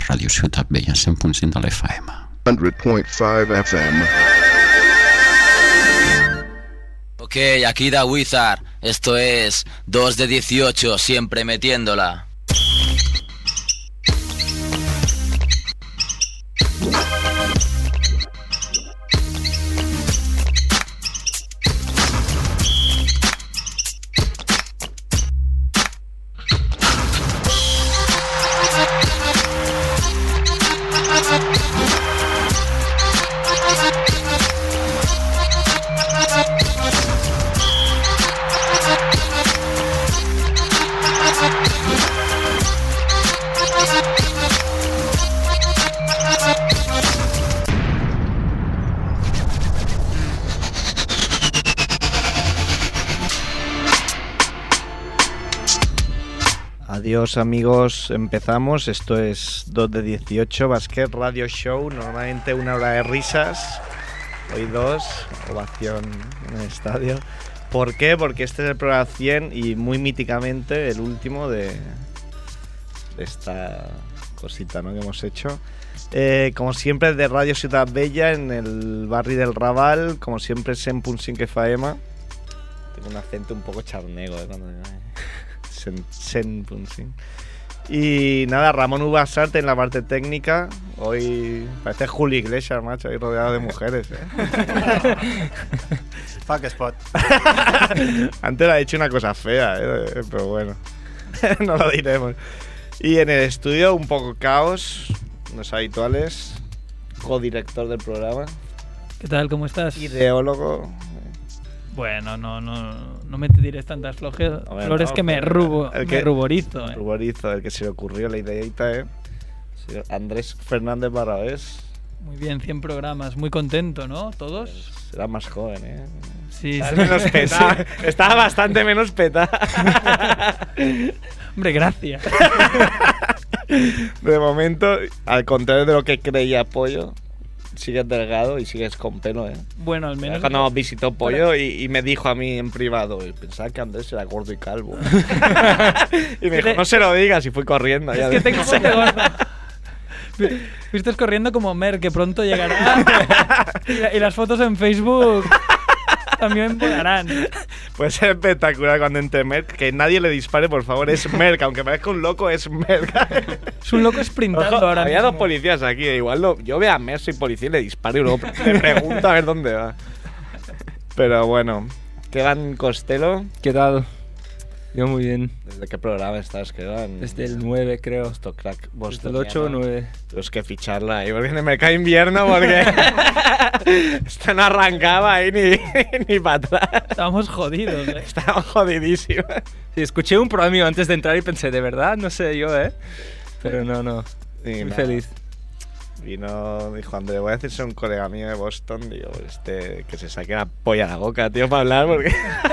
Ràdio Ciutat Vella, 100.5 de l'FM. 100.5 FM. Ok, aquí da Wizard. Esto es 2 de 18, siempre metiéndola. Adiós amigos, empezamos. Esto es 2 de 18, Basquet Radio Show. Normalmente 1 hora de risas, hoy 2, ovación en el estadio. ¿Por qué? Porque este es el programa 100 y muy míticamente el último de esta cosita, ¿no?, que hemos hecho. Como siempre de Radio Ciutat Vella, en el barri del Raval, como siempre 100.5 FM. Tengo un acento un poco charnego, cuando 100.5. Y nada, Ramón Ubasarte en la parte técnica. Hoy parece Julio Iglesias, macho, ahí rodeado de mujeres, Fuck spot. Antes le ha dicho una cosa fea, pero bueno, no lo diremos. Y en el estudio un poco caos, los habituales. Codirector del programa. ¿Qué tal? ¿Cómo estás? Ideólogo. Bueno, no me tires tantas flores que me ruborizo. Ruborizo, el que se le ocurrió la ideita, Señor Andrés Fernández Barrabés. Muy bien, 100 programas, muy contento, ¿no? ¿Todos? Será más joven, Sí, sí. Menos peta. Estaba bastante menos peta. Hombre, gracias. De momento, al contrario de lo que creía Pollo, sigues delgado y sigues con pelo, Bueno, al menos. Cuando nos visitó Pollo y me dijo a mí en privado, pensaba que Andrés era gordo y calvo. Y me dijo, no se lo digas, y fui corriendo. Es que tengo gente gorda. Viste corriendo como Mer, que pronto llegará. Y las fotos en Facebook también volarán. Puede ser espectacular cuando entre Merck, que nadie le dispare, por favor, es Merck, aunque parezca un loco, es Merck. Es un loco sprintando. Ojo, ahora había mismo. 2 policías aquí, igual yo veo a Merck, soy policía y le disparo y luego le pregunto a ver dónde va. Pero bueno, Kevan Costello. ¿Qué tal? Yo muy bien. ¿Desde qué programa estás, Kevan? Desde el 9, creo. Esto, crack. Desde el 8 o 9. Tienes que ficharla ahí, porque en el mercado invierno, porque esto no arrancaba ahí ni para atrás. Estábamos jodidos, Estábamos jodidísimos. Sí, escuché un programa mío antes de entrar y pensé, ¿de verdad? No sé yo, Pero no. Sí, muy feliz. Dijo André, voy a decirse a un colega mío de Boston, digo, que se saque la polla a la boca, tío, para hablar, porque...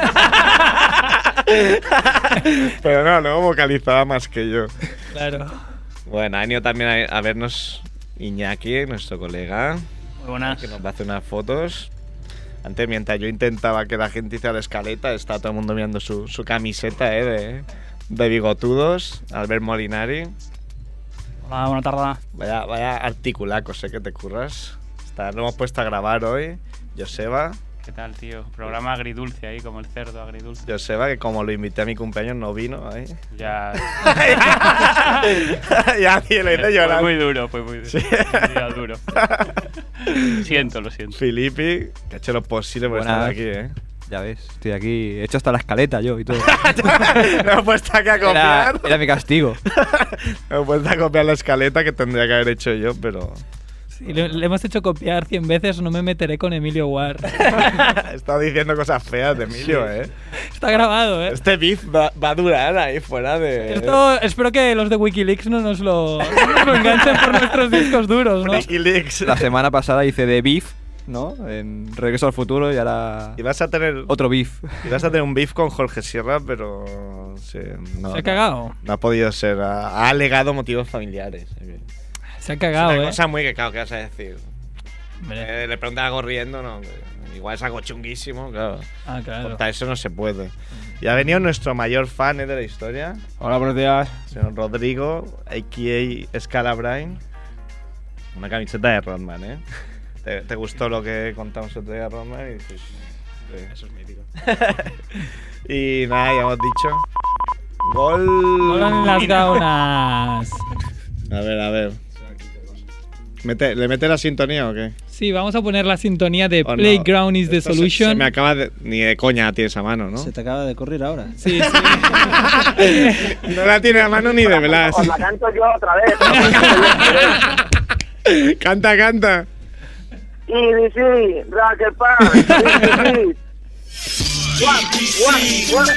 Pero no vocalizaba más que yo. Claro. Bueno, ha venido también a vernos Iñaki, nuestro colega. Muy buenas. Que nos va a hacer unas fotos. Antes, mientras yo intentaba que la gente hiciera la escaleta, está todo el mundo mirando su camiseta, de bigotudos. Albert Molinari. Hola, buena tarde. Vaya articulaco, sé que te curras. Lo hemos puesto a grabar hoy. Joseba. ¿Qué tal, tío? Programa agridulce ahí, como el cerdo agridulce. Joseba, que como lo invité a mi cumpleaños no vino ahí. Ya. Ya, tío, lo hice llorar. Fue muy duro, Sí. Ya, duro. Lo siento. Filippi, que ha hecho lo posible por estar aquí, Ya ves, estoy aquí. He hecho hasta la escaleta yo y todo. Me he puesto aquí a copiar. Era mi castigo. Me he puesto a copiar la escaleta que tendría que haber hecho yo, pero... Sí, le hemos hecho copiar 100 veces, no me meteré con Emilio War. He estado diciendo cosas feas de Emilio, Está grabado, Este beef va a durar ahí fuera de... Esto, espero que los de Wikileaks no nos lo enganchen por nuestros discos duros, ¿no? Wikileaks. La semana pasada hice de beef, ¿no? En Regreso al Futuro y ahora... Y vas a tener... Otro beef. Y vas a tener un beef con Jorge Sierra, pero... Sí, no, se ha cagado. No ha podido ser. Ha alegado motivos familiares. Se ha cagado, Es una cosa muy que, claro, ¿qué vas a decir? Hombre. Le pregunta algo riendo, no. Igual es algo chunguísimo, claro. Ah, claro. Contra eso no se puede. Y ha venido nuestro mayor fan de la historia, Hola, buenos días. señor Rodrigo, a.k.a. Scalabrine. Una camiseta de Rodman, ¿eh? ¿Te gustó lo que contamos otro día de Rodman? Y dices, eso es mítico. Y nada, ya hemos dicho. Gol. Hola en las gaunas. A ver. ¿Le mete la sintonía o qué? Sí, vamos a poner la sintonía de ¿O no? Playground is the Esto solution. Se me acaba de. Ni de coña la tienes a mano, ¿no? Se te acaba de ocurrir ahora. Sí, sí. No la tiene a mano ni de velas. Os la canto yo otra vez. Canta. EBC, Rocket Park, EBC. What?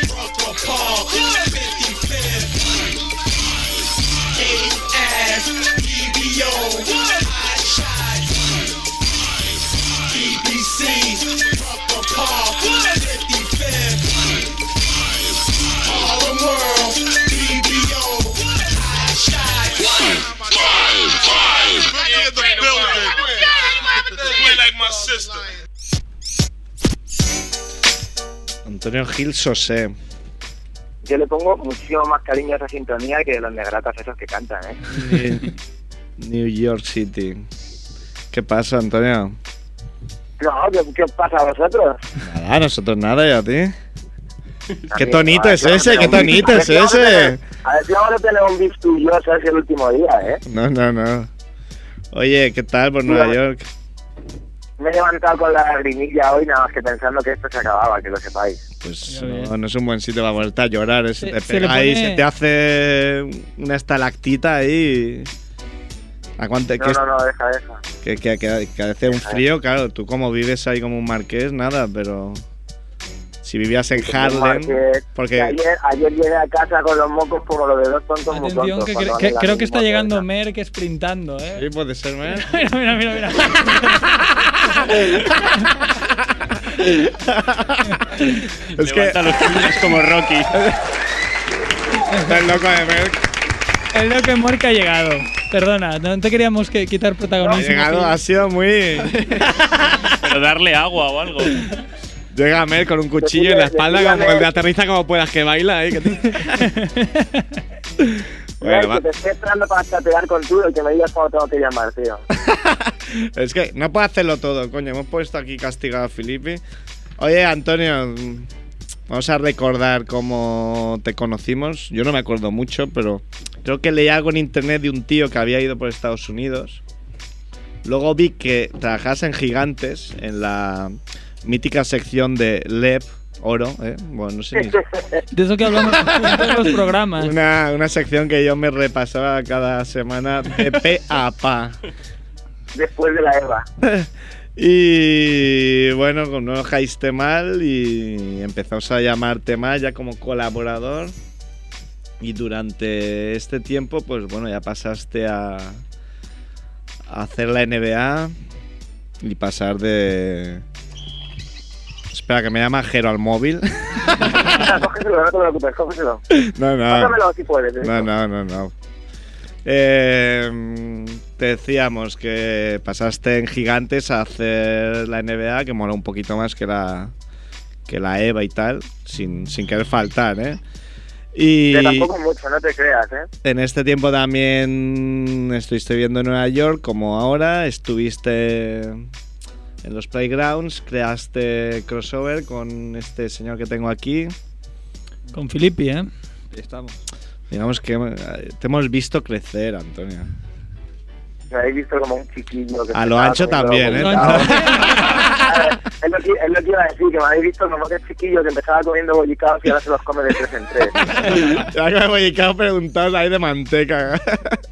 Antonio Gil Sosé. Yo le pongo muchísimo más cariño a esa sintonía que los negratas esos que cantan, ¿eh? New York City. ¿Qué pasa, Antonio? No, ¿qué os pasa a vosotros? Nada, a nosotros nada, ¿y a ti? ¿Qué mí, tonito a ver es si vamos a ese? tener ¿Qué un beef. tonito A ver es si vamos a ese? tener- A ver si vamos a tener un beef tú y yo, ¿sabes? El último día, ¿eh? No. Oye, ¿qué tal por Nueva York? Me he levantado con la lagrimilla hoy, nada más que pensando que esto se acababa, que lo sepáis. Pues Ya ves. no es un buen sitio para ponerte a llorar. Te Se pega le ahí, pone- se te hace una estalactita ahí. ¿A cuánto? No, deja. Que hace un frío, claro. Tú como vives ahí como un marqués, nada, pero si vivías en Harlem, porque Ayer llegué a casa con los mocos como los de dos tontos muy Atención, tontos. que cuando van creo en la que está misma llegando vuelta. Merck sprintando, ¿eh? sí, puede ser, ¿eh? Mira. Es que Levanta los puños como Rocky. está el loco de Merck. El loco Merck ha llegado. Perdona, no te queríamos quitar Ha protagonismo. llegado, ha sido muy. Pero darle agua o algo. Llega Merck con un cuchillo en la espalda, como el de aterriza como puedas, que baila ahí. Bueno, Mira, que te estoy esperando para chatear contigo y que me digas cómo tengo que llamar, tío. Es que no puedo hacerlo todo, coño. Hemos puesto aquí castigado a Filipe. Oye, Antonio, vamos a recordar cómo te conocimos. Yo no me acuerdo mucho, pero creo que leí algo en internet de un tío que había ido por Estados Unidos. Luego vi que trabajas en Gigantes, en la mítica sección de LEP, oro, ¿eh? Bueno, no sé ni... De eso que hablamos en todos los programas. Una sección que yo me repasaba cada semana de pe a pa. Después de la Eva. Y bueno, no os caíste mal y empezamos a llamarte más ya como colaborador. Y durante este tiempo, pues bueno, ya pasaste a hacer la NBA y pasar de... Espera, que me llama Jero al móvil. Cógeselo, no te preocupes, cógeselo. No. Pásamelo si puedes. No. Te decíamos que pasaste en Gigantes a hacer la NBA, que mola un poquito más que la EVA y tal, sin querer faltar, ¿eh? Y Que tampoco mucho, no te creas, ¿eh? en este tiempo también estuviste viviendo en Nueva York, como ahora, estuviste en los Playgrounds, creaste crossover con este señor que tengo aquí. Con Filippi, ¿eh? Ahí estamos. Digamos que te hemos visto crecer, Antonio. Me habéis visto como un chiquillo. Que A lo estaba ancho comiendo también, ¿eh? bollicaos. Es lo que iba a decir, que me habéis visto como que chiquillo que empezaba comiendo bollicaos y ahora se los come de 3 en 3. Ya que me he bollicado preguntados ahí de manteca.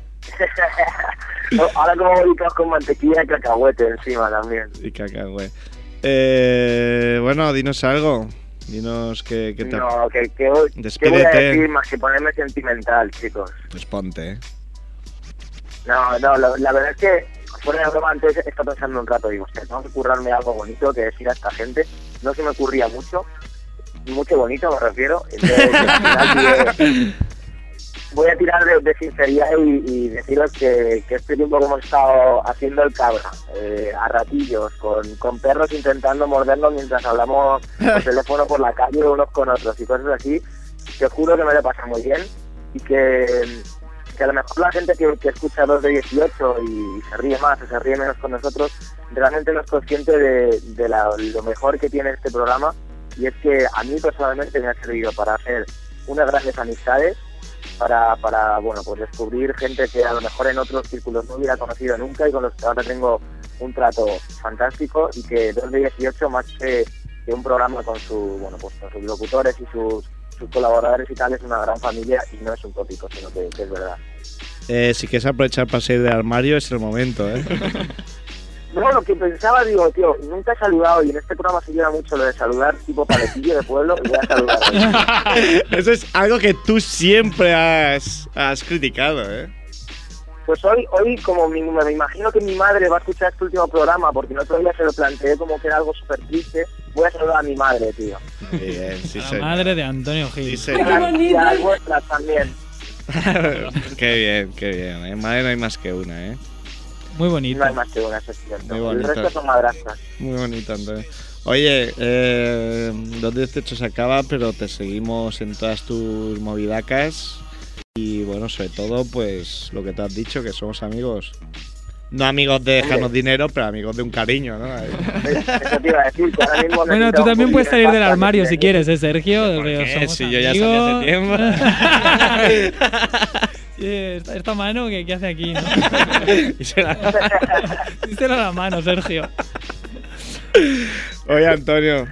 Ahora como bollicaos con mantequilla y cacahuete encima también. Y cacahue. Bueno, dinos algo. Dinos que te... No, que voy a Despídete. decir más que ponerme sentimental, chicos. Pues ponte, ¿eh? No, la verdad es que fuera de broma antes he estado pensando un rato, digo, hostia, tengo que currarme algo bonito que decir a esta gente. No se me ocurría mucho bonito me refiero. Entonces, al final voy a tirar de sinceridad y deciros que este tiempo que hemos estado haciendo el cabra, a ratillos, con perros intentando mordernos mientras hablamos por teléfono por la calle unos con otros y cosas así, te juro que me lo pasa muy bien y que a lo mejor la gente que escucha 2 de 18 y se ríe más o se ríe menos con nosotros, realmente no es consciente de lo mejor que tiene este programa, y es que a mí personalmente me ha servido para hacer unas grandes amistades, para bueno, pues descubrir gente que a lo mejor en otros círculos no hubiera conocido nunca y con los que ahora tengo un trato fantástico, y que 2 de 18 más que un programa con sus locutores y sus colaboradores y tal, es una gran familia y no es un tópico, sino que es verdad. Si quieres aprovechar para salir del armario, es el momento, ¿eh? No, lo que pensaba, digo, tío, nunca he saludado y en este programa se lleva mucho lo de saludar tipo palecillo de pueblo y voy a saludar. Eso es algo que tú siempre has criticado, ¿eh? Pues hoy como me imagino que mi madre va a escuchar este último programa, porque el otro día se lo planteé como que era algo súper triste, voy a saludar a mi madre, tío. Bien, sí, La madre de Antonio Gil. Sí, Y a las vuestras también. Qué bien. Madre no hay más que una, ¿eh? Muy bonito. No hay más que una, eso es cierto. Muy bonito. El resto son madrastras. Muy bonito, Antonio. Oye, 2 de 18 se acaba, pero te seguimos en todas tus movidacas. Y bueno, sobre todo, pues lo que te has dicho, que somos amigos. No amigos de dejarnos dinero, pero amigos de un cariño, ¿no? Eso te iba a decir, que ahora mismo Bueno, tú también puedes salir del armario si quieres, Sergio. ¿Por qué? Somos Si yo ya salí amigos. hace tiempo. Sí, esta mano, ¿qué hace aquí, no? Díselo a la mano, Sergio. Oye, Antonio,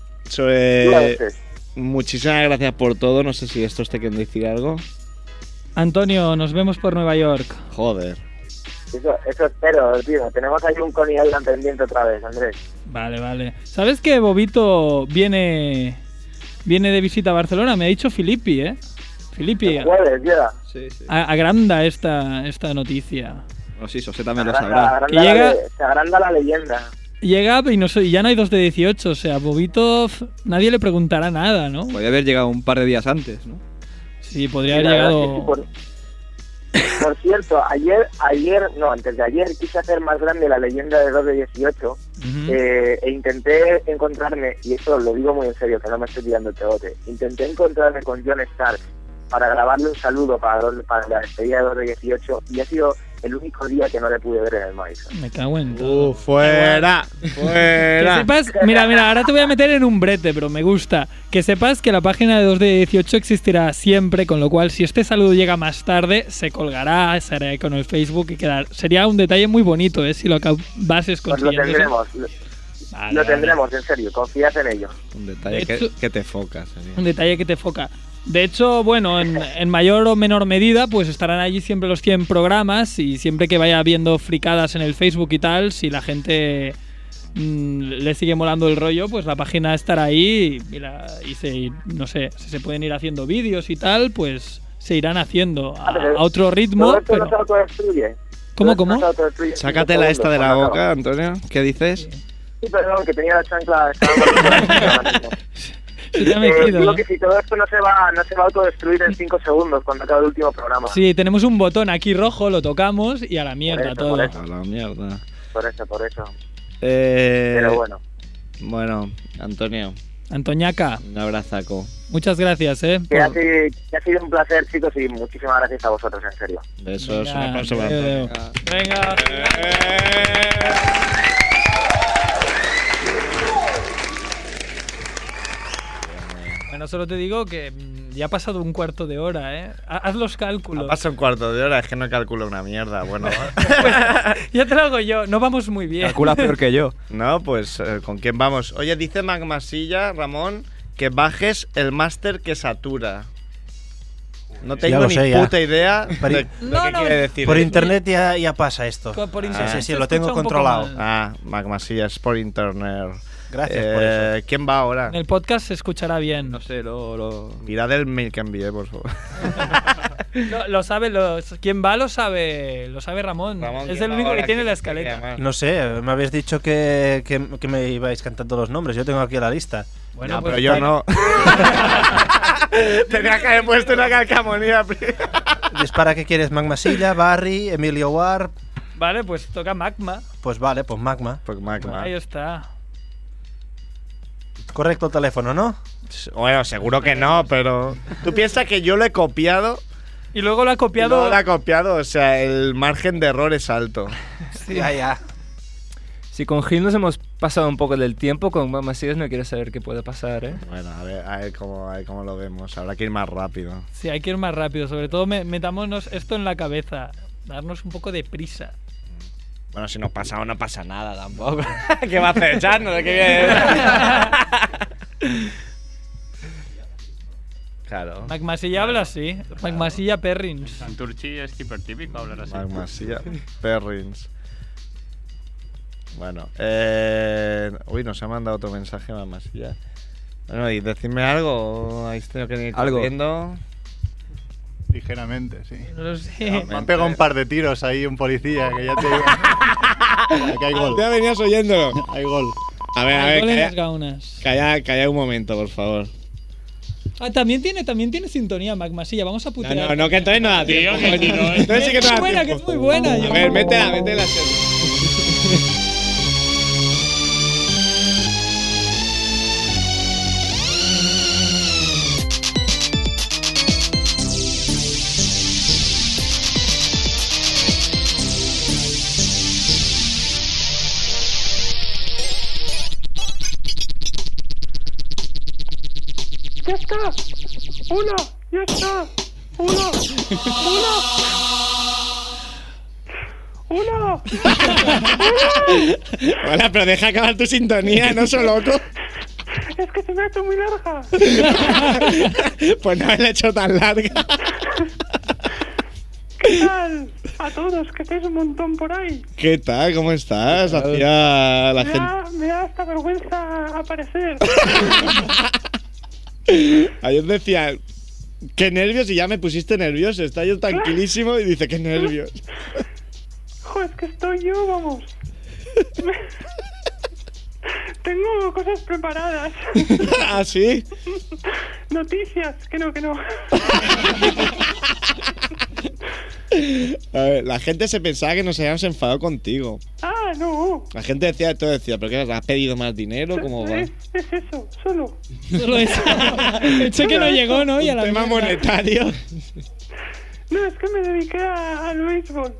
muchísimas gracias por todo. No sé si estos te quieren decir algo. Antonio, nos vemos por Nueva York. Joder. Eso espero, tío. Tenemos ahí un Coney Island pendiente otra vez, Andrés. Vale. ¿Sabes que Bobito viene de visita a Barcelona? Me ha dicho Filippi, ¿eh? Filippi. El jueves, ya. Sí. Agranda esta noticia. No, sí, José también lo sabrá. Se agranda la leyenda. Llega y ya no hay 2 de 18, o sea, Bobito nadie le preguntará nada, ¿no? Podría haber llegado un par de días antes, ¿no? Sí, podría haber llegado... Por cierto, antes de ayer quise hacer más grande la leyenda de 2 de 18 e intenté encontrarme, y eso lo digo muy en serio, que no me estoy tirando el pegote, intenté encontrarme con John Stark para grabarle un saludo para la despedida de 2 de 18 y ha sido el único día que no le pude ver en el Madison. Me cago en todo. ¡Fuera! Que sepas, mira, ahora te voy a meter en un brete, pero me gusta. Que sepas que la página de 2 de 18 existirá siempre, con lo cual si este saludo llega más tarde, se colgará, se hará con el Facebook y sería un detalle muy bonito, si lo acabases consiguiendo. Pues lo tendremos, en serio, confías en ello. Un detalle que te foca. Sería. Un detalle que te foca. De hecho, bueno, en mayor o menor medida, pues estarán allí siempre los 100 programas y siempre que vaya viendo fricadas en el Facebook y tal, si la gente le sigue molando el rollo, pues la página estará ahí y no sé, si se pueden ir haciendo vídeos y tal, pues se irán haciendo a otro ritmo. ¿Todo esto no se autodestruye? ¿Cómo? Sácatela esta de la boca, Antonio. ¿Qué dices? Sí, perdón, que tenía la chancla. Digo que si todo esto no se va a autodestruir en 5 segundos cuando acabe el último programa. Sí, tenemos un botón aquí rojo, lo tocamos y a la mierda todo. Por eso. A la mierda. Por eso. Pero bueno. Bueno, Antonio. Antoñaca. Un abrazaco. Muchas gracias, Que ha sido un placer, chicos, y muchísimas gracias a vosotros, en serio. Eso es una conservación. Venga. Bueno, solo te digo que ya ha pasado un cuarto de hora, ¿eh? Haz los cálculos. Ha pasado un cuarto de hora, es que no calculo una mierda. Bueno, pues, ya te lo hago yo, no vamos muy bien. Calcula peor que yo. No, pues, ¿con quién vamos? Oye, dice Magmasilla, Ramón, que bajes el máster que satura. No tengo ni puta idea de qué quiere decir. Por internet ya pasa esto. Por internet sí, lo tengo controlado. Magmasilla es por internet. Gracias por eso. ¿Quién va ahora? En el podcast se escuchará bien. No sé, Mirad el mail que envié, por favor. Lo sabe, quien va lo sabe Ramón. Es el único que tiene la escaleta. No sé, me habéis dicho que me ibais cantando los nombres. Yo tengo aquí la lista. Bueno, no, pues pero yo no. Tenía que haber puesto una calcamonía. Dispara, ¿qué quieres? Magmasilla, Barry, Emilio War. Vale, pues toca Magma. Pues vale, pues Magma. Pues Magma. Ahí está. Correcto el teléfono, ¿no? Bueno, seguro que no, pero. ¿Tú piensas que yo lo he copiado? Y luego lo ha copiado. No lo ha copiado, o sea, el margen de error es alto. Sí. Ya. Si con Gil nos hemos pasado un poco del tiempo, con Mamasías no quiero saber qué puede pasar, ¿eh? Bueno, a ver cómo lo vemos. Habrá que ir más rápido. Sí, hay que ir más rápido. Sobre todo metámonos esto en la cabeza. Darnos un poco de prisa. Bueno, si nos pasamos no pasa nada tampoco. ¿Qué va a hacer? ¿Echarnos? ¿De qué viene? Claro. Magmasilla habla así. Magmasilla Perrins. Santurchi es hipertípico hablar así. Magmasilla Perrins. Bueno, uy, nos ha mandado otro mensaje Magmasilla. Bueno, y decidme algo. ¿Habéis tenido que ir corriendo? Ligeramente, sí. No lo sé. Me han pegado un par de tiros ahí un policía, que ya te digo. Aquí hay gol. Ya venías oyéndolo. Hay gol. A ver, Gol en las gaunas. Calla un momento, por favor. Ah, también tiene sintonía Magmasilla. Vamos a putear. No, que entonces no da tiempo. Entonces sí que no da tiempo. Que es muy buena. A ver, métela. ¡Ya está! ¡Hola! ¡Ya está! ¡Hola! ¡Hola! Hola, pero deja acabar tu sintonía, no soy loco. Es que se me ha hecho muy larga. Pues no me la he hecho tan larga. ¿Qué tal? A todos, que estáis un montón por ahí. ¿Qué tal? ¿Cómo estás? Hacía la gente. Me da hasta vergüenza aparecer. Ayer decía, qué nervios, y ya me pusiste nervioso. Está yo tranquilísimo y dice, qué nervios. Joder, es que estoy yo, vamos. Tengo cosas preparadas. ¿Ah, sí? Noticias, que no. A ver, la gente se pensaba que nos habíamos enfadado contigo. Ah, no. La gente decía, ¿pero qué? ¿Has pedido más dinero? ¿Cómo va? Es eso, solo. Solo eso. El cheque no llegó, ¿no? Y a la tema mierda. monetario. No, es que me dediqué al béisbol.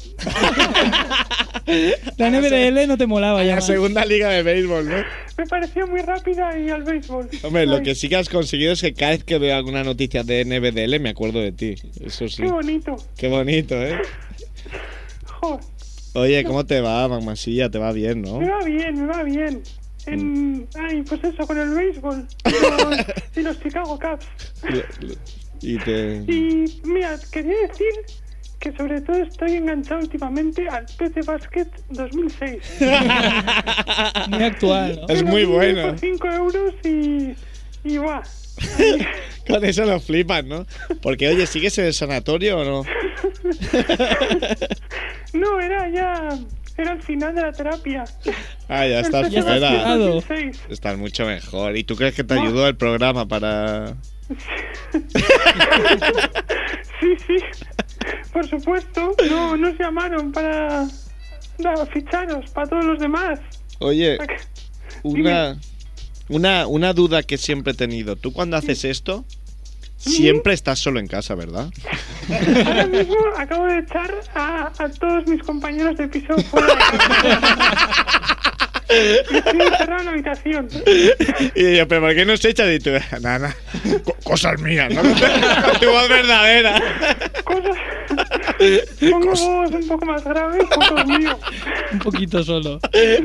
La NBDL no te molaba ya. La segunda liga de béisbol, ¿no? Me pareció muy rápida y al béisbol. Hombre, lo que sí que has conseguido es que cada vez que veo alguna noticia de NBDL me acuerdo de ti. Eso sí. Qué bonito. Qué bonito, ¿eh? Joder. Oye, ¿cómo te va, Magmasilla? Te va bien, ¿no? Me va bien. Ay, pues eso, con el béisbol. Y los Chicago Cubs. Y mira, quería decir que sobre todo estoy enganchado últimamente al PC Basket 2006. Muy actual, ¿no? Es muy bueno. Por 5 euros y va. Con eso lo flipan, ¿no? Porque, oye, ¿sigues en el sanatorio o no? No, era el final de la terapia. Ah, ya estás El PC fuera. Basket 2006. Estás mucho mejor. ¿Y tú crees que te ayudó el programa para...? Sí, por supuesto. No nos llamaron para ficharos para todos los demás. Oye, una duda que siempre he tenido. Tú cuando haces esto, siempre estás solo en casa, ¿verdad? Ahora mismo acabo de echar a todos mis compañeros de piso fuera de casa. Estoy encerrado en la habitación. Y yo, ¿pero por qué no se echas? Y tú, nada, cosas mías, ¿no? Con tu voz verdadera. Pongo voz un poco más grave, poco mío. Un poquito solo.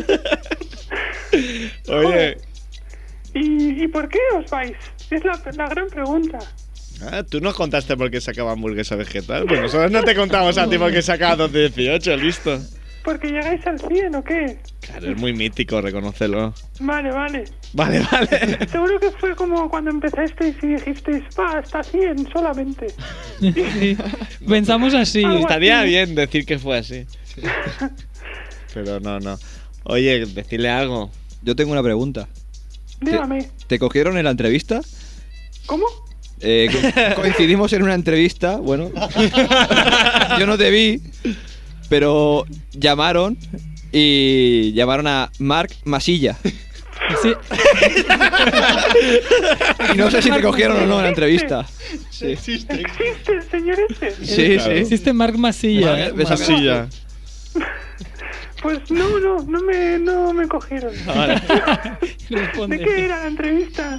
Oye. ¿Y por qué os vais? Es la gran pregunta. Ah, tú nos contaste por qué sacaba hamburguesa vegetal. Pues nosotros no te contamos a ti por qué sacaba 218, listo. ¿Porque llegáis al 100 o qué? Claro, es muy mítico, reconócelo. Vale. Vale. Seguro que fue como cuando empezasteis y dijisteis, va, hasta 100 solamente. Sí. Pensamos así. Estaría bien decir que fue así. Pero no. Oye, decirle algo. Yo tengo una pregunta. Dígame. ¿Te cogieron en la entrevista? ¿Cómo? Coincidimos en una entrevista, bueno. Yo no te vi, pero llamaron a Marc Masilla. Sí. Y no sé si te cogieron o no en la entrevista. Sí. ¿Existe el señor este? Sí, sí. Existe Marc Masilla. Masilla. Pues no me cogieron. Responde. ¿De qué era la entrevista?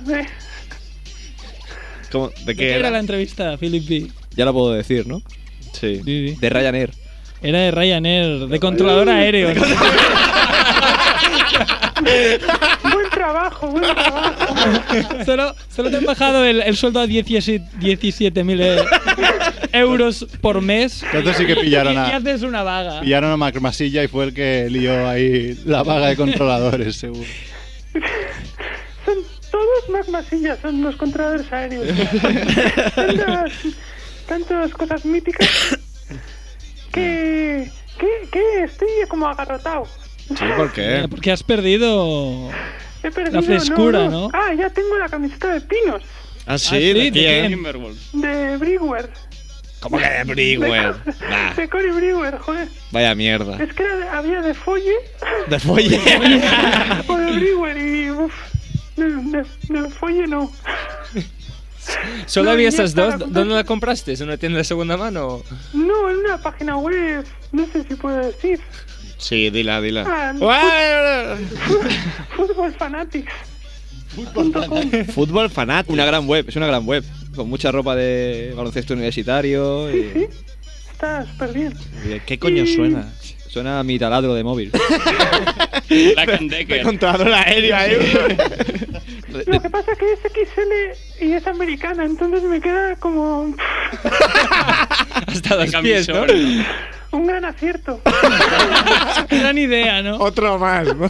¿Cómo? ¿De qué era la entrevista, Philip B? Ya lo puedo decir, ¿no? Sí. De Ryanair. Era de Ryanair, de controlador aéreo. ¿No? Buen trabajo. Solo te han bajado el sueldo a 17.000 euros por mes. Entonces sí que pillaron y haces una vaga. Pillaron a Marc Masilla y fue el que lió ahí la vaga de controladores, seguro. Son todos Marc Masilla, son los controladores aéreos. Tantas cosas míticas que estoy como agarrotado. Sí, ¿por qué? Porque has perdido He perdido, la frescura, ¿no? Ah, ya tengo la camiseta de pinos. Ah, sí, ¿de quién? De Brewer. ¿Cómo que de Brewer? De Cory Brewer, joder. Vaya mierda. Es que había de Folle. ¿De Folle? O de Brewer y... Uf, de Folle no. ¿Solo había esas dos? ¿Dónde la compraste? ¿Es una tienda de segunda mano? No, en una página web. No sé si puedo decir. Sí, dila. Fútbol Fanatics. Fútbol Fanatics. Es una gran web. Con mucha ropa de baloncesto universitario. Sí. Está súper bien. ¿Qué coño suena? Suena a mi taladro de móvil. Black & Decker. Controlador aéreo ahí. Lo que pasa es que es XL y es americana, entonces me queda como... Hasta los pies, ¿no? Un gran acierto. Gran idea, ¿no? Otro más, ¿no?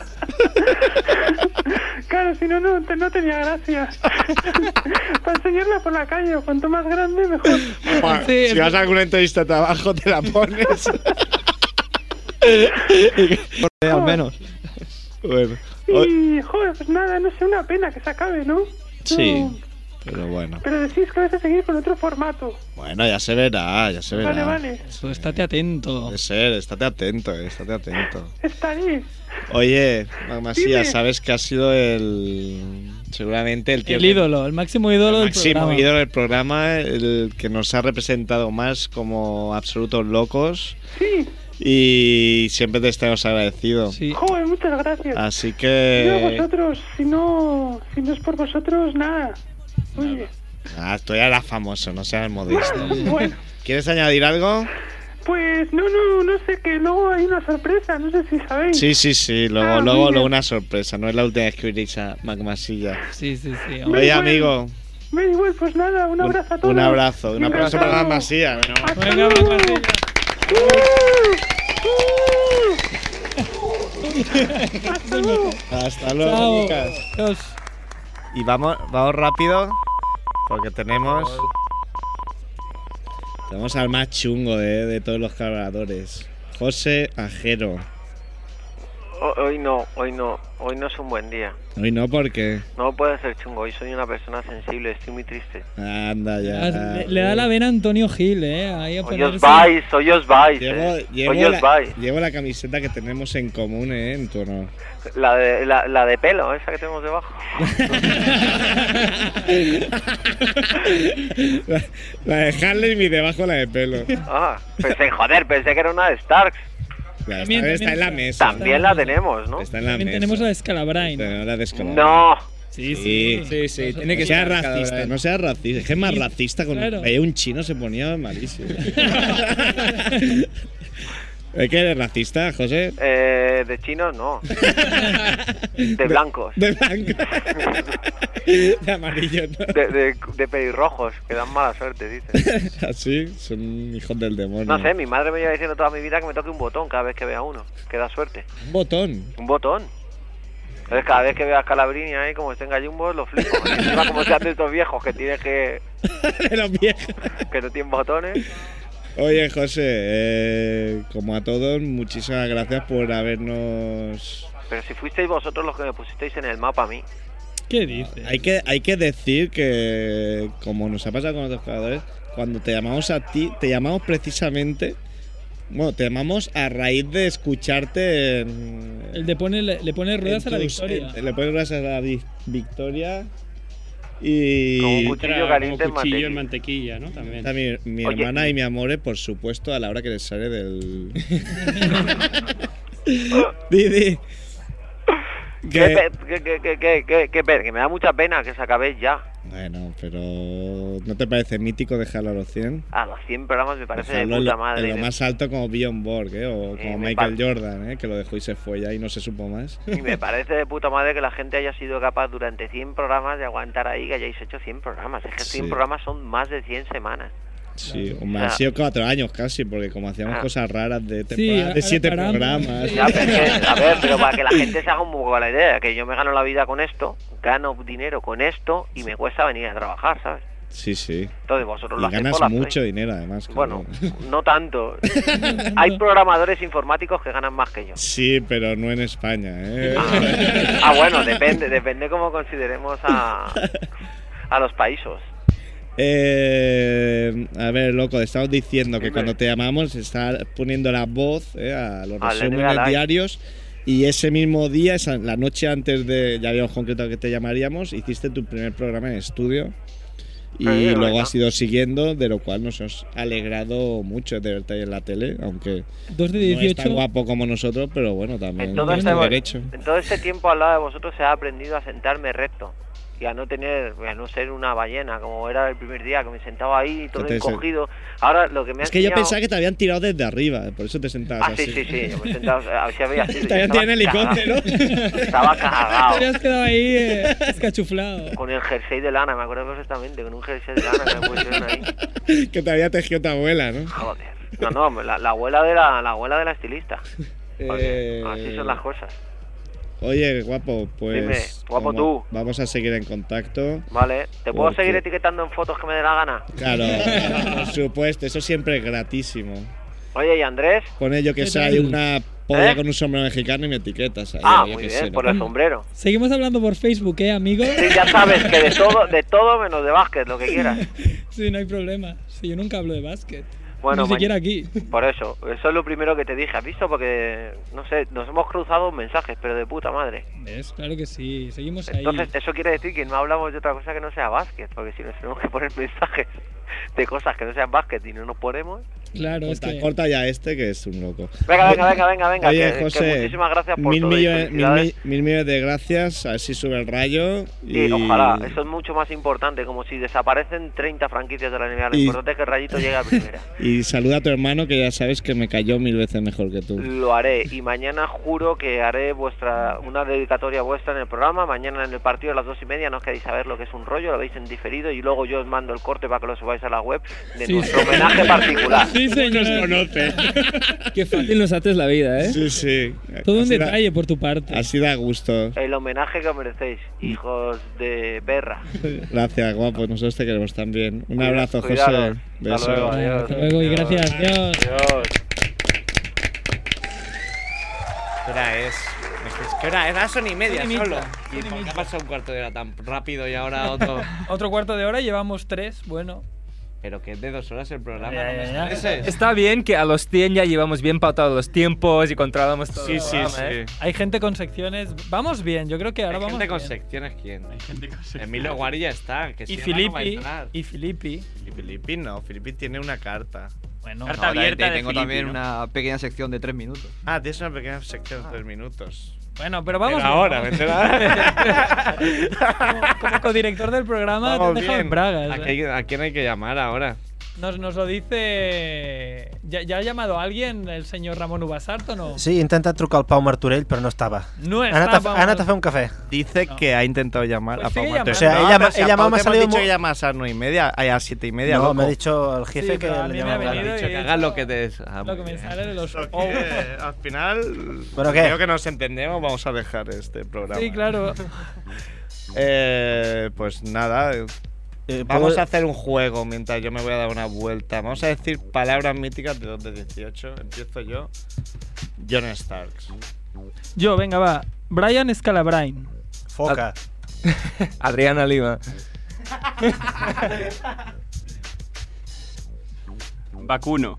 Claro, si no tenía gracia. Para enseñarla por la calle, cuanto más grande, mejor. Sí, si vas a alguna entrevista de trabajo, te la pones. Al menos. Bueno. Y, joder, pues nada, no sé, una pena que se acabe, ¿no? Sí, No. pero bueno. Pero decís que vais a seguir con otro formato. Bueno, ya se verá. Vale. Eso, estate atento. Puede ser, estate atento. Estaré. Oye, Masilla, Dime. sabes que ha sido seguramente el tío El ídolo, el máximo ídolo del máximo programa. ídolo del programa, el que nos ha representado más como absolutos locos. Sí. Y siempre te estamos agradecidos. Sí. Joder, muchas gracias. Así Yo a que... vosotros, si no es por vosotros, nada. Oye. tú ya eras famoso, no seas modesto. Bueno, ¿Quieres añadir algo? pues no sé, que luego hay una sorpresa, no sé si sabéis. Sí. Ah, Luego mira. una sorpresa. No es la última vez que oiréis a Mac Masilla. Sí. Oye, amigo. Very well, pues nada, un abrazo a todos. Un abrazo Encantado. para Mac Masilla. Hasta Venga, luego. Mac Masilla. Hasta luego. Hasta luego, Chao. chicas. Adiós. Y vamos rápido, porque tenemos al más chungo de todos los colaboradores, José Ajero. Hoy no es un buen día. Hoy no, porque No puede ser chungo, hoy soy una persona sensible, estoy muy triste. anda ya. Le da la vena a Antonio Gil, Ahí a Hoy os ponerse... vais. Llevo la camiseta que tenemos en común, en tu honor. La de pelo, esa que tenemos debajo. la de Harley y debajo la de pelo. Pensé que era una de Starks. También está en la mesa. También la tenemos, ¿no? Está en la También mesa. tenemos la de Scalabrine. La de Scalabrine. No. Sí. Tiene que ser racista. No seas racista. Es que es más racista. Claro. Un chino se ponía malísimo. ¿Es que eres racista, José? De chinos no. De blancos. De blancos. De amarillo, ¿no? De pelirrojos, que dan mala suerte, dicen. Así, son hijos del demonio. No sé, mi madre me lleva diciendo toda mi vida que me toque un botón cada vez que vea uno, que da suerte. ¿Un botón? Un botón. Entonces cada vez que veo a Scalabrini ahí, como estén gallumbos, lo flipo. Y encima como se hacen estos viejos que tienen que... De los viejos. Que no tienen botones. Oye, José, como a todos, muchísimas gracias por habernos... Pero si fuisteis vosotros los que me pusisteis en el mapa a mí. ¿Qué dices? Hay que decir que, como nos ha pasado con otros jugadores, cuando te llamamos a ti, te llamamos precisamente. Bueno, te llamamos a raíz de escucharte en. El de le pone ruedas a la victoria. Le pone ruedas a la victoria. Y. Con un cuchillo caliente como cuchillo en mantequilla, ¿no? También. Mi hermana y mi amore, por supuesto, a la hora que les sale del. Didi. Que me da mucha pena que se acabéis ya. Bueno, pero ¿no te parece mítico dejarlo a los 100? A los 100 programas me parece Dejarlo de puta madre. en lo más alto como Bjorn Borg, o como Michael Jordan, que lo dejó y se fue ya y no se supo más. Y me parece de puta madre que la gente haya sido capaz durante 100 programas de aguantar ahí, que hayáis hecho 100 programas. Es que 100 programas son más de 100 semanas. Sí, han sido 4 años casi, porque como hacíamos cosas raras de Sí, temporada de 7 paramos. programas. Ya, a ver, pero para que la gente se haga un poco la idea, que yo me gano la vida con esto, gano dinero con esto y me cuesta venir a trabajar, ¿sabes? Sí, sí. Entonces vosotros lo Y hacéis ganas por la mucho play. dinero, además. Bueno, no tanto. Hay programadores informáticos que ganan más que yo. Sí, pero no en España, Bueno, depende cómo consideremos a los países. A ver, loco, estamos diciendo que cuando te llamamos está poniendo la voz a los resúmenes diarios y ese mismo día, la noche antes de, ya habíamos concretado que te llamaríamos, hiciste tu primer programa en estudio y luego has ido siguiendo, de lo cual nos hemos alegrado mucho de verte ahí en la tele, aunque 2 de 18. no es tan guapo como nosotros, pero bueno, también En todo derecho. En todo este tiempo al lado de vosotros se ha aprendido a sentarme recto y a no ser una ballena como era el primer día, que me sentaba ahí todo encogido. Ahora lo que me ha Es que yo pensaba que te habían tirado desde arriba, por eso te sentabas así. Sí, yo me sentaba, a ver si había sido. Te habían tirado en helicóptero. Estaba cagado. Te habías quedado ahí escachuflado. Con el jersey de lana, me acuerdo perfectamente, con un jersey de lana que me pusieron ahí. Que te había tejido tu abuela, ¿no? Joder. No, la abuela de la estilista. Así son las cosas. Oye, guapo, pues. Dime, guapo tú. Vamos a seguir en contacto. Vale, ¿te puedo seguir etiquetando en fotos que me dé la gana? Claro, por supuesto, eso siempre es gratísimo. Oye, ¿y Andrés? Pone yo que hay una polla con un sombrero mexicano y me etiquetas ahí. Muy bien, por el sombrero. Seguimos hablando por Facebook, amigos? Sí, ya sabes que de todo menos de básquet, lo que quieras. Sí, no hay problema. Sí, yo nunca hablo de básquet. Bueno, ni siquiera aquí. Por eso es lo primero que te dije. ¿Has visto? Porque, no sé, nos hemos cruzado mensajes, pero de puta madre. ¿Ves? Claro que sí, seguimos ahí. Entonces, eso quiere decir que no hablamos de otra cosa que no sea básquet, porque si nos tenemos que poner mensajes de cosas que no sean básquet y no nos ponemos... Claro, corta ya que es un loco. Venga. Oye, que José, muchísimas gracias por mil todo. millones de gracias. A ver si sube el rayo. Y ojalá, eso es mucho más importante. Como si desaparecen 30 franquicias de la NBA. Lo importante es que el Rayito llegue a primera. Y saluda a tu hermano, que ya sabes que me cayó 1000 veces mejor que tú. Lo haré. Y mañana juro que haré una dedicatoria vuestra en el programa. Mañana en el partido a las 2:30. No os queréis saber lo que es un rollo. Lo veis en diferido. Y luego yo os mando el corte para que lo subáis a la web de nuestro homenaje particular. Sí, señor. Nos conoce. Qué fácil nos haces la vida, ¿eh? Sí, sí. Todo un detalle por tu parte. Así da gusto. El homenaje que os merecéis, hijos de perra. Gracias, guapo. Nosotros te queremos también. Un abrazo, cuidaros. José. Beso. Hasta luego, adiós. Hasta luego y gracias. Adiós. ¿Qué hora es? Las 1:30 1:30. solo. ¿Y por qué ha pasado un cuarto de hora tan rápido y ahora otro? Otro cuarto de hora, llevamos 3. Bueno. Pero que es de 2 horas el programa. Ya. Está bien que a los 100 ya llevamos bien pautados los tiempos y controlamos todo. Sí. Hay gente con secciones. Vamos bien, yo creo que ahora ¿Hay vamos gente con bien. secciones quién? Hay gente con secciones. Emilio Guari ya está. Que Y Filippi. Filippi no. Filippi tiene una carta. Bueno, carta abierta. Tengo también una pequeña sección de 3 minutos. Ah, tienes una pequeña sección de 3 minutos. Bueno, pero vamos. Ahora, como codirector del programa, te han dejado en bragas. ¿A quién hay que llamar ahora? Nos lo dice... ¿Ya ha llamado a alguien el señor Ramon Ubasart o no? Sí, intenta trucar al Pau Martorell, pero no estaba. No ha anat a fer un café. Dice que ha intentado llamar Pues a Pau sigue Martorell. O sea, ella me ha salido dicho que llamas a 9:30, a 7:30. No, loco. me ha dicho el jefe Sí, que pero a le mí me ha llamaba. venido Que hagas lo que te lo que me sale de los Al final, ¿Bueno qué? creo que nos entendemos, vamos a dejar este programa. Sí, claro. Pues nada, vamos a hacer un juego mientras yo me voy a dar una vuelta. Vamos a decir palabras míticas de 2 de 18. Empiezo yo. John Starks. Yo, venga, va. Brian Scalabrine. Foca. Adriana Lima. Vacuno.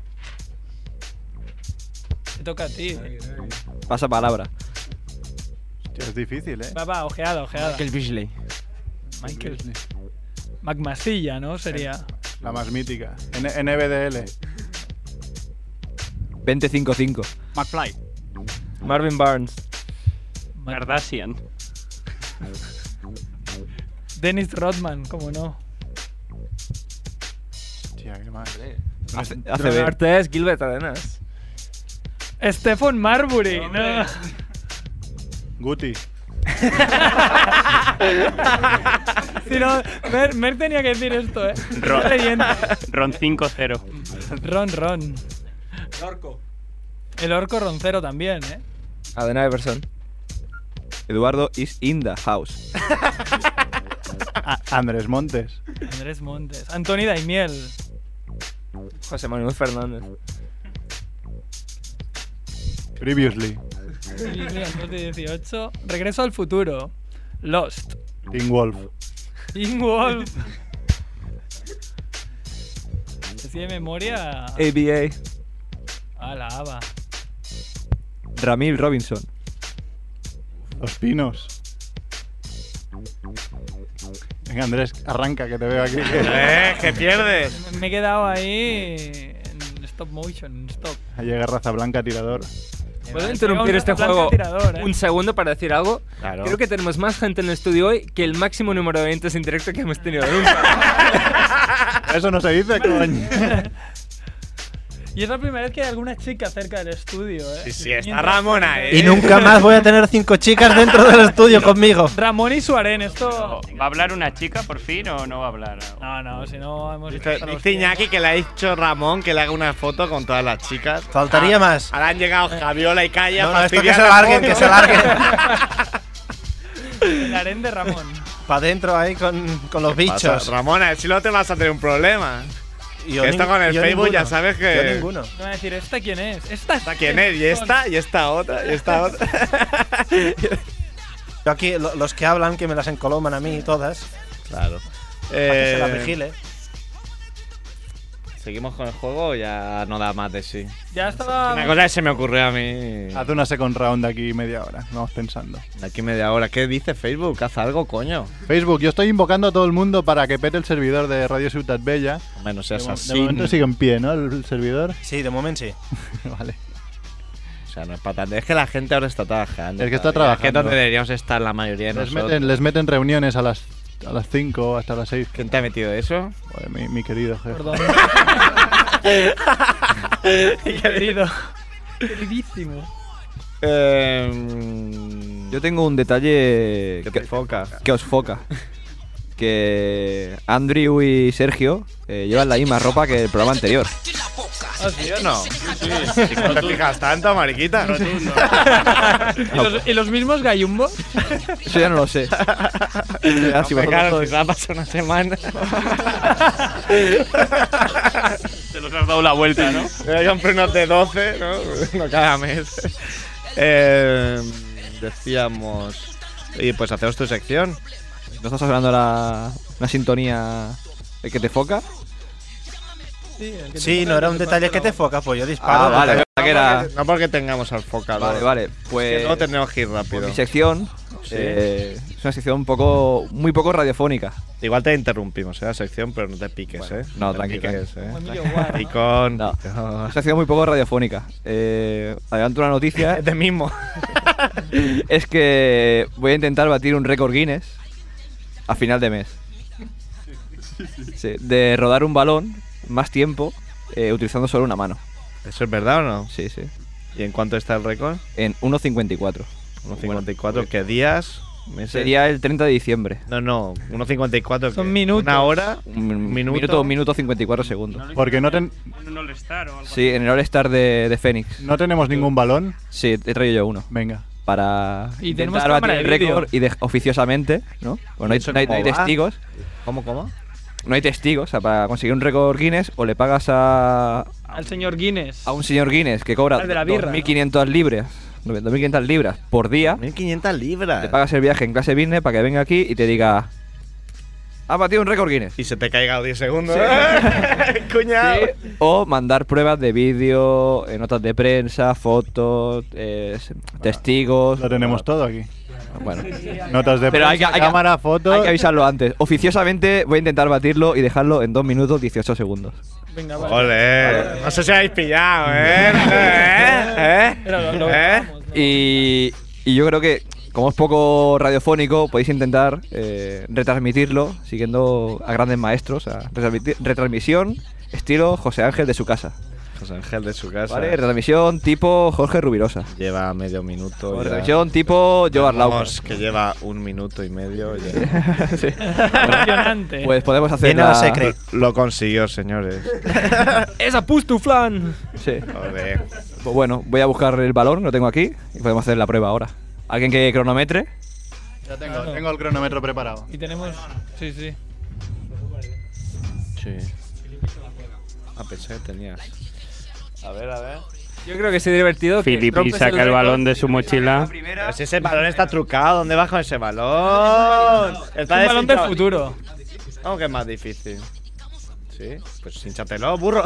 Te toca a ti. Pasa palabra. Hostia, es difícil, ¿eh? Va, ojeada. Michael Beasley. Michael. Magmasilla, ¿no? Sería. La más mítica. NBDL. 25-5. McFly. Marvin Barnes. Kardashian. Dennis Rodman, ¿cómo no? Hostia, qué madre. Ron Artes, Gilbert Arenas. Stephen Marbury, ¿no? Guti. Si no, Mer tenía que decir esto, ¿eh? Ron 5-0. Ron. El orco roncero también, ¿eh? Adena Everson. Eduardo is in the house. Andrés Montes. Antoni Daimiel. José Manuel Fernández. Previously. 2018. Regreso al futuro. Lost. Teen Wolf. Así de memoria. ABA. La ABA. Ramil Robinson. Los Pinos. Venga, Andrés, arranca, que te veo aquí. Que pierdes. Me he quedado ahí en stop motion, stop. Llega Raza Blanca Tirador. ¿Puedo interrumpir este juego un segundo para decir algo? Claro. Creo que tenemos más gente en el estudio hoy que el máximo número de oyentes en directo que hemos tenido nunca. Eso no se dice, coño. Y es la primera vez que hay alguna chica cerca del estudio, ¿eh? Sí, está Ramón ahí. Y nunca más voy a tener 5 chicas dentro del estudio conmigo. Ramón y Suarén, esto... ¿Va a hablar una chica por fin o no va a hablar? No, si no hemos... Dice Iñaki que le ha dicho Ramón que le haga una foto con todas las chicas. Faltaría más. Ahora han llegado Javiola y Calla. No, esto que se larguen, que se larguen. El harén de Ramón. Pa' dentro ahí con los bichos. Ramón, a ver si no te vas a tener un problema. Yo esto con el Facebook ninguno. ya sabes que... Yo ninguno. Me van a decir, ¿esta quién es? ¿Esta quién es? Y esta otra. Yo aquí, los que hablan, que me las encoloman a mí todas. Claro. Para que se las vigile. ¿Seguimos con el juego o ya no da más de sí? Ya estaba... Una cosa que se me ocurrió a mí. Haz una second round de aquí media hora. Vamos pensando. De aquí media hora. ¿Qué dice Facebook? Haz algo, coño. Facebook, yo estoy invocando a todo el mundo para que pete el servidor de Radio Ciutat Bella. Menos seas De así. momento sigue en pie, ¿no? El servidor. Sí, de momento sí. Vale. O sea, no es para tanto. Es que la gente ahora está trabajando. Es que está trabajando. Es que es donde deberíamos estar la mayoría de nosotros. Les meten reuniones a las 5 hasta las 6. ¿Quién te ha metido eso? Joder, mi querido jefe. Perdón. Queridísimo. Yo tengo un detalle Que te foca. que os foca. Que Andrew y Sergio llevan la misma ropa que el programa anterior. ¿Ah, sí o no? Sí. No te fijas tanto, mariquita. ¿Y los mismos gallumbos? Eso ya no lo sé. Ya, si Claro, vosotros- quizá pasa una semana. Te los has dado la vuelta, ¿no? Me compré unos de 12, ¿no? No cada mes. Decíamos... Y pues hacemos tu sección. ¿No estás hablando una sintonía de que te foca? Sí, no era un detalle que te foca, pues yo disparo. Vale, que era... No porque tengamos al focador. Vale, pues... No tenemos que ir rápido. Mi sección es una sección muy poco radiofónica. Igual te interrumpimos, la sección, pero no te piques, No, te tranquilo. piques, Emilio Guarda. Picón. No, es una sección muy poco radiofónica. Adelanto una noticia. Es de mismo. Es que voy a intentar batir un récord Guinness a final de mes. Sí, de rodar un balón más tiempo utilizando solo una mano. ¿Eso es verdad o no? Sí, sí. ¿Y en cuánto está el récord? En 1.54. 1.54. ¿Qué días? ¿Meses? Sería el 30 de diciembre. No, 1.54. Son minutos. ¿Una hora? Un minuto. minuto 54 segundos. Porque no, Un All-Star o algo Sí, en el All-Star de Fénix. no tenemos ningún balón. Sí, he traído yo uno. Venga. Para Y tenemos intentar batir cámara el de vídeo. récord y oficiosamente, ¿no? Bueno, ¿Eso no hay cómo va? testigos. ¿Cómo? No hay testigos. O sea, para conseguir un récord Guinness o le pagas Al señor Guinness. a un señor Guinness que cobra Al de la birra, 2.500 libras 2.500 libras por día. 1.500 libras. Te pagas el viaje en clase business para que venga aquí y te diga: ha batido un récord Guinness. Y se te caiga 10 segundos. Sí. Cuñado. Sí. O mandar pruebas de vídeo, notas de prensa, fotos, testigos. Lo tenemos todo aquí. Bueno, notas de pero prensa, cámara, fotos. Hay que avisarlo antes. Oficiosamente voy a intentar batirlo y dejarlo en 2 minutos 18 segundos. Venga, vale. Ole, no sé si habéis pillado, Y yo creo que, como es poco radiofónico, podéis intentar retransmitirlo siguiendo a grandes maestros. Retransmisión estilo José Ángel de su casa. José Ángel de su casa. Vale, retransmisión tipo Jorge Rubirosa. Lleva medio minuto. Retransmisión tipo Joe Arlau. Vamos, que lleva 1 minuto y medio. Sí. Impresionante. Pues podemos hacer Lo consiguió, señores. ¡Esa pustuflan! Sí. Joder. Pues bueno, voy a buscar el balón, lo tengo aquí y podemos hacer la prueba ahora. ¿Alguien que cronometre? Ya tengo el cronómetro preparado. Y tenemos... Sí. Sí. Pensé que tenías. A ver. Yo creo que sería divertido que Filipe rompes saca el balón de su mochila. Pero si ese balón está trucado, ¿dónde vas con ese balón? Es un balón del futuro. ¿Cómo que es más difícil? Sí, pues hinchatelo, burro.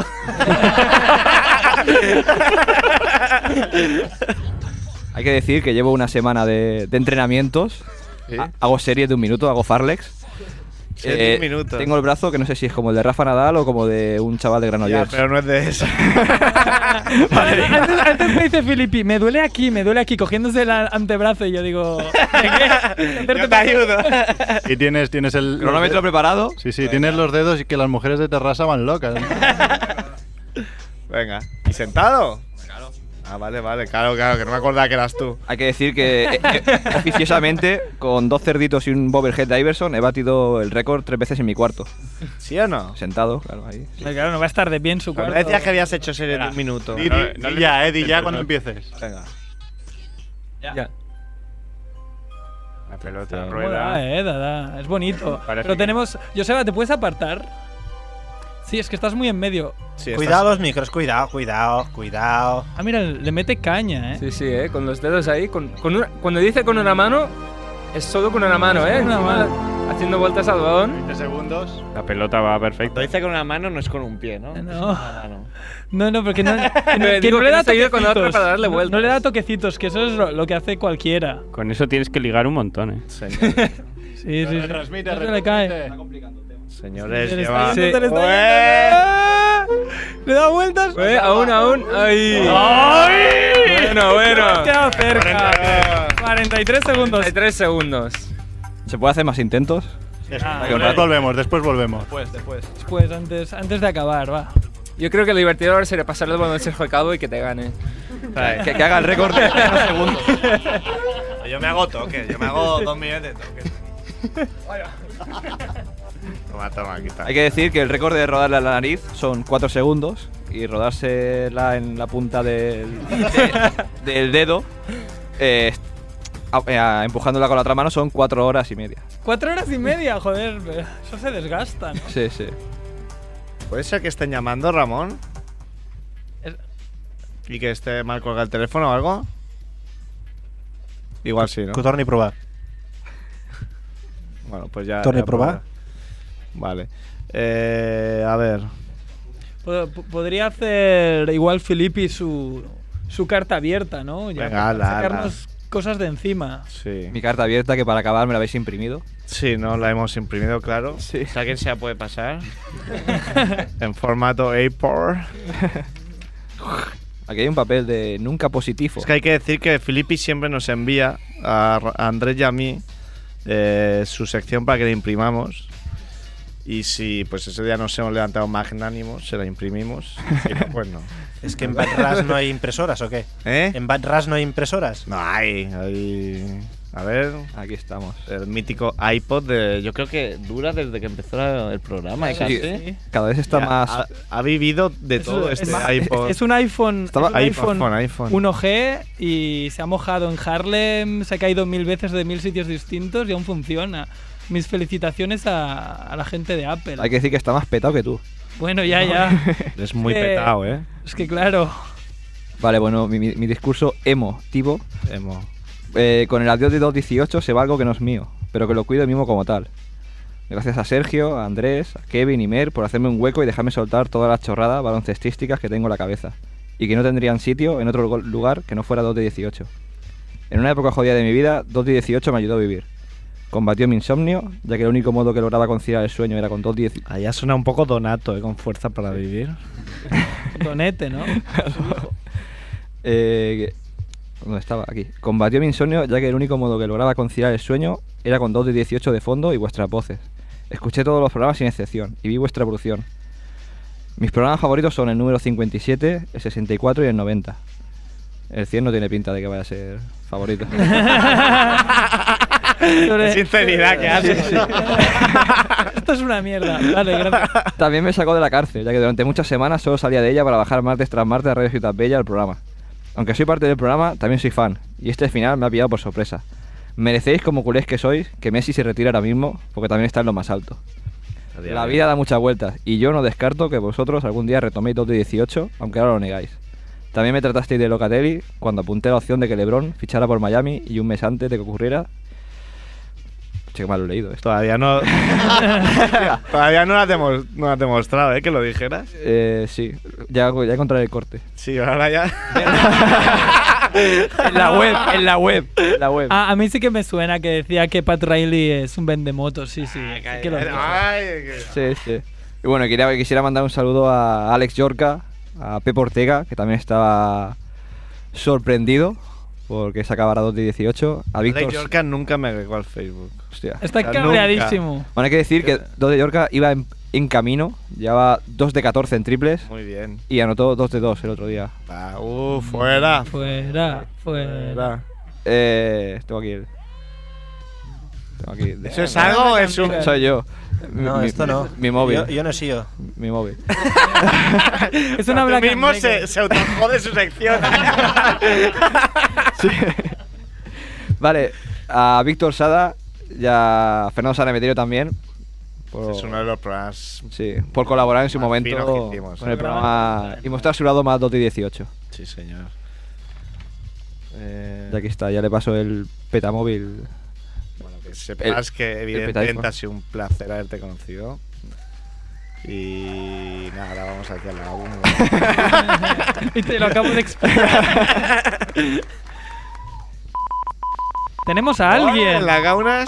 Hay que decir que llevo una semana de entrenamientos. ¿Sí? Hago series de 1 minuto, hago farlex. 1 minuto. Tengo el brazo que no sé si es como el de Rafa Nadal o como de un chaval de Granollers. Pero no es de eso. Antes me dice Filipe, me duele aquí, cogiéndose el antebrazo. Y yo digo, ¿de qué? Yo te ayudo. Y tienes el cronómetro preparado. Sí, tienes los dedos y que las mujeres de Terrassa van locas. Venga. ¿Y sentado? Ah, vale, claro, que no me acordaba que eras tú. Hay que decir que oficiosamente, con 2 cerditos y un bobblehead de Iverson, he batido el récord 3 veces en mi cuarto. ¿Sí o no? Sentado, claro, ahí. Sí. Claro, no va a estar de pie en su cuarto. No decías que habías hecho serie de 1 minuto. Di ya cuando empieces. Venga. Ya. La pelota rueda. Dada. Es bonito. Parece Pero tenemos... Joseba, ¿te puedes apartar? Sí, es que estás muy en medio. Sí, cuidado los micros, cuidado. Ah, mira, le mete caña, ¿eh? Sí, con los dedos ahí. Cuando dice con una mano, es solo con una mano, ¿eh? Una mano. Haciendo vueltas al balón. 20 segundos. La pelota va perfecto. Lo dice con una mano, no es con un pie, ¿no? No, porque no le da toquecitos. Para darle vueltas. No le da toquecitos, que eso es lo que hace cualquiera. Con eso tienes que ligar un montón, ¿eh? Sí. Retransmite. Le cae. Señores, le lleva... Le da vueltas. Aún. ¡Ay! Bueno. Has quedado cerca. 43 segundos. 43 segundos. ¿Se puede hacer más intentos? Después volvemos. Después, antes de acabar, va. Yo creo que lo divertido ahora sería pasarle el balón al Sergio Calvo y que te gane. Que haga el récord de 1 segundo. Yo me hago toques, 2 millones de toques. Toma, quita. Hay que decir que el récord de rodarle a la nariz son 4 segundos y rodársela en la punta del dedo, empujándola con la otra mano, son 4 horas y media. 4 horas y media, joder, eso se desgasta, ¿no? Sí. ¿Puede ser que estén llamando, Ramón? ¿Y que esté mal colgado el teléfono o algo? Igual sí, ¿no? Torni probar. Bueno, pues ya... Torni probar. Vale. A ver. Podría hacer igual Filipe su carta abierta, ¿no? Ya Venga, sacarnos cosas de encima. Sí. Mi carta abierta, que para acabar me la habéis imprimido. Sí, no la hemos imprimido, claro. Sí. Si alguien se la puede pasar. En formato A4. Aquí hay un papel de nunca positivo. Es que hay que decir que Filipe siempre nos envía a Andrés y a mí su sección para que la imprimamos. Y si pues ese día nos hemos levantado magnánimos, se la imprimimos. Si no, pues no. ¿Es que en BadRas no hay impresoras o qué? ¿En BadRas no hay impresoras? No hay. A ver, aquí estamos. El mítico iPod yo creo que dura desde que empezó el programa. Sí. Cada vez está más... Ha vivido de todo iPod. Es un iPhone, iPhone 1G y se ha mojado en Harlem, se ha caído 1000 veces de 1000 sitios distintos y aún funciona. Mis felicitaciones a la gente de Apple. Hay que decir que está más petado que tú. Bueno, ya. Es muy petado, ¿eh? Es que claro. Vale, bueno, mi discurso emotivo. Con el adiós de 2.18 se va algo que no es mío, pero que lo cuido mismo como tal. Gracias a Sergio, a Andrés, a Kevin y Mer por hacerme un hueco y dejarme soltar todas las chorradas baloncestísticas que tengo en la cabeza y que no tendrían sitio en otro lugar que no fuera 2.18. En una época jodida de mi vida, 2.18 me ayudó a vivir. Combatió mi insomnio, ya que el único modo que lograba conciliar el sueño era con 2.18. Allá suena un poco Donato, con fuerza para vivir. Donete, ¿no? ¿Dónde estaba? Aquí. Combatió mi insomnio, ya que el único modo que lograba conciliar el sueño era con 2.18 de fondo y vuestras voces. Escuché todos los programas sin excepción y vi vuestra evolución. Mis programas favoritos son el número 57, el 64 y el 90. El 100 no tiene pinta de que vaya a ser favorito. Sinceridad que haces. Sí. Esto es una mierda. Vale, gracias. También me sacó de la cárcel, ya que durante muchas semanas solo salía de ella para bajar martes tras martes a Radio Ciudad Bella el programa. Aunque soy parte del programa, también soy fan, y este final me ha pillado por sorpresa. Merecéis, como culés que sois, que Messi se retire ahora mismo, porque también está en lo más alto. La vida da muchas vueltas, y yo no descarto que vosotros algún día retoméis 2.18, aunque ahora lo negáis. También me tratasteis de Locatelli cuando apunté la opción de que LeBron fichara por Miami y un mes antes de que ocurriera... Che, que mal lo he leído esto. Todavía no... Todavía no lo has demostrado, que lo dijeras. Sí, ya encontraré el corte. Sí, ahora ya... en la web. A mí sí que me suena que decía que Pat Riley es un vendemotos, sí. Sí, sí. Y bueno, quisiera mandar un saludo a Alex Yorca, a Pep Ortega, que también estaba sorprendido porque se acabara 2.18. A Víctor... Alex Yorca nunca me agregó al Facebook. Hostia. Está cabreadísimo. Bueno, hay que decir que 2 de Yorca iba en camino, llevaba 2 de 14 en triples. Muy bien. Y anotó 2 de 2 el otro día. Fuera. Tengo aquí el... ¿Eso es algo o es un...? Soy yo. No, esto no. Mi móvil. Yo no soy yo. Mi móvil. Es una Black mismo se autojode su sección. Sí. Vale, a Víctor Sada y a Fernando Sanemeterio también. Es uno de los programas. Sí, por colaborar en su momento hicimos, con el programa y mostrar su lado más 2.18. Sí, señor. Y aquí está, ya le paso el petamóvil. Bueno, que sepas que evidentemente ha sido un placer haberte conocido. Y nada, ahora vamos aquí al lado. Y te lo acabo de explicar. Tenemos a alguien. Las gaunas.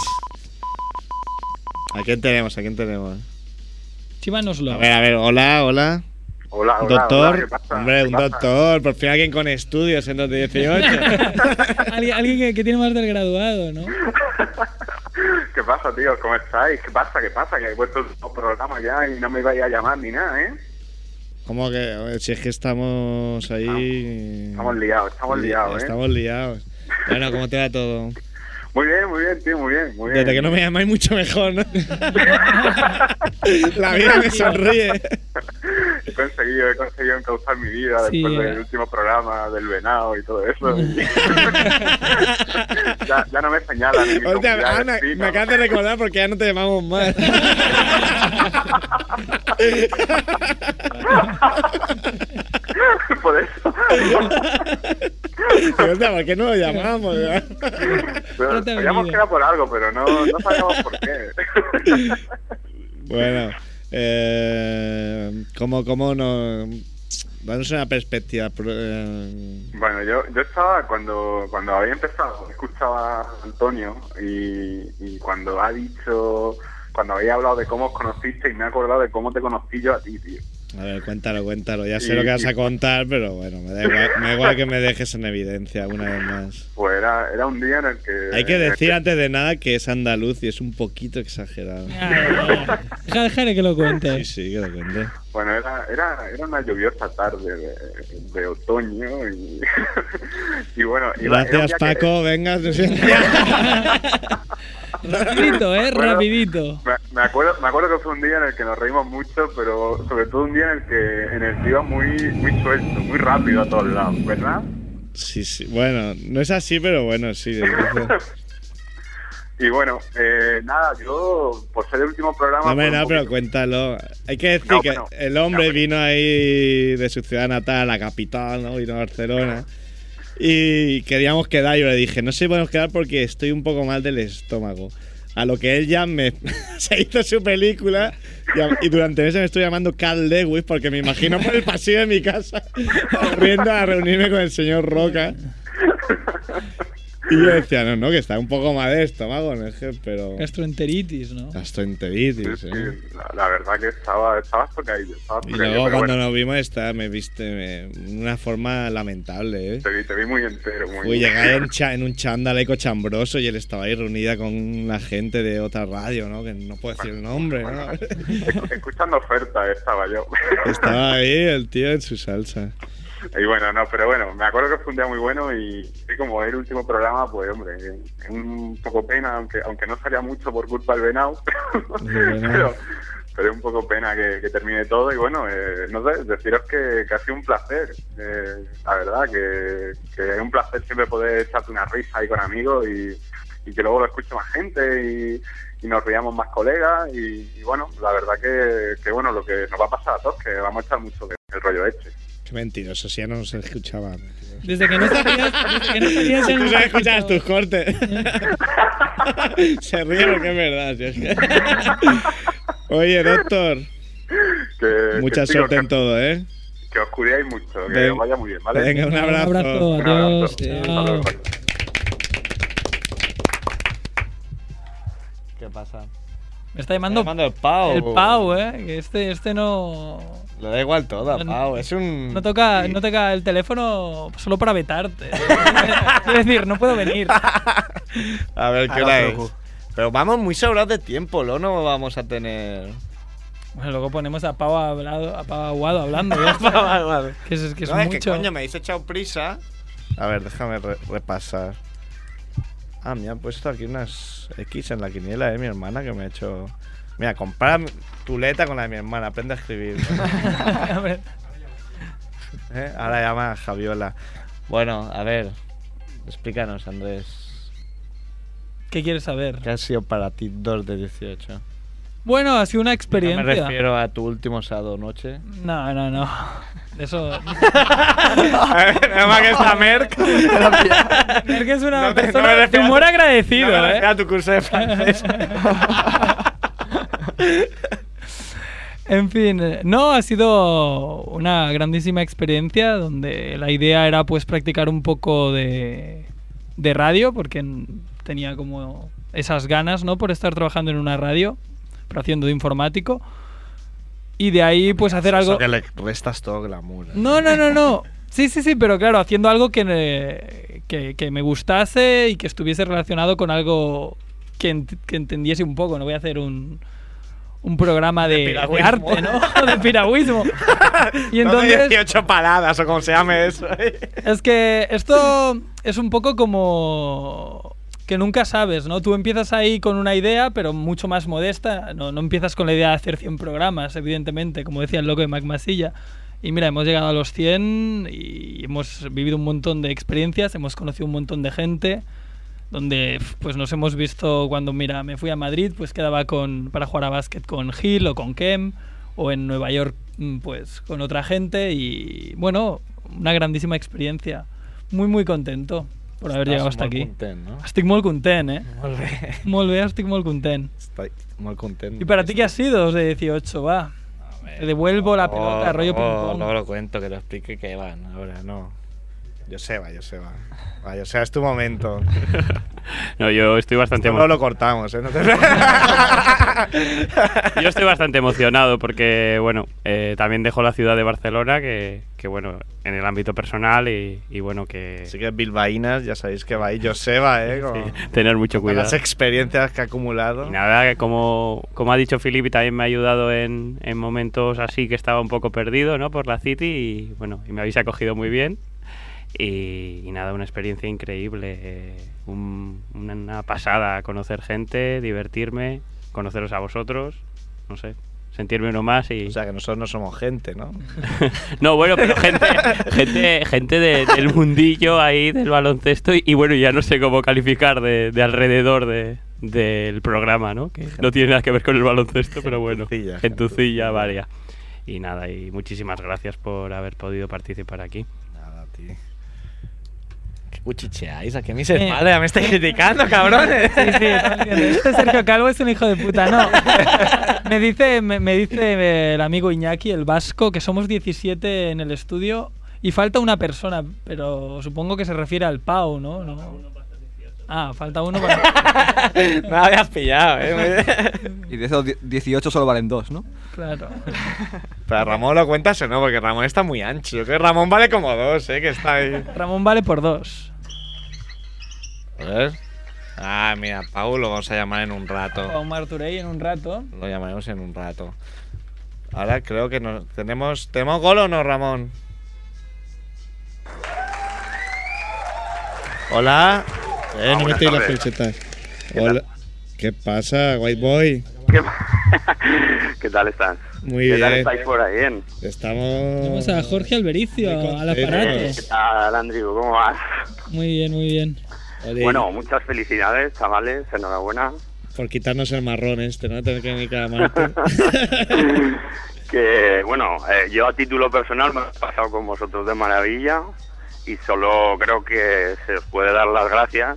¿A quién tenemos? Chívanoslo. A ver, hola. Hola, doctor. ¿Qué pasa? Hombre, un doctor. Por fin alguien con estudios en 2.18. alguien que tiene más del graduado, ¿no? ¿Qué pasa, tío? ¿Cómo estáis? ¿Qué pasa? Que he puesto el programa ya y no me vais a llamar ni nada, ¿eh? ¿Cómo que? A ver, si es que estamos ahí... Estamos liados, ¿eh? Estamos liados. Bueno, ¿cómo te va todo? Muy bien, tío, muy bien. Desde que no me llamáis mucho mejor, ¿no? La vida me sonríe. He conseguido encauzar mi vida después del último programa del venado y todo eso. ya no me señalan. Me acabas de recordar porque ya no te llamamos más. Por eso. ¿Por qué no lo llamamos? Sabíamos que era por algo, pero no sabíamos por qué. Bueno, ¿cómo no? Danos una perspectiva. Bueno, yo estaba cuando había empezado, escuchaba a Antonio y cuando había hablado de cómo os conociste y me he acordado de cómo te conocí yo a ti, tío. A ver, cuéntalo. Ya sé lo que vas a contar, pero bueno, me da igual que me dejes en evidencia una vez más. Pues era un día en el que... Hay que decir antes de nada que es andaluz y es un poquito exagerado. Déjale que lo cuente. Sí, que lo cuente. Bueno, era una lluviosa tarde de otoño y... y bueno... Gracias, Paco, venga. Rapidito, rapidito. Me acuerdo que fue un día en el que nos reímos mucho, pero sobre todo un día en el que iba muy suelto, muy rápido a todos lados, ¿verdad? Sí, bueno, no es así, pero bueno, sí. Y Y bueno, nada, yo, por ser el último programa... No, pero cuéntalo. Hay que decir que el hombre vino ahí de su ciudad natal, la capital, ¿no? Vino a Barcelona. Y queríamos quedar, yo le dije, no sé si podemos quedar porque estoy un poco mal del estómago. A lo que él ya se hizo su película y durante ese me estoy llamando Carl Lewis porque me imagino por el pasillo de mi casa corriendo a reunirme con el señor Roca. Y yo decía, no, que está un poco mal de estómago, ¿no? Pero... Gastroenteritis, ¿no? Gastroenteritis, sí, la verdad que estaba tocadillo. Y luego cuando nos vimos me viste de una forma lamentable, ¿eh? Te vi muy entero. Llegué en un chándal cochambroso y él estaba ahí reunida con la gente de otra radio, ¿no? Que no puedo decir el nombre, ¿no? Escuchando ofertas estaba yo. Estaba ahí el tío en su salsa. Y bueno, pero bueno, me acuerdo que fue un día muy bueno y como el último programa, pues hombre, es un poco pena, aunque no salía mucho por culpa del Venao, pero es un poco pena que termine todo y bueno, no sé, deciros que ha sido un placer, la verdad, que es un placer siempre poder echarte una risa ahí con amigos y que luego lo escuche más gente y nos riamos más colegas y bueno, la verdad que bueno, lo que nos va a pasar a todos, que vamos a echar mucho del rollo este. Qué mentiroso, si ya no se escuchaba. Desde que no salías tú sabes escuchar tus cortes. Se ríe porque es verdad. Si es que... Oye, doctor. Mucha suerte en todo, ¿eh? Que os cuidéis mucho, que os vaya muy bien, ¿vale? Venga, un abrazo. Un abrazo, adiós. Chao. ¿Qué pasa? Me está llamando el Pau. El Pau, que este no... Le da igual todo a Pau, es un... No toca el teléfono solo para vetarte. Es decir, no puedo venir. A ver, ¿qué hora es? Pero vamos muy sobrados de tiempo, ¿no? No vamos a tener... Bueno, luego ponemos a Pau Aguado hablando. Que es no, mucho. Que coño, me habéis echado prisa. A ver, déjame repasar. Ah, me han puesto aquí unas X en la quiniela, mi hermana, que me ha hecho... Mira, compara tu letra con la de mi hermana, aprende a escribir. Ahora llama a Javiola. Bueno, a ver, explícanos, Andrés. ¿Qué quieres saber? ¿Qué ha sido para ti 2 de 18? Bueno, ha sido una experiencia. No me refiero a tu último sábado noche. No. Eso... Además que está Merck. Merck es una persona de humor agradecido, no me refiero a tu curso de francés. En fin, no, ha sido una grandísima experiencia donde la idea era pues practicar un poco de radio porque tenía como esas ganas, ¿no? Por estar trabajando en una radio, pero haciendo de informático. Y de ahí pues hacer algo... que le restas todo glamour. No. Sí, pero claro, haciendo algo que me gustase y que estuviese relacionado con algo que entendiese un poco. No voy a hacer un programa de arte, ¿no? De piragüismo. Y entonces... 18 paradas o como se llame eso. Es que esto es un poco como... que nunca sabes, ¿no? Tú empiezas ahí con una idea, pero mucho más modesta. No empiezas con la idea de hacer 100 programas, evidentemente, como decía el loco de Mac Masilla. Y mira, hemos llegado a los 100 y hemos vivido un montón de experiencias, hemos conocido un montón de gente, donde pues nos hemos visto cuando, mira, me fui a Madrid, pues quedaba para jugar a básquet con Gil o con Kem, o en Nueva York, pues con otra gente. Y bueno, una grandísima experiencia. Muy, muy contento por haber llegado hasta aquí. Content, ¿no? Estic molt content, Molt bé, estic molt content. Estoy muy contento. ¿Y para ti qué ha sido 2 de 18? Va. Te devuelvo la pelota, rollo ping-pong. No lo cuento, que lo explique que van. Ahora no. Joseba. Joseba, es tu momento. No, yo estoy bastante emocionado. No lo cortamos, No te... Yo estoy bastante emocionado porque, bueno, también dejo la ciudad de Barcelona, que bueno, en el ámbito personal y bueno, que... Así que bilbaínas, ya sabéis que va ahí Joseba, Sí, tener mucho cuidado. Con las experiencias que ha acumulado. Y nada, como ha dicho Filip, también me ha ayudado en momentos así que estaba un poco perdido, ¿no? Por la City y bueno, y me habéis acogido muy bien. Y nada, una experiencia increíble, una pasada, conocer gente, divertirme, conoceros a vosotros, no sé, sentirme uno más y... O sea, que nosotros no somos gente, ¿no? No, bueno, pero gente del mundillo ahí, del baloncesto y bueno, ya no sé cómo calificar de alrededor de del programa, ¿no? Que no tiene nada que ver con el baloncesto, pero bueno, gentucilla varia. Y nada, y muchísimas gracias por haber podido participar aquí. Nada, tío. ¿Qué cuchicheáis? ¿A qué me dices madre? ¿Ya me estáis criticando, cabrones? Sí, este Sergio Calvo es un hijo de puta, no. Me dice el amigo Iñaki, el vasco, que somos 17 en el estudio y falta una persona, pero supongo que se refiere al Pau, ¿no? Ah, falta uno para... No me habías pillado, Y de esos 18 solo valen 2, ¿no? Claro. Pero a Ramón lo cuentas o no, porque Ramón está muy ancho. Yo creo que Ramón vale como 2, que está ahí. Ramón vale por 2. A ver. Ah, mira, Pau lo vamos a llamar en un rato. Pau Marturey en un rato. Lo llamaremos en un rato. Ahora creo que no tenemos gol o no, Ramón. Hola. No me estoy las felchetas. Hola. ¿Qué pasa, White Boy? ¿Qué tal estás? Muy bien. ¿Qué tal estáis por ahí? Bien. Tenemos a Jorge Albericio, al aparato. ¿Qué tal, Andrew? ¿Cómo vas? Muy bien, muy bien. Bueno, muchas felicidades, chavales. Enhorabuena. Por quitarnos el marrón ¿no? Tener que venir cada martes. Que, bueno, yo a título personal me he pasado con vosotros de maravilla. Y solo creo que se os puede dar las gracias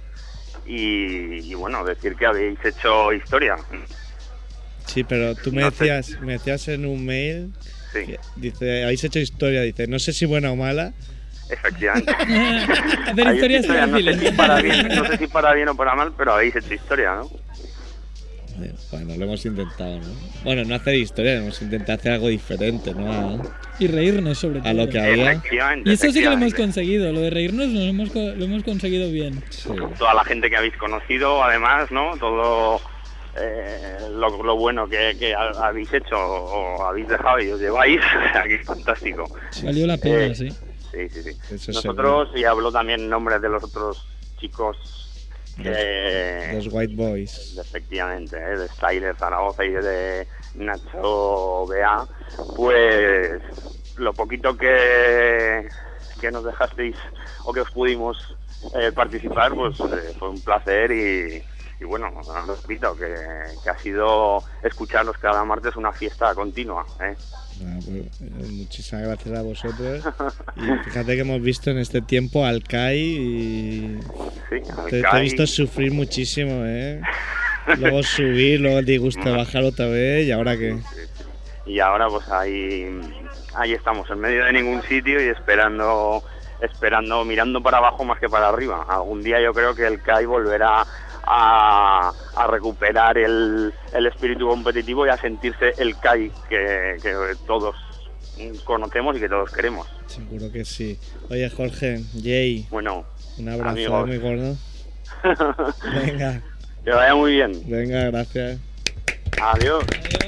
y bueno, decir que habéis hecho historia. Sí, pero tú me decías en un mail, sí. Dice, habéis hecho historia, dice, no sé si buena o mala. Efectivamente. Hacer historia es fácil. No sé si para bien o para mal, pero habéis hecho historia, ¿no? Bueno, lo hemos intentado, ¿no? Bueno, no hacer historia, hemos intentado hacer algo diferente, ¿no? Y reírnos, sobre todo. A lo que había. Y eso sí que lo hemos conseguido, lo de reírnos lo hemos conseguido bien. Sí. Toda la gente que habéis conocido, además, ¿no? Todo lo bueno que habéis hecho o habéis dejado y os lleváis, aquí es fantástico. Sí. Valió la pena, sí. Sí. Nosotros, y hablo también en nombre de los otros chicos, los White Boys. Efectivamente, de Styler Zaragoza y de Nacho Bea, pues lo poquito que nos dejasteis o que os pudimos participar, pues fue un placer y bueno, os repito que ha sido escucharlos cada martes una fiesta continua, Pues, muchísimas gracias a vosotros. Y fíjate que hemos visto en este tiempo al Kai y te he visto sufrir muchísimo, Luego subir, luego te gusta bajar otra vez y ahora qué. Y ahora pues ahí estamos, en medio de ningún sitio y esperando, mirando para abajo más que para arriba. Algún día yo creo que el Kai volverá a recuperar el espíritu competitivo y a sentirse el Kai que todos conocemos y que todos queremos. Seguro que sí. Oye, Jorge, Jay, bueno, un abrazo amigos. Muy gordo. Venga. Que vaya muy bien. Venga, gracias. Adiós.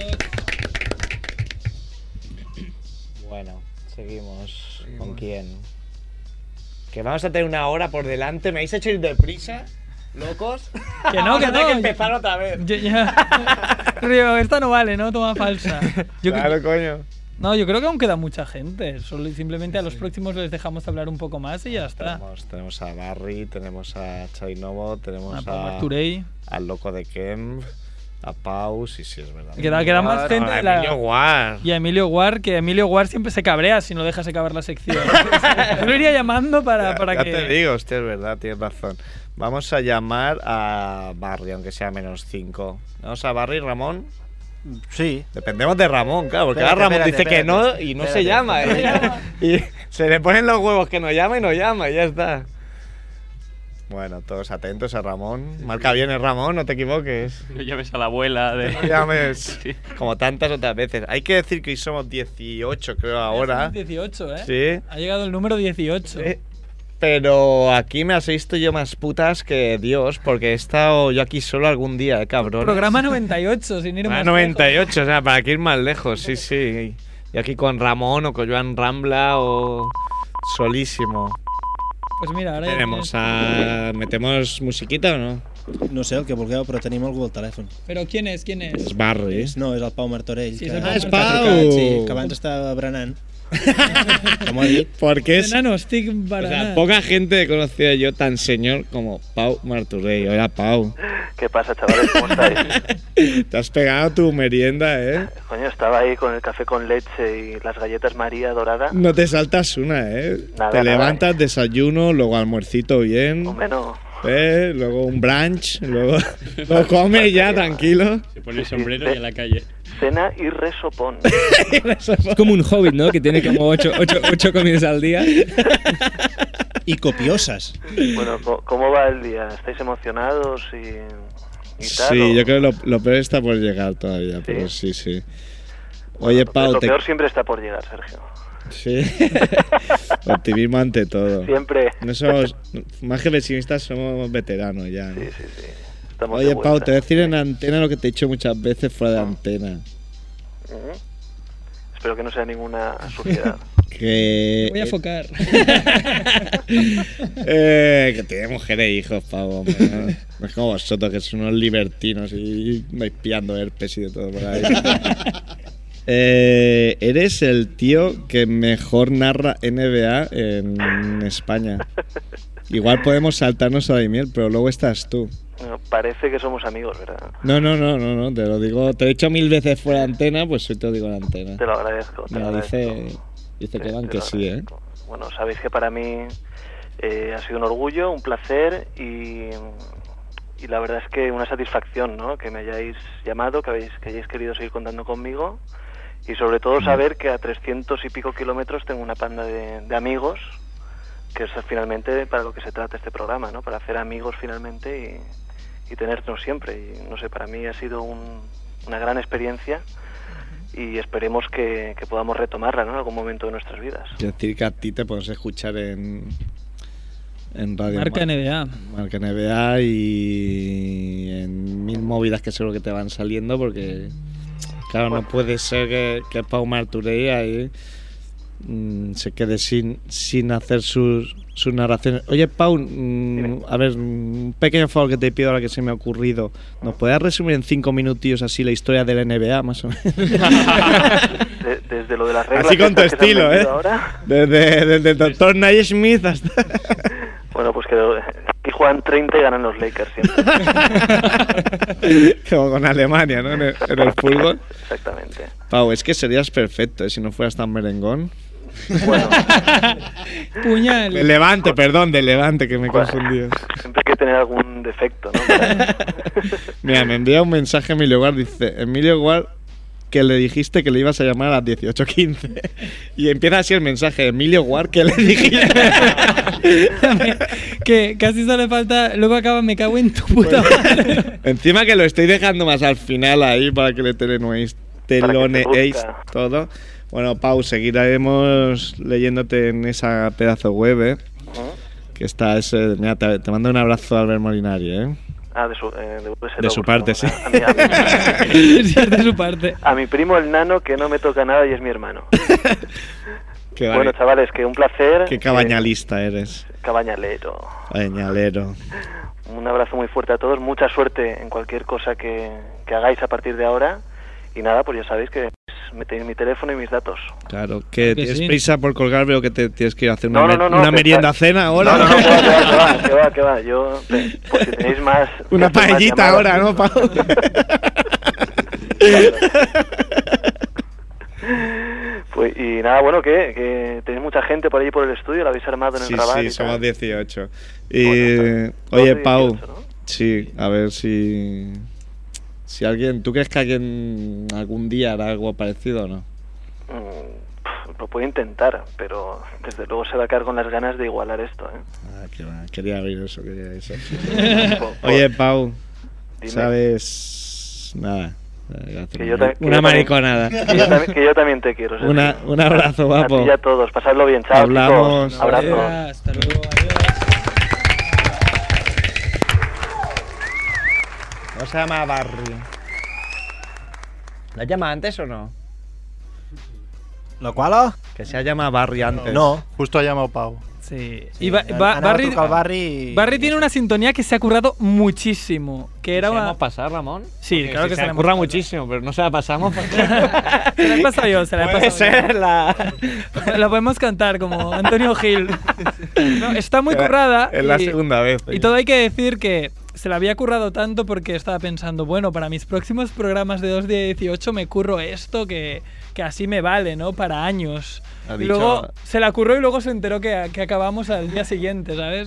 Bueno, seguimos. ¿Con quién? Que vamos a tener una hora por delante. ¿Me habéis hecho ir deprisa? ¿Locos? Que no, que empezar otra vez. Río, esta no vale, ¿no? Toma falsa. Claro, coño. No, yo creo que aún queda mucha gente. Solo simplemente a los próximos les dejamos hablar un poco más y ya está. Tenemos a Barry, tenemos a Chainovo, tenemos a Marturey, al loco de Kemp, a Pau, sí, es verdad. Queda más gente. A Emilio Guar. Y a Emilio Guar, que Emilio Guar siempre se cabrea si no dejas acabar la sección. Yo lo iría llamando para ya que... Ya te digo, hostia, es verdad, tienes razón. Vamos a llamar a Barry, aunque sea -5. ¿Vamos a Barry, Ramón? Sí. Dependemos de Ramón, claro, porque ahora Ramón dice que no y no se llama. Y se le ponen los huevos que no llama y ya está. Bueno, todos atentos a Ramón. Marca bien el Ramón, no te equivoques. No llames a la abuela de... No llames, sí. Como tantas otras veces. Hay que decir que hoy somos 18, creo, ahora. Somos 18, Sí. Ha llegado el número 18. Pero aquí me has visto yo más putas que Dios, porque he estado yo aquí solo algún día, cabrón. Programa 98, sin ir más 98, lejos. O sea, para que ir más lejos, sí. Y aquí con Ramón o con Joan Rambla o solísimo. Pues mira, ahora tenemos ¿metemos musiquita o no? No sé, el que vulgueu, però tenim algú al telèfon. Però qui és? És Barry. No, és el Pau Martorell. Sí, que és Pau. Pau! Sí, que abans estava berenant. ¿Por qué es? Enano, estic O baranat. sea, poca gente he conocido yo tan señor como Pau Martorell. Hola, Pau. ¿Qué pasa, chavales? ¿Cómo estáis? Te has pegado tu merienda, ¿eh? Coño, estaba ahí con el café con leche y las galletas María dorada. No te saltas una, ¿eh? Nada, te nada. levantas, desayuno, luego almuercito bien. Hombre, no. Luego un brunch, luego lo comes ya, tranquilo. Se pone el sombrero y a la calle. Cena y resopón. Es como un hobbit, ¿no? Que tiene como 8 comidas al día. Y copiosas. Bueno, ¿cómo va el día? ¿Estáis emocionados y tal? Sí, o- yo creo que lo peor está por llegar todavía, pero sí. Oye, Pau, Lo peor siempre está por llegar, Sergio. Sí. Optimismo ante todo. Siempre. No somos, más que pesimistas, somos veteranos ya, ¿no? Sí. Estamos Oye, de Pau, vuelta. te voy a decir en antena lo que te he dicho muchas veces fuera de antena. Ujú. Espero que no sea ninguna suciedad. Que... Voy a focar. Que tiene mujeres e hijos, Pau, hombre, ¿no? No es como vosotros, que sois unos libertinos y vais pillando herpes y de todo por ahí. Eres el tío que mejor narra NBA en España. Igual podemos saltarnos a Daimiel, pero luego estás tú. Bueno, parece que somos amigos, ¿verdad? No, te lo digo, te lo he dicho 1000 veces fuera de antena, pues hoy te lo digo en antena. Te lo agradezco. te lo Mira, agradezco. dice que van te que lo sí, ¿eh? Bueno, sabéis que para mí ha sido un orgullo, un placer y la verdad es que una satisfacción, ¿no? Que me hayáis llamado, que hayáis querido seguir contando conmigo y sobre todo saber que a 300 y pico kilómetros tengo una panda de amigos, que es finalmente para lo que se trata este programa, ¿no? Para hacer amigos finalmente y tenernos siempre. Y no sé, para mí ha sido una gran experiencia y esperemos que podamos retomarla, ¿no? En algún momento de nuestras vidas. Quiero decir que a ti te podemos escuchar en Radio Marca NBA. Marca NBA y en 1000 movidas que seguro que te van saliendo porque, claro, no puede ser que Pau Martorell ahí se quede sin hacer sus narraciones. Oye, Pau, a ver, un pequeño favor que te pido ahora que se me ha ocurrido. ¿Nos puedes resumir en 5 minutillos así la historia del NBA, más o menos? Desde lo de las reglas. Así con tu estas que se han estilo, vendido ahora. Desde el doctor Naismith hasta... Bueno, pues que aquí juegan 30 y ganan los Lakers siempre. Como con Alemania, ¿no? En el fútbol. Exactamente. Pau, es que serías perfecto, ¿eh? Si no fueras tan merengón. Bueno. Puñal. De Levante, perdón, de Levante, que me he confundido. Siempre hay que tener algún defecto, ¿no? Mira, me envía un mensaje Emilio Guard, dice, Emilio Guard, que le dijiste que le ibas a llamar a las 18:15. Y empieza así el mensaje, Emilio Guard, que le dijiste. Que casi solo le falta. Luego acaba, me cago en tu puta madre. Encima que lo estoy dejando más al final ahí para que le teloneéis todo. Bueno, Pau, seguiremos leyéndote en esa pedazo web, ¿eh? Que está ese. Mira, te mando un abrazo a Albert Molinari, ¿eh? Ah, de su parte, sí. Sí, es de su parte. A mi primo el nano, que no me toca nada y es mi hermano. Bueno, chavales, que un placer. Qué cabañalista eres. Cabañalero. Cabañalero. Un abrazo muy fuerte a todos, mucha suerte en cualquier cosa que hagáis a partir de ahora. Y nada, pues ya sabéis que tenéis mi teléfono y mis datos. Claro, que tienes prisa por colgar, veo que te tienes que ir a hacer una No, merienda cena ahora. No, que va. Yo, pues si tenéis más... Una paellita ahora, ¿no, Pau? Pues, y nada, bueno, que tenéis mucha gente por allí por el estudio, lo habéis armado en el Raval. Sí, somos 18. Y, bueno, oye, Pau, 18, ¿no? Sí, a ver si alguien... ¿Tú crees que alguien algún día hará algo parecido o no? Lo puedo intentar, pero desde luego se va a quedar con las ganas de igualar esto, ¿eh? Ah, qué va. Quería oír eso, Oye, Pau, dime. ¿Sabes? Nada. Una mariconada. Que yo también te quiero. Un abrazo, guapo. A ti y a todos. Pasadlo bien. Chao, hablamos. Chicos. Abrazos. Hasta luego. Adiós. ¿No se llama Barry? ¿Lo llama antes o no? ¿Lo cual? Que se ha llamado Barry antes. No, justo ha llamado Pau. Sí. Sí, Y Barry tiene una sintonía que se ha currado muchísimo. Que era una... pasar, Ramón? Sí, Porque claro si que se se la la curra hemos muchísimo, pero no se la pasamos. Se la he pasado yo, se la he Puede pasado yo. ser la... La podemos cantar como Antonio Gil. No, está muy currada. Es la segunda vez. Y todo hay que decir que se la había currado tanto porque estaba pensando, bueno, para mis próximos programas de 2 de 18 me curro esto que así me vale, ¿no? Para años. Ha Y dicho- luego se la curró y luego se enteró que acabamos al día siguiente, ¿sabes?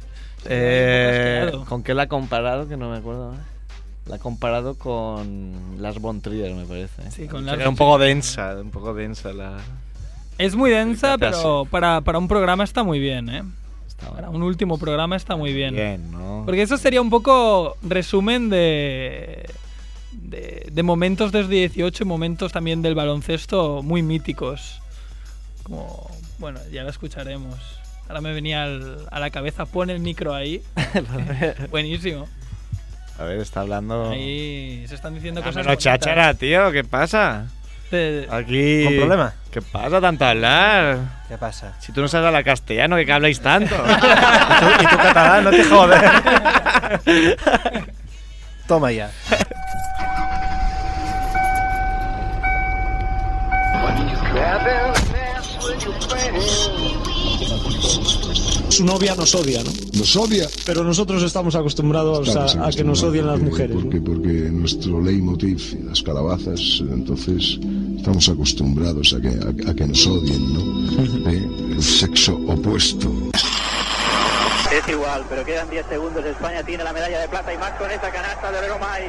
¿Con qué la ha comparado? Que no me acuerdo. La ha comparado con Lars von Trier, me parece. Sí, con Ha dicho Lars que era un poco densa la... Es muy densa, Fíjate pero para un programa está muy bien, ¿eh? Para un último programa está muy bien. Bien, ¿no? Porque eso sería un poco resumen de momentos desde 18 y momentos también del baloncesto muy míticos. Como, bueno, ya lo escucharemos. Ahora me venía a la cabeza, pon el micro ahí. Buenísimo. A ver, está hablando... Ahí se están diciendo cosas No, cháchara, tío, ¿qué pasa? Aquí... ¿Con problema? ¿Qué pasa tanto hablar? ¿Qué pasa? Si tú no sabes hablar castellano, ¿qué habláis tanto? ¿Y tú catalán? No te jodes. Toma ya. Su novia nos odia, ¿no? Nos odia. Pero nosotros estamos acostumbrados a que nos odien las mujeres. ¿no? Porque nuestro leitmotiv, las calabazas, entonces estamos acostumbrados a que nos odien, ¿no? El sexo opuesto. Es igual, pero quedan 10 segundos. España tiene la medalla de plata y más con esa canasta de Orero Mai.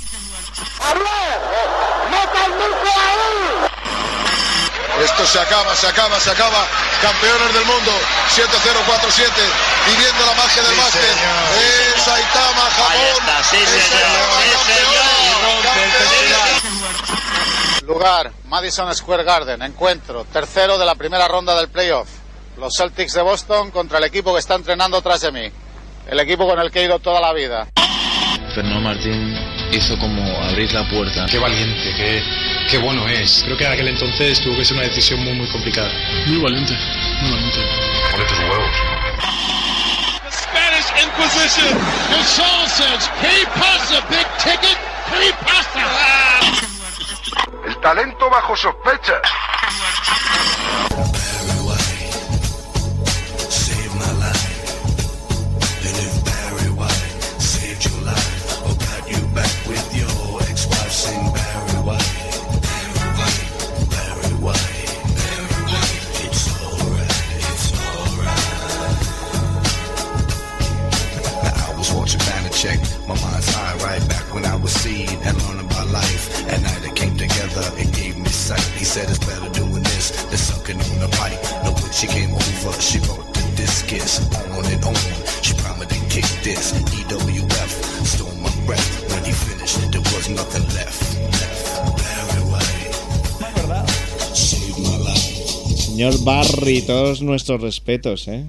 Esto se acaba. Campeones del mundo, 7-0-4-7, viviendo la magia del básquet. Saitama, Japón. Lugar, Madison Square Garden, encuentro, tercero de la primera ronda del playoff. Los Celtics de Boston contra el equipo que está entrenando tras de mí. El equipo con el que he ido toda la vida. Fernando Martín hizo como abrir la puerta. Qué valiente, qué bueno es. Creo que en aquel entonces tuvo que ser una decisión muy complicada. Muy valiente, muy valiente. Ponle tus huevos. Spanish Inquisition. The soul says, "¿Qué pasa, big ticket? ¿Qué pasa?" El talento bajo sospecha. Check. My mind's high right back when I was seed and learning about life. At night it came together, it gave me sight. He said it's better doing this than sucking on the pipe. No, when she came over, she wrote the discus on and on. She promised to kick this. EWF stole my breath. When he finished, there was nothing left. Barry White. Saved my life. Señor Barry, todos nuestros respetos, ¿eh?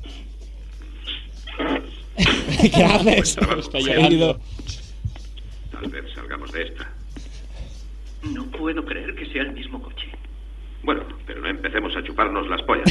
¿Qué haces? Está llorando. Tal vez salgamos de esta. No puedo creer que sea el mismo coche. Bueno, pero no empecemos a chuparnos las pollas.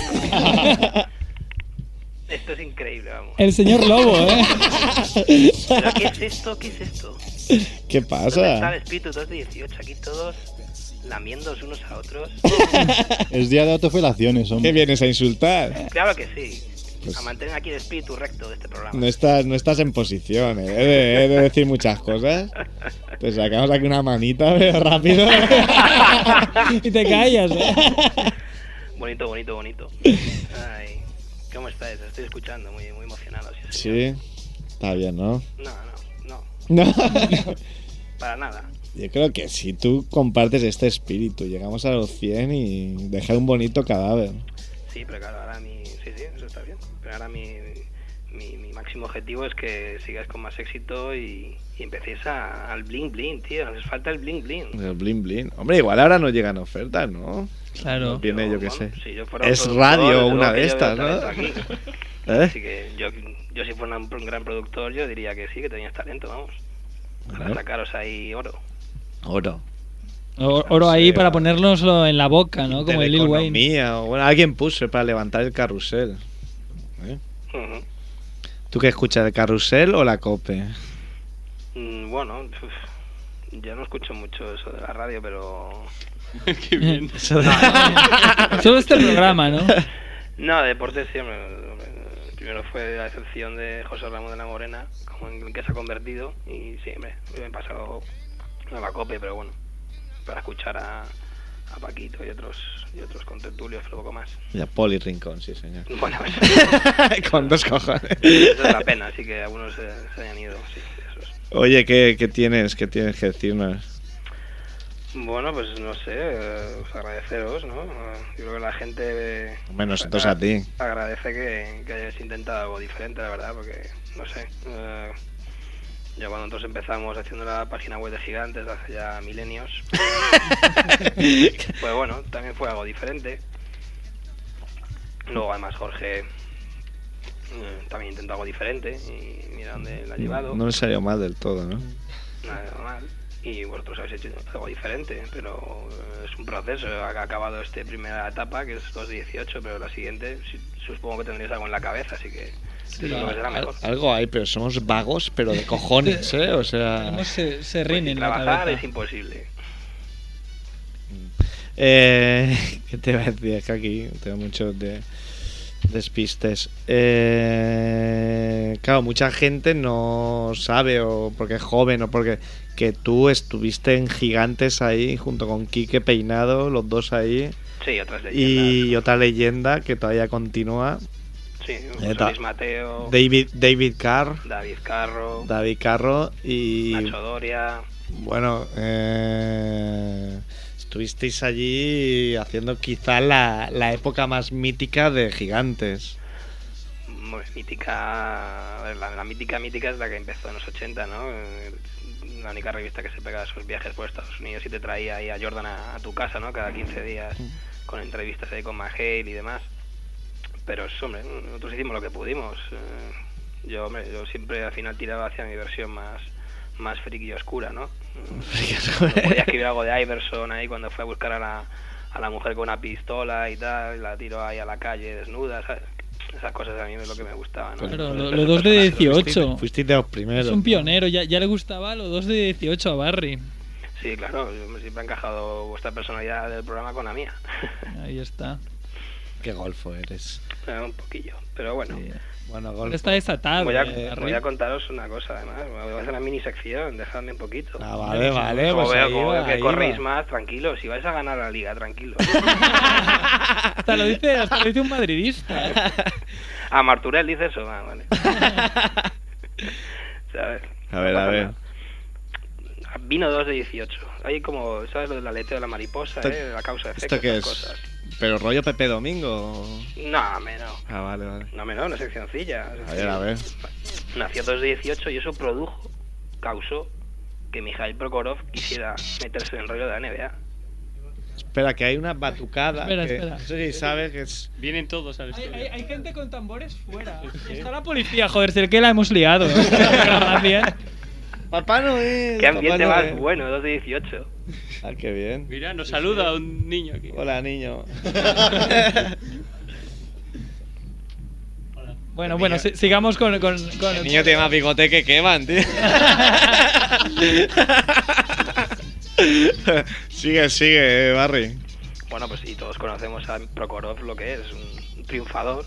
Esto es increíble, vamos. El señor Lobo, ¿eh? ¿Pero qué es esto? ¿Qué es esto? ¿Qué ¿Dónde pasa? está el espíritu 2 de 18? Aquí todos lamiéndose unos a otros. Es día de autofelaciones, hombre. ¿Qué vienes a insultar? Claro que sí. Pues- A mantener aquí el espíritu recto de este programa. No estás en posición, ¿eh? He de decir muchas cosas. Te sacamos aquí una manita, pero rápido. Y te callas, ¿eh? Bonito. Ay, ¿cómo estáis? Os estoy escuchando, muy emocionado. Sí, está bien, ¿no? No. No. Para nada. Yo creo que si tú compartes este espíritu, llegamos a los 100 y dejar un bonito cadáver. Sí, pero claro, ahora sí, eso está bien. Pero ahora mi máximo objetivo es que sigáis con más éxito y empecéis al bling bling, tío. Nos falta el bling bling. El bling bling. Hombre, igual ahora no llegan ofertas, ¿no? Claro. Viene, yo qué sé. Si yo fuera Es un radio productor, una desde de luego que estas, yo ¿no? veo talento aquí. Así que yo si fuera un gran productor, yo diría que sí, que tenías talento, vamos. Para Claro. sacaros ahí oro. Oro. Oro ahí para ponérnoslo en la boca, ¿no? Como el Lil Wayne. Economía, o bueno, alguien puso para levantar el carrusel. ¿Tú qué escuchas, el Carrusel o la COPE? Bueno, yo no escucho mucho eso de la radio, pero... Qué bien. Solo este programa, ¿no? No, deportes siempre. Primero fue la excepción de José Ramón de la Morena, como en el que se ha convertido, y siempre me he pasado a la COPE, pero bueno, para escuchar a Paquito y otros contertulios, pero poco más. Y a Poli Rincón, sí, señor. Bueno, pues, con 2 cojones. Eso es la pena, así que algunos se hayan ido, sí, eso es. Oye, ¿qué tienes que decirnos? Bueno, pues no sé, agradeceros, ¿no? Yo creo que la gente... Menos entonces a ti. Agradece que hayáis intentado algo diferente, la verdad, porque, no sé, yo cuando nosotros empezamos haciendo la página web de Gigantes hace ya milenios, pues bueno, también fue algo diferente. Luego además Jorge también intentó algo diferente y mira dónde la ha llevado. No le salió mal del todo, ¿no? Nada mal. Y vosotros habéis hecho algo diferente, pero es un proceso. Ha acabado esta primera etapa, que es 2-18, pero la siguiente supongo que tendréis algo en la cabeza, así que sí, eso será mejor. Algo hay, pero somos vagos, pero de cojones, ¿eh? O sea... se ríen en la cabeza. Trabajar es imposible. ¿Qué te iba a decir? Es que aquí tengo muchos despistes. Claro, mucha gente no sabe, o porque es joven, o porque que tú estuviste en Gigantes ahí junto con Quique Peinado, los dos ahí. Sí, otras leyendas. Y otra leyenda que todavía continúa. Sí, José Luis Mateo, David Carro y Nacho Doria. Bueno, estuvisteis allí haciendo quizá la época más mítica de Gigantes. Bueno, mítica, la mítica es la que empezó en los 80, ¿no? La única revista que se pegaba sus viajes por Estados Unidos y te traía ahí a Jordan a tu casa, ¿no? Cada 15 días, con entrevistas ahí con McHale y demás. Pero, hombre, nosotros hicimos lo que pudimos. Yo siempre al final tiraba hacia mi versión más friki y oscura, ¿no? Podía escribir algo de Iverson ahí cuando fue a buscar a la mujer con una pistola y tal, y la tiró ahí a la calle desnuda, ¿sabes? Esas cosas a mí es lo que me gustaba, ¿no? Pero los 2 de 18. Fuiste de los primeros. Es un pionero, ya le gustaba los 2 de 18 a Barry. Sí, claro, siempre ha encajado vuestra personalidad del programa con la mía. Ahí está. Qué golfo eres. Un poquillo, pero bueno. Sí. Bueno, golfo. Está desatado. Voy a contaros una cosa, además. Voy a hacer una mini sección, dejadme un poquito. Vale. Como Pues veo que corréis más, tranquilos. Si vais a ganar la liga, tranquilos. hasta lo dice un madridista. A Marturell dice eso, vale. ¿Sabes? A ver. Vino 2 de 18. Hay como, ¿sabes lo del aleteo de la mariposa? La causa de efecto. ¿Esto qué es? Cosas. ¿Pero rollo Pepe Domingo? No, menos. Ah, vale. No, una seccioncilla. A ver. Nació 2 de 18 y eso causó que Mikhail Prokhorov quisiera meterse en el rollo de la NBA. Espera, que hay una batucada. Espera. No sé si sabes que es... Vienen todos al estudio. Hay gente con tambores fuera. Está la policía, joder, sé que la hemos liado. Papá Noel. Qué ambiente más bueno, 2 de 18. Ah, qué bien. Mira, nos saluda un niño aquí. Hola, niño. Bueno, sigamos con el niño tiene más bigote que Kevan, tío. Sigue, Barry. Bueno, pues y todos conocemos a Prokhorov, lo que es un triunfador.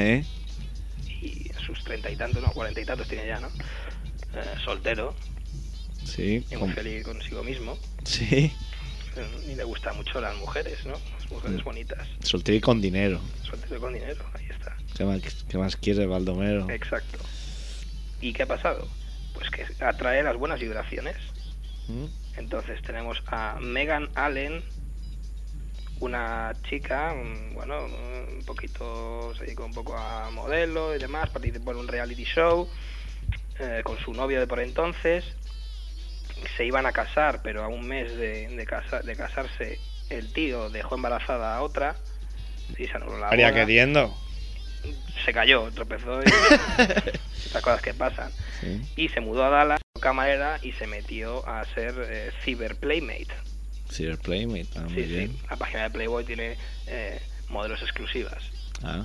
Y a sus 30 y tantos, 40 y tantos tiene ya, ¿no? Soltero. Sí. Y muy feliz consigo mismo. Sí. Y le gustan mucho las mujeres, ¿no? Las mujeres bonitas. Soltero y con dinero. Ahí está. ¿Qué más quiere, Baldomero? Exacto. ¿Y qué ha pasado? Pues que atrae las buenas vibraciones. Entonces tenemos a Megan Allen, una chica, bueno, un poquito, se dedicó un poco a modelo y demás, participó en un reality show con su novio de por entonces. Se iban a casar, pero a un mes de casarse el tío dejó embarazada a otra y se anuló la boda. ¿Estaría queriendo? Se cayó, tropezó y estas cosas que pasan. Sí. Y se mudó a Dallas, camarera, y se metió a ser Cyber Playmate. Cyber Playmate, muy bien. Sí. La página de Playboy tiene modelos exclusivas.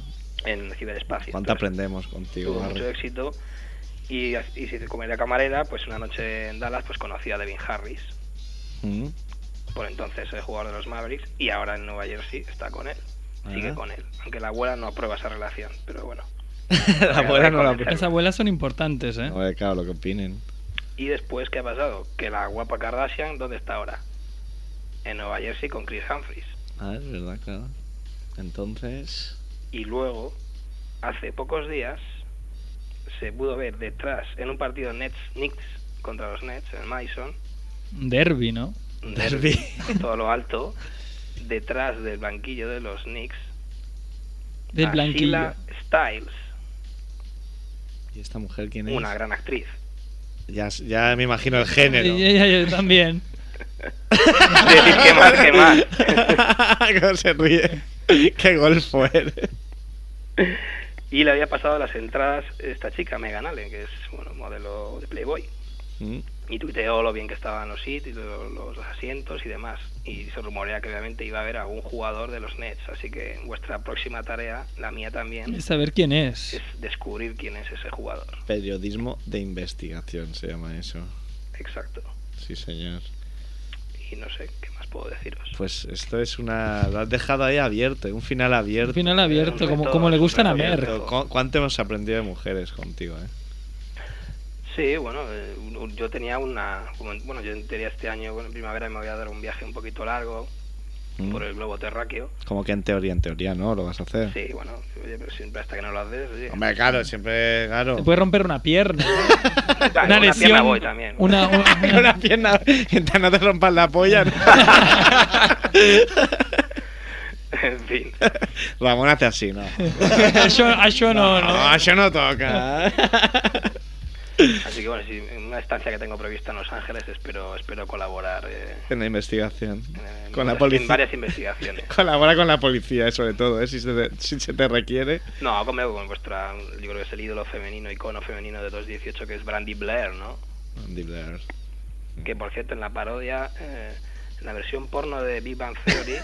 en ciberespacio. ¿Cuánto aprendemos contigo, Tuvo Barry? mucho éxito y como era camarera, pues una noche en Dallas pues conocí a Devin Harris, por entonces el jugador de los Mavericks, y ahora en Nueva Jersey está con él, sigue con él, aunque la abuela no aprueba esa relación, pero bueno. La abuela no la aprueba. Las abuelas son importantes, ¿eh? Oye, claro, lo que opinen. Y después, ¿qué ha pasado? Que la guapa Kardashian, ¿dónde está ahora? En Nueva Jersey con Chris Humphries. Ah, es verdad, claro. Entonces... Y luego, hace pocos días, se pudo ver detrás, en un partido Knicks contra los Nets, en el Madison. Derby, ¿no? Derby. Todo lo alto, detrás del banquillo de los Knicks. Del blanquillo. Sheila Stiles. ¿Y esta mujer quién es? Una gran actriz. Ya me imagino el género. Yo también. ¿Qué más? ¿Cómo se ríe? Qué golfo eres. Y le había pasado las entradas esta chica, Megan Allen, que es modelo de Playboy. Y tuiteó lo bien que estaban los sitios, los asientos y demás. Y se rumorea que obviamente iba a haber algún jugador de los Nets. Así que vuestra próxima tarea, la mía también, es saber quién es. Es descubrir quién es ese jugador. Periodismo de investigación se llama eso. Exacto. Sí, señor. Y no sé, ¿qué más puedo deciros? Pues esto es lo has dejado ahí abierto, un final abierto. Un final abierto, como le gustan a Mer. ¿Cuánto hemos aprendido de mujeres contigo, Sí, bueno, yo tenía yo en teoría este año, en primavera me voy a dar un viaje un poquito largo por el globo terráqueo. Como que en teoría, ¿no? ¿Lo vas a hacer? Sí, bueno, oye, pero siempre hasta que no lo haces, oye. Hombre, claro, siempre, claro. Te puede romper una pierna. Una lesión. Pierna voy también. Una pierna, mientras no te rompas la polla. ¿No? En fin. Ramón hace así, ¿no? Això no. Això no toca. Así que bueno, en una estancia que tengo prevista en Los Ángeles espero colaborar en la investigación con la policía. En varias investigaciones. Colabora con la policía, sobre todo, si se te requiere. No, con vuestra, yo creo que es el ídolo femenino, icono femenino de 218, que es Brandy Blair, ¿no? Brandy Blair. Que por cierto en la parodia, en la versión porno de Big Bang Theory,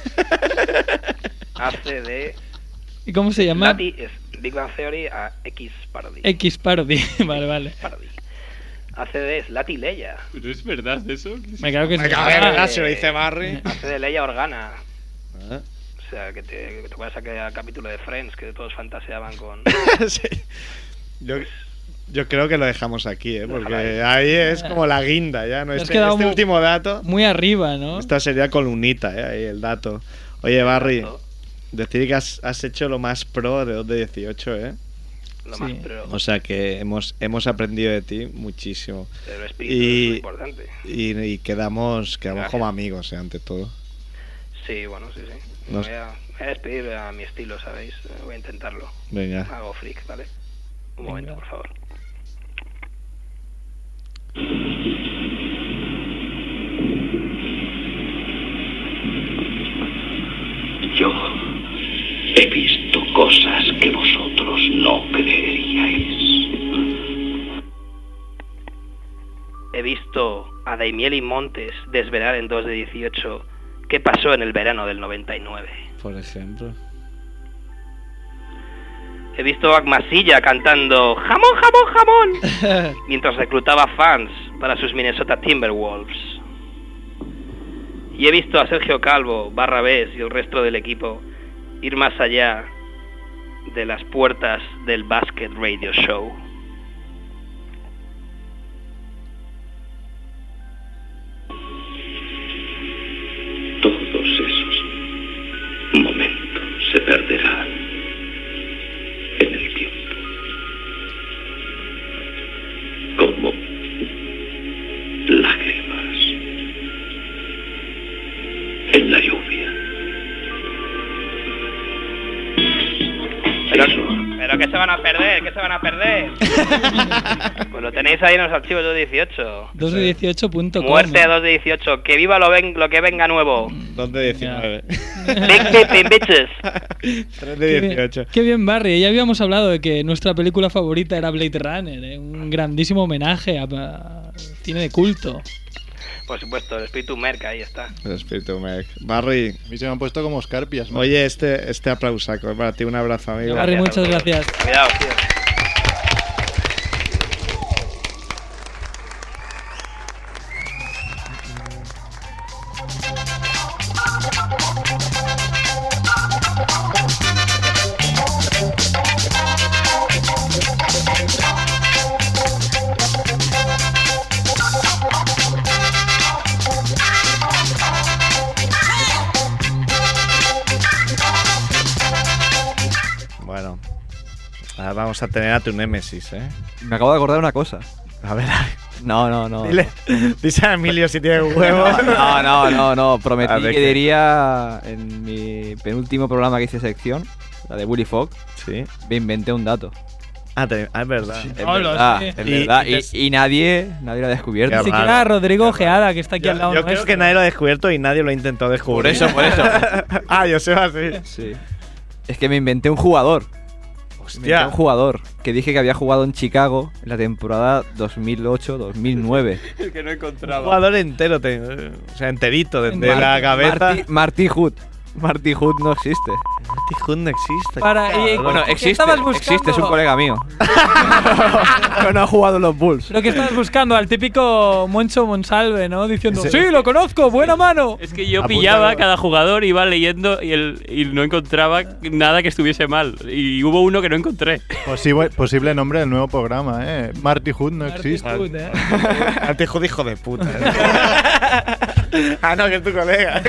hace de... ¿Y cómo se llama? Es Big Bang Theory a X Parody. X Parody, vale. Parody. Hace de Slutty Leia. ¿Pero es verdad eso? Me cago que es verdad, se lo dice Barry. Hace de Leia Organa. O sea, que te acuerdas aquel capítulo de Friends que todos fantaseaban con... Sí. Yo creo que lo dejamos aquí, porque ahí es como la guinda, ya, ¿no? Este último dato... Muy arriba, ¿no? Esta sería columnita, ahí el dato. Oye, Barry... Decir que has hecho lo más pro de 2 de 18, Lo más pro. O sea que hemos aprendido de ti muchísimo. Pero el espíritu es muy importante. Y quedamos como amigos, ante todo. Sí, bueno, sí. Voy a despedir a mi estilo, ¿sabéis? Voy a intentarlo. Venga. Hago freak, ¿vale? Un momento, por favor. Yo he visto cosas que vosotros no creeríais. He visto a Daimiel Montes desvelar en 2 de 18 qué pasó en el verano del 99. Por ejemplo. He visto a Masilla cantando ¡Jamón, jamón, jamón! mientras reclutaba fans para sus Minnesota Timberwolves. Y he visto a Sergio Calvo, Barrabés y el resto del equipo ir más allá de las puertas del Basket Radio Show. Todos esos momentos se perderán en el tiempo. Como lágrimas en la lluvia. Pero que se van a perder, Pues lo tenéis ahí en los archivos de 18. 2de18.com. Muerte a 2 de 18. Que viva lo que venga nuevo. 2 de 19. Big bitches. 3 de 18. Qué bien, Barry. Ya habíamos hablado de que nuestra película favorita era Blade Runner. Un grandísimo homenaje a cine de culto. Por supuesto, el espíritu Merck, ahí está. El espíritu Merck. Barry. A mí se me han puesto como escarpias, ¿no? Oye, este aplausaco para ti, un abrazo, amigo. Barry, muchas gracias. Cuidado, tío. Bueno, ahora vamos a tener a tu némesis, ¿eh? Me acabo de acordar una cosa. A ver. No. Dile a Emilio si tiene huevo. No. Prometí que diría en mi penúltimo programa que hice sección, la de Willy Fogg. Sí. Me inventé un dato. Es verdad. Sí, es verdad. Y nadie lo ha descubierto. Ni siquiera Rodrigo Ojeada, que está aquí al lado nuestro. Yo creo que nadie lo ha descubierto y nadie lo ha intentado descubrir. Por eso. Yo sé así. Sí. Es que me inventé un jugador. Hostia. Un jugador que dije que había jugado en Chicago en la temporada 2008-2009. El que no encontraba. Un jugador entero, o sea, enterito, desde la cabeza. Marty Hood. Marty Hood no existe. Marty Hood no existe. Bueno, existe, es un colega mío. Pero no ha jugado en los Bulls. Pero que estabas buscando al típico Moncho Monsalve, ¿no? Diciendo, sí, lo conozco, buena mano. Es que yo pillaba cada jugador, iba leyendo y no encontraba nada que estuviese mal. Y hubo uno que no encontré. Posible nombre del nuevo programa, ¿eh? Marty Hood no existe. Hood, Marty Hood, hijo de puta. No, que es tu colega.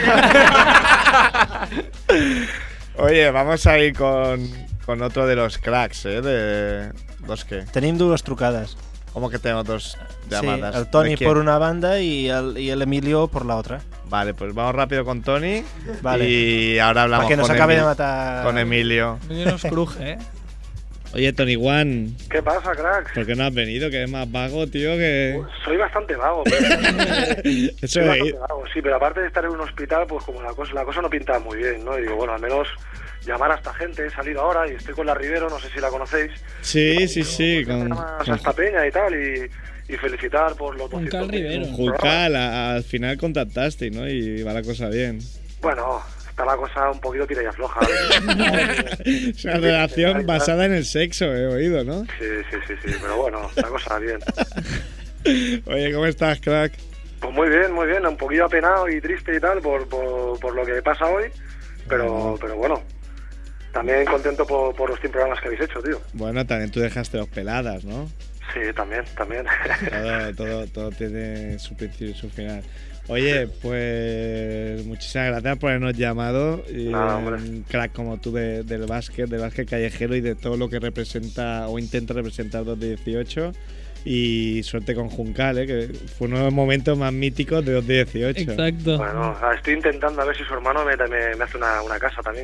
Oye, vamos a ir con otro de los cracks, ¿eh? De ¿dos qué? Tenim dues trucades. ¿Cómo que tenemos dos llamadas? Sí, el Tony por una banda y el Emilio por la otra. Vale, pues vamos rápido con Tony. Vale. Y ahora hablamos para que nos acabe de matar con Emilio. Emilio nos cruje, ¿eh? Oye, Tony One. ¿Qué pasa, crack? ¿Por qué no has venido? Que es más vago, tío, que... Soy bastante vago. Soy bastante vago, sí, pero aparte de estar en un hospital, pues como la cosa no pintaba muy bien, ¿no? Y digo, bueno, al menos llamar a esta gente. He salido ahora y estoy con la Rivero, no sé si la conocéis. Sí. Con esta peña y tal, y felicitar por los 200. Juncal Rivero. Juncal, al final contactaste, ¿no? Y va la cosa bien. Bueno... Está la cosa un poquito tira y afloja. Es una relación basada en el sexo, he oído, ¿no? Sí, pero bueno, la cosa bien. Oye, ¿cómo estás, crack? Pues muy bien, un poquillo apenado y triste y tal por lo que pasa hoy, pero bueno, también contento por los 100 programas que habéis hecho, tío. Bueno, también tú dejaste los peladas, ¿no? Sí, también. Todo tiene su principio y su final. Oye, pues muchísimas gracias por habernos llamado. Un crack como tú del básquet callejero y de todo lo que representa o intenta representar 218. Y suerte con Juncal, que fue uno de los momentos más míticos de 218. Exacto. Bueno, estoy intentando a ver si su hermano me hace una casa también.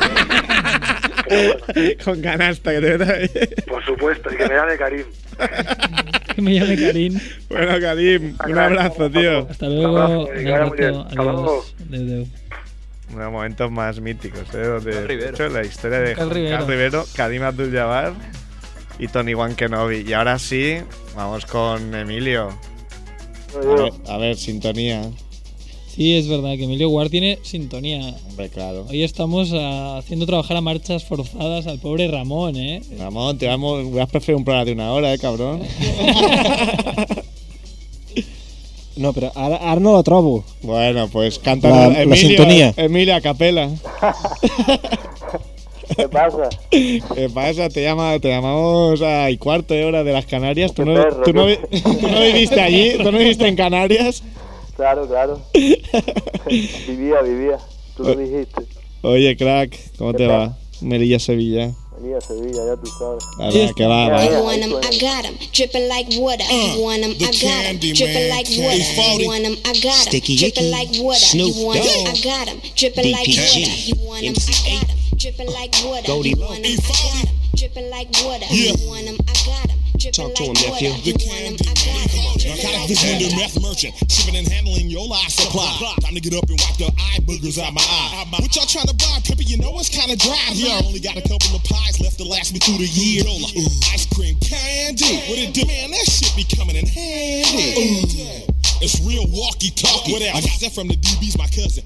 Con canasta, que te también. Por supuesto, y que me llame Karim. Que me llame Karim. Bueno, Karim, un abrazo, tío. Hasta luego. Adiós. Adiós. Uno de los momentos más míticos, donde Rivero. Hecho, la historia de Juncal Rivero, Karim Abdul-Jabbar y Tony One Kenobi. Y ahora sí, vamos con Emilio. A ver, sintonía. Sí, es verdad que Emilio Guard tiene sintonía. Hombre, claro. Hoy estamos haciendo trabajar a marchas forzadas al pobre Ramón, ¿eh? Ramón, voy a preferir un programa de 1 hora, cabrón. No, pero ara no la trobo. Bueno, pues canta la sintonía. Emilio, a capela. ¿Qué pasa? ¿Qué pasa? Te llamamos a 1:15 de las Canarias. ¿Tú no viviste allí? ¿Tú no viviste en Canarias? Claro. Vivía. Tú lo dijiste. Oye, crack, ¿cómo te va? Melilla-Sevilla. Melilla-Sevilla, ya tú sabes. Ahora, que va. You want 'em, I got 'em, dripping like water. You want 'em, I got 'em, dripping like water. You want 'em, I got 'em, dripping like water. You want 'em, I got 'em, dripping like water. You want 'em, I got 'em, dripping like water. You want 'em, I got 'em, dripping like water. You want 'em, I got 'em. Talk to him, nephew. Got a vision to meth merchant, shipping and handling your life supply. Time to get up and wipe the eye boogers out my eye. What y'all trying to buy, Pippa? You know it's kind of dry here. Only got a couple of pies left to last me through the year. Ice cream candy, what it do? Man, that shit be coming in handy. It's real walkie-talkie. Whatever. I got that from the DB's, my cousin.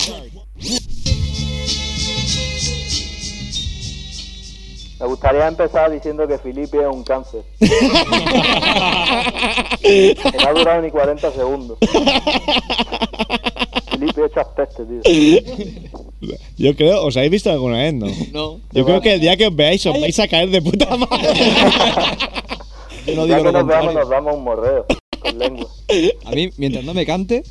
Me gustaría empezar diciendo que Filipe es un cáncer. Que no ha durado ni 40 segundos. Filipe echas peste, tío. Yo creo, ¿os habéis visto alguna vez? No. Yo creo que el día que os veáis os vais a caer de puta madre. Yo no digo que nos veamos nos damos un morreo con lengua. A mí, mientras no me cante...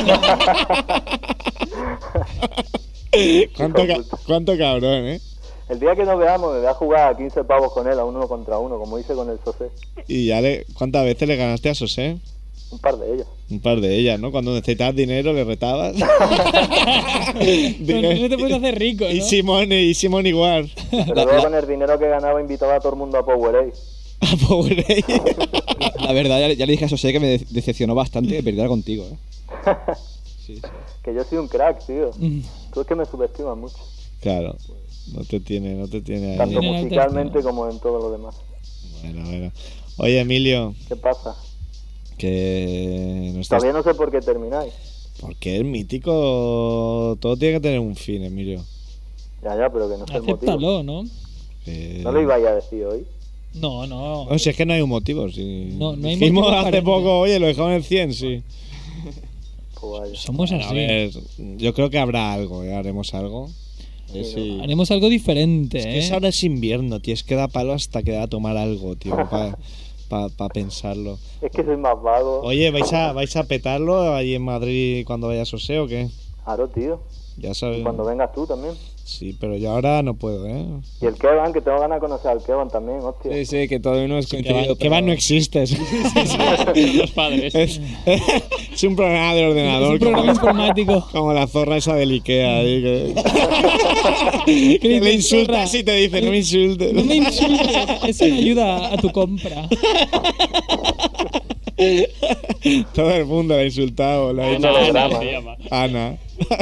¿Cuánto cabrón, eh? El día que nos veamos me voy a jugar a 15 pavos con él, a 1 contra 1, como hice con el Sosé. ¿Y ya ¿cuántas veces le ganaste a Sosé? Un par de ellas. Un par de ellas, ¿no? Cuando necesitabas dinero le retabas. Con eso te puedes hacer rico, ¿no? Y Simón igual. Pero luego con el dinero que ganaba invitaba a todo el mundo a Powerade. A Powerade. La verdad, ya le dije a Sosé que me decepcionó bastante que perdiera contigo, ¿eh? Sí. Que yo soy un crack, tío. Tú es que me subestimas mucho. Claro. No te tiene ahí. Tanto musicalmente como en todo lo demás. Bueno. Oye, Emilio. ¿Qué pasa? Que no estás... Todavía no sé por qué termináis. Porque el mítico... Todo tiene que tener un fin, Emilio. Ya, pero que no sé el motivo. Acéptalo, ¿no? ¿No lo ibais a decir hoy? No. O si es que no hay un motivo. Si... No hay dijimos motivo hace aparente. poco, oye, lo dejamos en el 100, sí. Pues somos así. A ver, yo creo que habrá algo, haremos algo. Sí. Haremos algo diferente, Es que ahora es invierno, tío. Es que da palo hasta que da a tomar algo, tío. Para pensarlo. Es que soy más vago. Oye, ¿vais a petarlo allí en Madrid cuando vayas a Sosé o qué? Claro, tío. Ya sabes. Y cuando vengas tú también. Sí, pero yo ahora no puedo, ¿eh? Y el Kevan, que tengo ganas de conocer al Kevan también, hostia. Sí, que todavía no es coincidido. Kevan no existe. Los padres. Es un programa de ordenador. Es un programa informático. Como la zorra esa del Ikea ahí, que le insultas y te dice, no me insultes. No me insultes. Eso me ayuda a tu compra. Todo el mundo la ha insultado. Ana.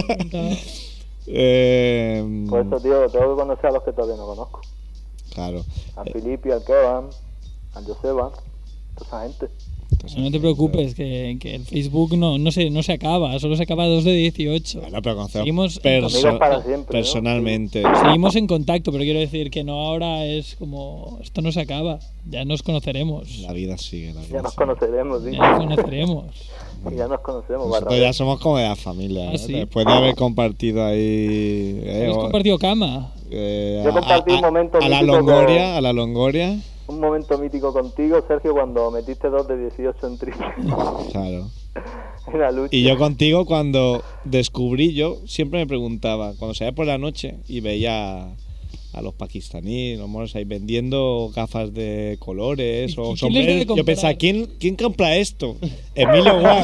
Por eso, tío, tengo que conocer a los que todavía no conozco. Claro. A Filipe, al Kevan, a Joseba, toda esa gente. No te preocupes, que el Facebook no se acaba, solo se acaba 2 de 18. Bueno, pero seguimos amigos para siempre, personalmente. ¿no? Seguimos en contacto, pero quiero decir que no ahora es como... Esto no se acaba, ya nos conoceremos. La vida sigue, Ya nos conoceremos, sí. Ya nos conoceremos. Ya nos conocemos, Nosotros ya somos como de la familia, ¿Sí? Después de haber compartido ahí... ¿Habéis compartido cama? Yo compartí un momento a la Longoria. Un momento mítico contigo, Sergio, cuando metiste 2 de 18 en triple. Claro. En la lucha. Y yo contigo cuando descubrí, yo siempre me preguntaba, cuando salía por la noche y veía a los pakistaníes, los monos ahí vendiendo gafas de colores o sombreros, yo pensaba, ¿quién compra esto? Emilio Watt.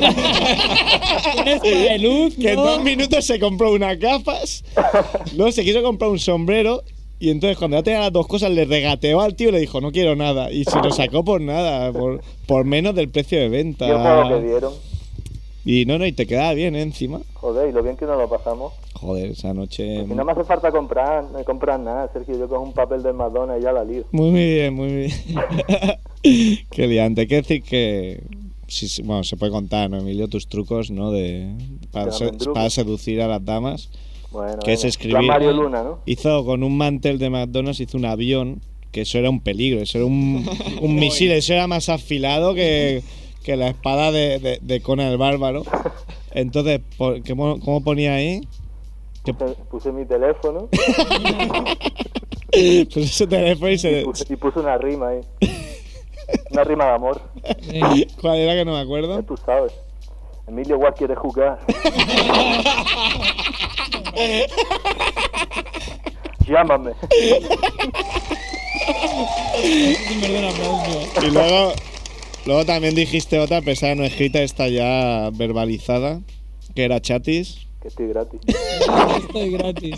Que en 2 minutos se compró unas gafas, luego se quiso comprar un sombrero. Y entonces cuando ya tenía las dos cosas le regateó al tío y le dijo no quiero nada. Y se lo sacó por nada, por menos del precio de venta. Yo por lo que dieron. Y y te quedaba bien, encima. Joder, y lo bien que nos lo pasamos. Joder, esa noche... Porque no me hace falta comprar nada, Sergio. Yo cojo un papel del Madonna y ya la lío. Muy bien. Qué liante. Hay que decir que... bueno, se puede contar, ¿no, Emilio? Tus trucos, ¿no? Para seducir a las damas. Bueno, que es escribir. Mario Luna, ¿no? Hizo con un mantel de McDonald's, hizo un avión, que eso era un peligro, eso era un misil, eso era más afilado que la espada de Conan el Bárbaro. Entonces, ¿cómo ponía ahí? Puse mi teléfono. Puse ese teléfono y puse una rima ahí. Una rima de amor. ¿Cuál era que no me acuerdo? Tú sabes. Emilio Watt quiere jugar. Llámame. Y luego también dijiste otra, pesada no escrita, esta ya verbalizada, que era Chatis. Que estoy gratis. Estoy gratis.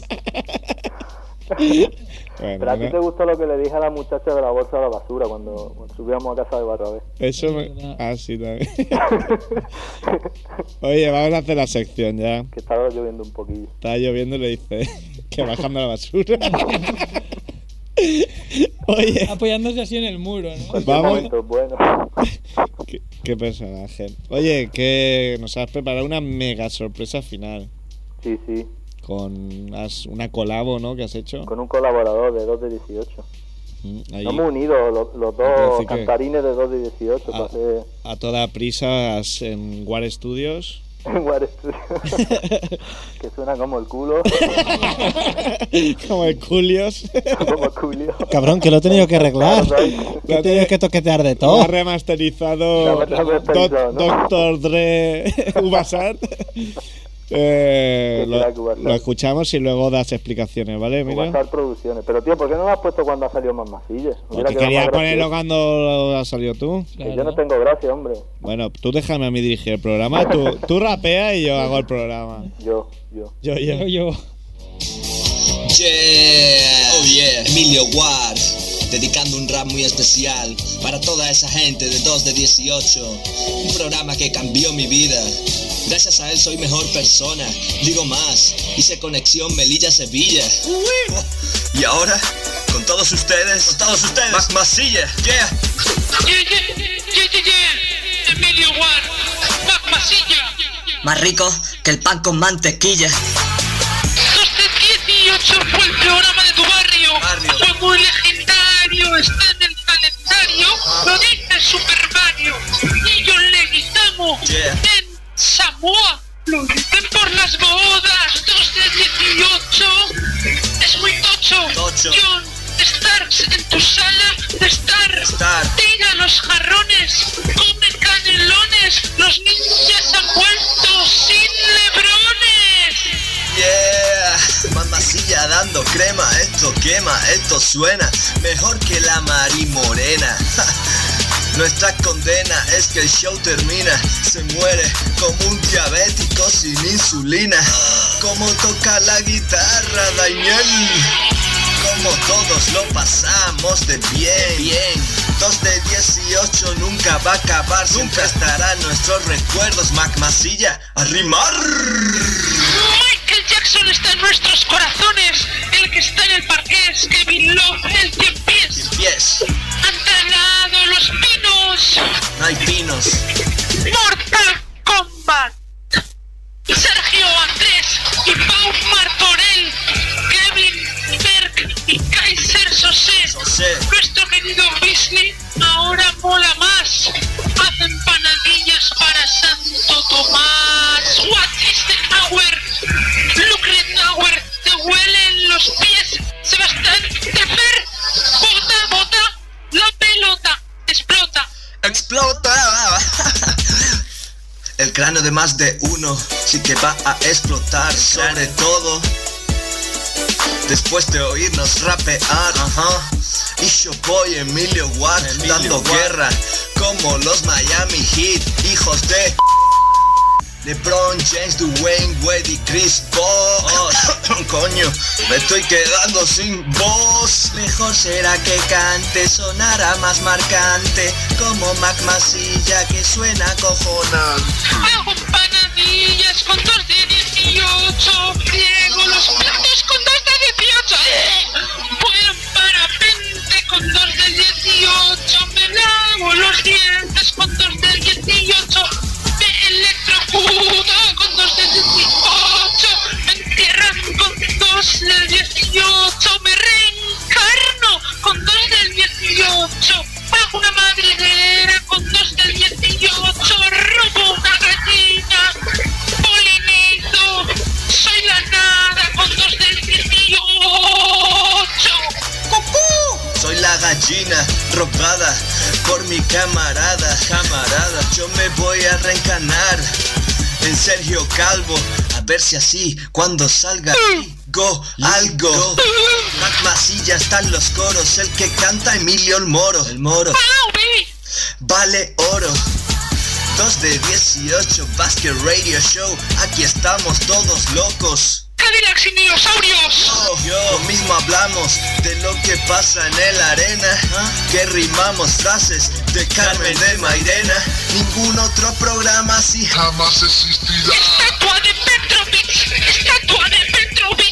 Bueno, pero a ti te gustó lo que le dije a la muchacha de la bolsa de la basura cuando subíamos a casa de Barrabé. Eso sí, también. Oye, vamos a hacer la sección ya. Que estaba lloviendo un poquillo. Estaba lloviendo y le dice que bajando la basura. Oye. Apoyándose así en el muro, ¿no? Vamos. Bueno. Qué personaje. Oye, que nos has preparado una mega sorpresa final. Sí, sí. Con una colabo, ¿no? Que has hecho. Con un colaborador de 2 de 18. Ahí. Nos hemos unido los dos cantarines de 2 de 18. A toda prisa en War Studios. En War Studios. Que suena como el culo. Como el culios. Como Julio. Cabrón, que lo he tenido que arreglar. Que he tenido que toquetear de todo. Lo ha remasterizado Dr. Dre Ubasat. Lo escuchamos y luego das explicaciones, ¿vale? Mira. Producciones. Pero tío, ¿por qué no lo has puesto cuando ha salido Más Masillas? Porque quería ponerlo cuando has salido tú. Claro. Yo no tengo gracia, hombre. Bueno, tú déjame a mí dirigir el programa. Tú rapeas y yo hago el programa. Yo. Yeah, oh yeah, Emilio Ward, dedicando un rap muy especial para toda esa gente de 2 de 18. Un programa que cambió mi vida. Gracias a él soy mejor persona. Digo más, hice conexión Melilla-Sevilla. Y ahora, con todos ustedes, Más Masilla, yeah. Emilio Ward, Más Masilla. Más rico que el pan con mantequilla. 2 de 18 fue el programa de tu barrio. Fue muy legendario, está en el calendario. Lo dice Super Mario. Y yo le gritamos en Samoa. Lo dicen por las bodas. 2 de 18 es muy tocho. John Starks en tu sala de estar. Tira los jarrones, come canelones. Los ninjas han vuelto sin lebrones. Yeah, Mamacilla dando crema, esto quema, esto suena mejor que la Mari Morena. Nuestra condena es que el show termina, se muere como un diabético sin insulina. Como toca la guitarra Daniel, como todos lo pasamos de bien. 2 de 18 nunca va a acabar, nunca estará en nuestros recuerdos. Mac Masilla, a rimar. Michael Jackson está en nuestros corazones. El que está en el parqués, Kevin Love, el 100 pies. Han talado los pinos. No hay pinos. Mortal Kombat. Sergio Andrés y Pau Martorell. Kevin Berg y Kaiser Sosé. Nuestro querido Beasley ahora mola más. Hace empanadillas para Santo Tomás. What is the hour? Lucre Tower, te huelen los pies. Sebastián Tefer, bota, la pelota explota. El cráneo de más de uno sí que va a explotar, sobre todo después de oírnos rapear. Y yo voy Emilio Ward dando guerra como los Miami Heat, hijos de LeBron James, Dwayne Wade y Chris Paul. Coño, me estoy quedando sin voz. Mejor será que cante, sonará más marcante, como Mac Masilla que suena cojonante. Hago empanadillas con 2 de 18. Riego los platos con 2 de 18. Vuelo en parapente con 2 de 18. Me lavo los dientes con 2 de 18. Me electrocuto con 2 de 18. Me entierran con 2 de 18. Me reencarno con 2 de 18. Hago una madriguera con 2 de 18. Robo una gallina. Polinizo. Soy la nada con 2 de 18. ¡Cucú! Soy la gallina robada por mi camarada. Yo me voy a reencarnar en Sergio Calvo, a ver si así cuando salga algo. Mac Masilla está en los coros, el que canta Emilio el Moro. Vale oro. 2 de 18 Basket Radio Show, aquí estamos todos locos. Cadillacs y dinosaurios. Lo mismo hablamos de lo que pasa en el arena, que rimamos frases de Carmen de Mairena. Ningún otro programa así jamás existirá. Estatua de Petrovic.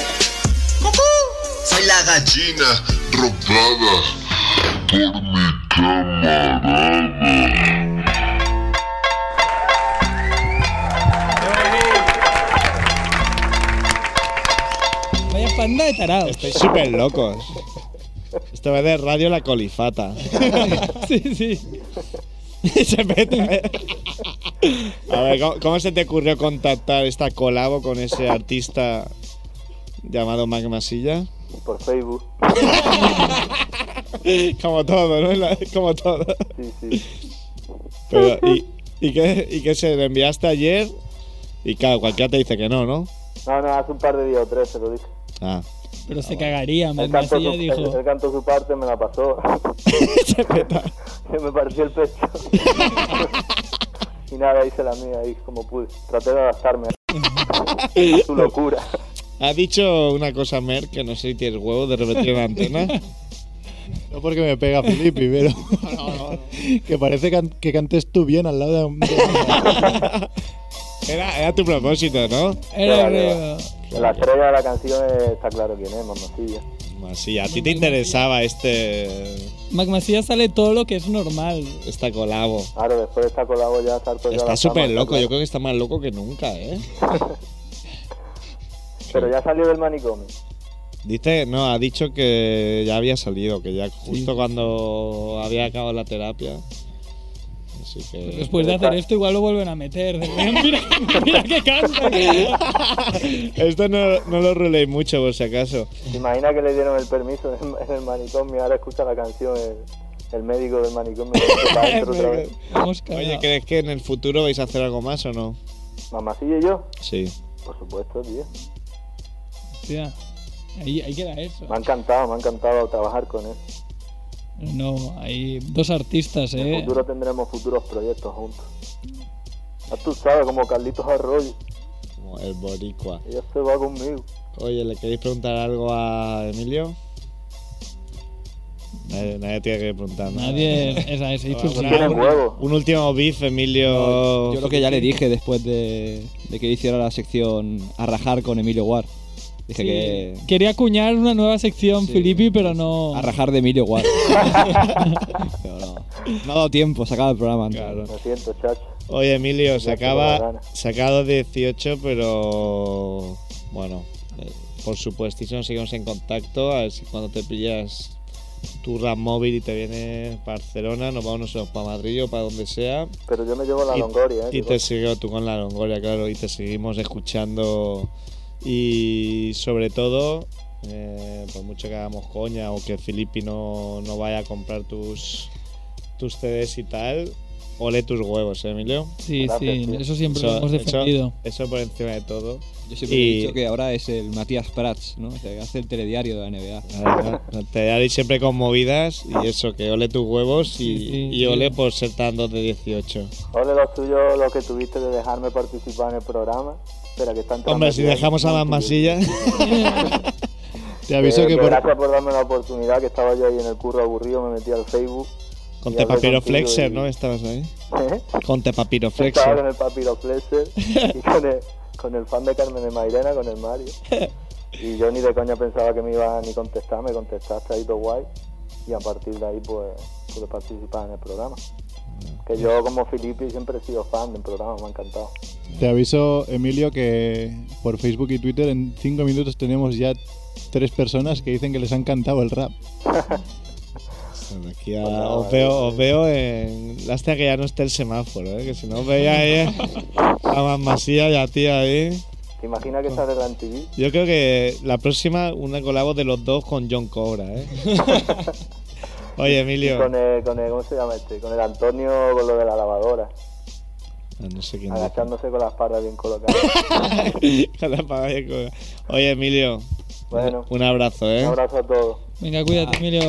Soy la gallina robada por mi Vaya panda de tarados. Estáis súper locos. Esto va de Radio La Colifata. Sí. Se peta, ¿eh? A ver, ¿cómo se te ocurrió contactar esta colabo con ese artista llamado Mac Masilla? Por Facebook. Como todo, ¿no? Como todo. Sí. Pero, ¿y qué se le enviaste ayer? Y claro, cualquiera te dice que no, ¿no? No, hace un par de días o 3 se lo dije. Ah. Pero se cagaría, Él cantó su parte, me la pasó. Se peta. Que me pareció el pecho. Y nada, hice la mía ahí como pude. Traté de adaptarme a su locura. Ha dicho una cosa, Mer, que no sé si tienes huevo de repetir en la antena. No porque me pega Filippi, pero no. Que parece que cantes tú bien al lado de... Era tu propósito, ¿no? Era la estrella de la canción está claro quién es, Masilla. Masilla, a ti te interesaba Mac Masilla sale todo lo que es normal. Esta colabo. Claro, después de esta colabo ya salto yo. Está súper loco, yo creo que está más loco que nunca, ¿eh? Pero ya salió del manicomio. Ha dicho que ya había salido, que ya justo cuando había acabado la terapia. Así que... Después de hacer esto igual lo vuelven a meter. Mira que canta. Esto no lo ruléis mucho por si acaso. ¿Te imaginas que le dieron el permiso en el manicomio? Ahora escucha la canción el médico del manicomio. Otra vez. Oye, ¿crees que en el futuro vais a hacer algo más o no? ¿Masilla y yo? Sí. Por supuesto, tío. Tía, ahí queda eso. Me ha encantado trabajar con él. No, hay dos artistas, En el futuro tendremos futuros proyectos juntos. Ya tú sabes, como Carlitos Arroyo. Como el boricua. Ella se va conmigo. Oye, ¿le queréis preguntar algo a Emilio? Nadie tiene que preguntar nada. Nadie. Esa es. Un último beef, Emilio. No, yo lo que ya le dije después de que hiciera la sección a rajar con Emilio Guar. Dije que... Quería acuñar una nueva sección, Filippi, pero no... A rajar de Emilio Guar. Pero no ha dado tiempo, se acaba el programa. Claro. Lo siento, chacho. Oye, Emilio, se acaba 18, pero... Bueno, por supuestísimo, seguimos en contacto. A ver si cuando te pillas tu RAM móvil y te vienes para Barcelona, nos vamos para Madrid o para donde sea. Pero yo me llevo la Longoria, Y te sigo tú con la Longoria, claro, y te seguimos escuchando... Y sobre todo, por mucho que hagamos coña o que Filippi no vaya a comprar tus CDs y tal, ole tus huevos, Emilio. Sí, eso siempre lo hemos defendido. Eso por encima de todo. Yo siempre he dicho que ahora es el Matías Prats, ¿no? O sea, que hace el telediario de la NBA. El telediario siempre con movidas y eso, que ole tus huevos y ole por ser tan 2 de 18. Ole lo tuyo, lo que tuviste de dejarme participar en el programa. Espera, que están Hombre, si dejamos a las masillas. Te aviso que gracias por darme la oportunidad, que estaba yo ahí en el curro aburrido, me metí al Facebook. Con Te Papiro Flexer, ¿no? ¿Estabas ahí? Con Te Papiro Flexer. Estaba con el Papiro Flexer y con el fan de Carmen de Mairena, con el Mario. Y yo ni de coña pensaba que me iba a ni contestar, me contestaste ahí todo guay. Y a partir de ahí pues pude participar en el programa. Que yo como Filippi siempre he sido fan del programa, me ha encantado. Te aviso, Emilio, que por Facebook y Twitter en 5 minutos tenemos ya 3 personas que dicen que les ha encantado el rap. Aquí os veo en... Lástima que ya no esté el semáforo, que si no veía ahí a Masilla y a ti ahí. ¿Te imaginas que sale la MTV? Yo creo que la próxima una colabo de los dos con John Cobra, Oye, Emilio. Con el ¿cómo se llama este? Con el Antonio con lo de la lavadora. No sé quién. Agachándose con la espalda bien colocada. Con la espalda bien colocada. Oye, Emilio. Bueno. Un abrazo, Un abrazo a todos. Venga, cuídate, Emilio.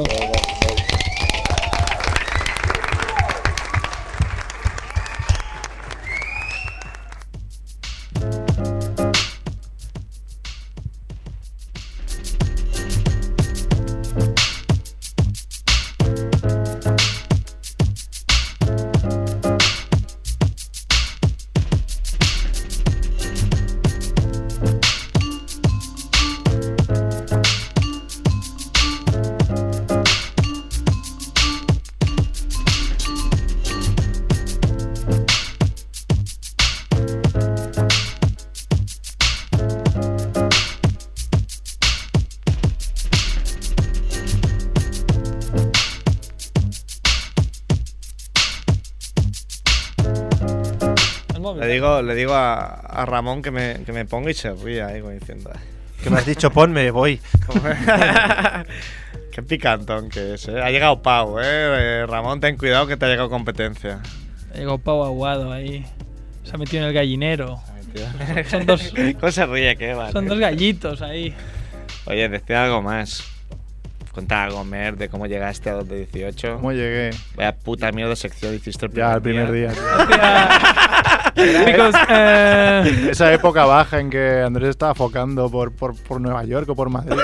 móvil. Le digo a Ramón que me ponga y se ríe ahí como diciendo... Que me has dicho ponme, voy. Qué picantón que es, ¿eh? Ha llegado Pau, Ramón, ten cuidado que te ha llegado competencia. Ha llegado Pau Aguado ahí. Se ha metido en el gallinero. Son dos... ¿Cómo se ríe? ¿Qué vale? Son dos gallitos ahí. Oye, decía algo más. Cuenta algo, Mer, de cómo llegaste a 2 de 18. ¿Cómo llegué? Vaya puta mierda de sección hiciste el primer día. Chicos, esa época baja en que Andrés estaba focando por Nueva York o por Madrid.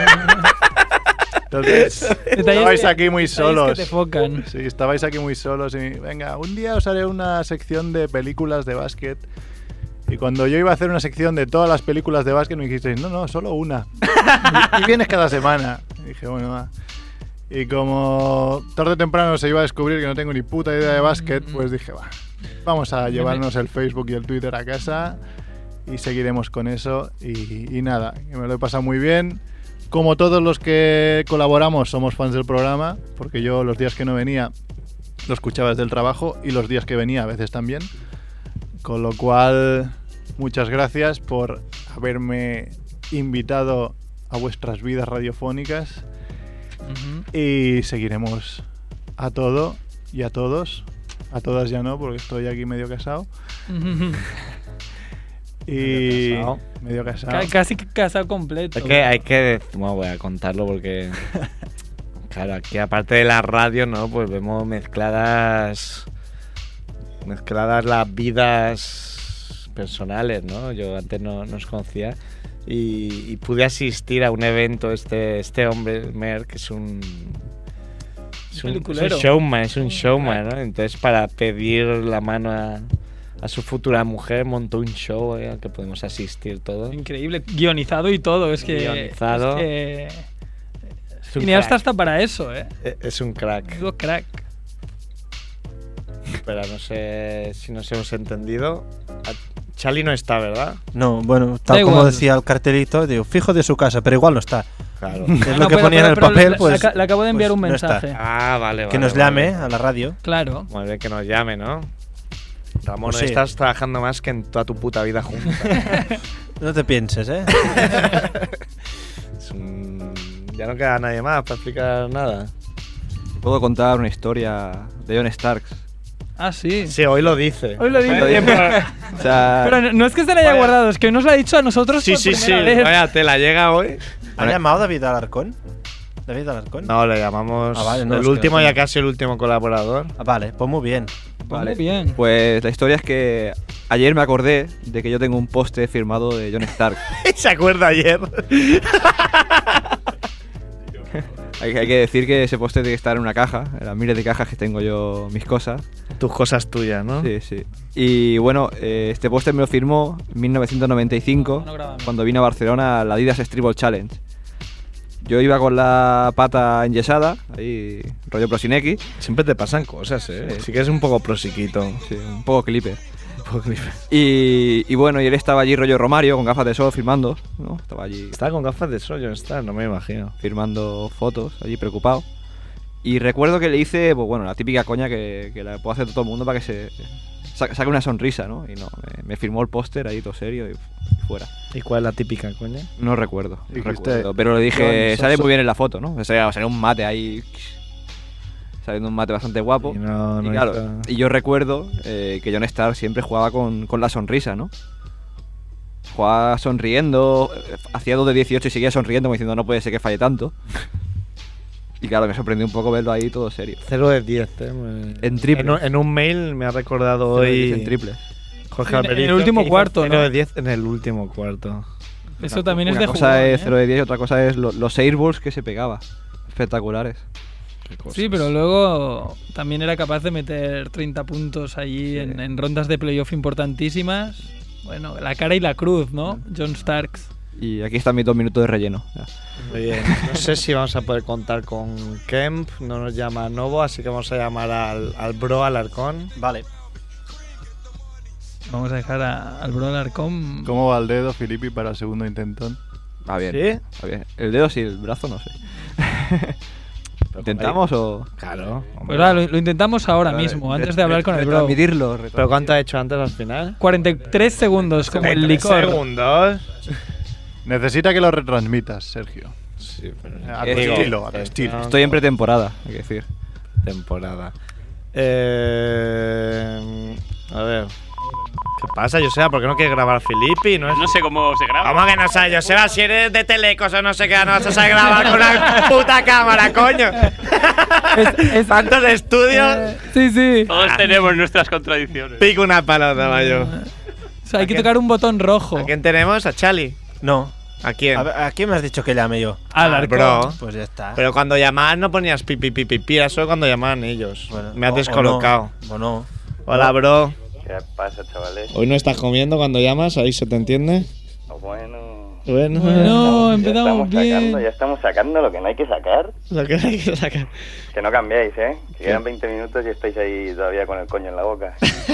Entonces, estabais aquí muy solos. Que te focan. Sí, estabais aquí muy solos y venga, un día os haré una sección de películas de básquet. Y cuando yo iba a hacer una sección de todas las películas de básquet me dijisteis, no, solo una. y vienes cada semana. Y dije, bueno, va. Y como tarde o temprano se iba a descubrir que no tengo ni puta idea de básquet, pues dije, va, vamos a llevarnos el Facebook y el Twitter a casa y seguiremos con eso. Y nada, que me lo he pasado muy bien. Como todos los que colaboramos somos fans del programa, porque yo los días que no venía lo escuchaba desde el trabajo y los días que venía a veces también. Con lo cual, muchas gracias por haberme invitado a vuestras vidas radiofónicas. Y seguiremos a todo y a todos. A todas ya no, porque estoy aquí medio casado. Y medio casado. Casi casado completo. Es que hay que... Bueno, voy a contarlo porque... Claro, aquí aparte de la radio, ¿no? Pues vemos mezcladas las vidas personales, ¿no? Yo antes no os conocía y pude asistir a un evento este hombre, Mer, que es un showman, ¿no? Entonces, para pedir la mano a su futura mujer, montó un show al que podemos asistir todos. Increíble, guionizado y todo, es que... Guionizado. Cineasta hasta para eso, ¿eh? Es un crack. Digo crack. Espera, no sé si nos hemos entendido. Charlie no está, ¿verdad? No, bueno, tal como decía el cartelito, digo, fijo de su casa, pero igual no está. Claro. Es lo que ponía en el papel, pues... Le acabo de enviar un mensaje. Ah, vale. Que nos llame a la radio. Claro. Muy bien, que nos llame, ¿no? Ramón, Pues sí. Estás trabajando más que en toda tu puta vida juntos. No te pienses, ¿eh? Ya no queda nadie más para explicar nada. Puedo contar una historia de John Starks. Ah, sí. Sí, hoy lo dice. Hoy lo dice. O sea, pero no es que se la haya guardado, es que hoy nos lo ha dicho a nosotros. Sí. Vaya, te la llega hoy. ¿Ha llamado David Alarcón? ¿David Alarcón? No, le llamamos vale, no, el último, ya casi el último colaborador. Vale, pues muy bien. Vale. Muy bien. Pues la historia es que ayer me acordé de que yo tengo un póster firmado de John Stark. ¿Se acuerda ayer? Hay que decir que ese póster tiene que estar en una caja, en las miles de cajas que tengo yo, mis cosas. Tus cosas tuyas, ¿no? Sí. Y bueno, este póster me lo firmó en 1995, cuando vino a Barcelona a la Adidas Streetball Challenge. Yo iba con la pata enyesada, ahí, rollo prosineki. Siempre te pasan cosas, ¿eh? Sí que es un poco prosiquito. Sí, un poco clipper. Y bueno, y él estaba allí rollo Romario, con gafas de sol, firmando, ¿no? Estaba allí... Estaba con gafas de sol, no me imagino. Firmando fotos, allí preocupado. Y recuerdo que le hice, pues bueno, la típica coña que la puede hacer todo el mundo para que se saque una sonrisa, ¿no? Y no, me firmó el póster ahí todo serio y fuera. ¿Y cuál es la típica coña? No recuerdo, pero le dije, sale muy bien en la foto, ¿no? O sea, sale un mate ahí... Saliendo un mate bastante guapo. Y yo recuerdo que John Stark siempre jugaba con la sonrisa, ¿no? Jugaba sonriendo, hacía 2 de 18 y seguía sonriendo como diciendo no puede ser que falle tanto. Y claro, me sorprendió un poco verlo ahí todo serio. 0 de 10, En triple. En un mail me ha recordado hoy... En triple. Jorge Alberizo, en el último cuarto, 0 de 10 en el último cuarto. Eso también es de jugar. Una cosa es 0 de 10 y otra cosa es los airballs que se pegaba. Espectaculares. Sí, pero luego también era capaz de meter 30 puntos allí en rondas de playoff importantísimas. Bueno, la cara y la cruz, ¿no? John Starks. Y aquí están mis 2 minutos de relleno. Ya. Muy bien. No sé si vamos a poder contar con Kemp, no nos llama Novo, así que vamos a llamar al bro Alarcón. Vale. Vamos a dejar al bro Alarcón. ¿Cómo va el dedo, Filippi, para el segundo intentón? Va bien. ¿Sí? Va bien. El dedo sí, el brazo no sé. ¿Intentamos o...? Claro. Pues nada, lo intentamos ahora mismo, antes de hablar con el bro. ¿Pero cuánto ha hecho antes al final? 43 segundos, como el licor. segundos. Necesita que lo retransmitas, Sergio. Sí, pero... A tu estilo, a tu estilo. Estoy en pretemporada, hay que decir. Temporada. A ver. ¿Qué pasa, Joseba? ¿Por qué no quieres grabar Filippi? No sé cómo se graba. ¿Cómo que no sabes, Joseba? Si eres de Telecos o no sé qué, no vas a saber grabar con una puta cámara, coño. ¿Tantos estudios? Sí. Todos tenemos nuestras contradicciones. Pico una palota, vaya. O sea, hay que tocar un botón rojo. ¿A quién tenemos? ¿A Chali? No. ¿A quién? ¿A quién me has dicho que llame yo? Al bro. Pues ya está. Pero cuando llamaban no ponías pi, era solo cuando llamaban ellos. Bueno, me has descolocado. O no. Hola, bro. ¿Qué pasa, chavales? ¿Hoy no estás comiendo cuando llamas? ¿Ahí se te entiende? Bueno, empezamos bien. Ya estamos sacando lo que no hay que sacar. Lo que hay que sacar. Que no cambiáis, ¿eh? Que quedan 20 minutos y estáis ahí todavía con el coño en la boca.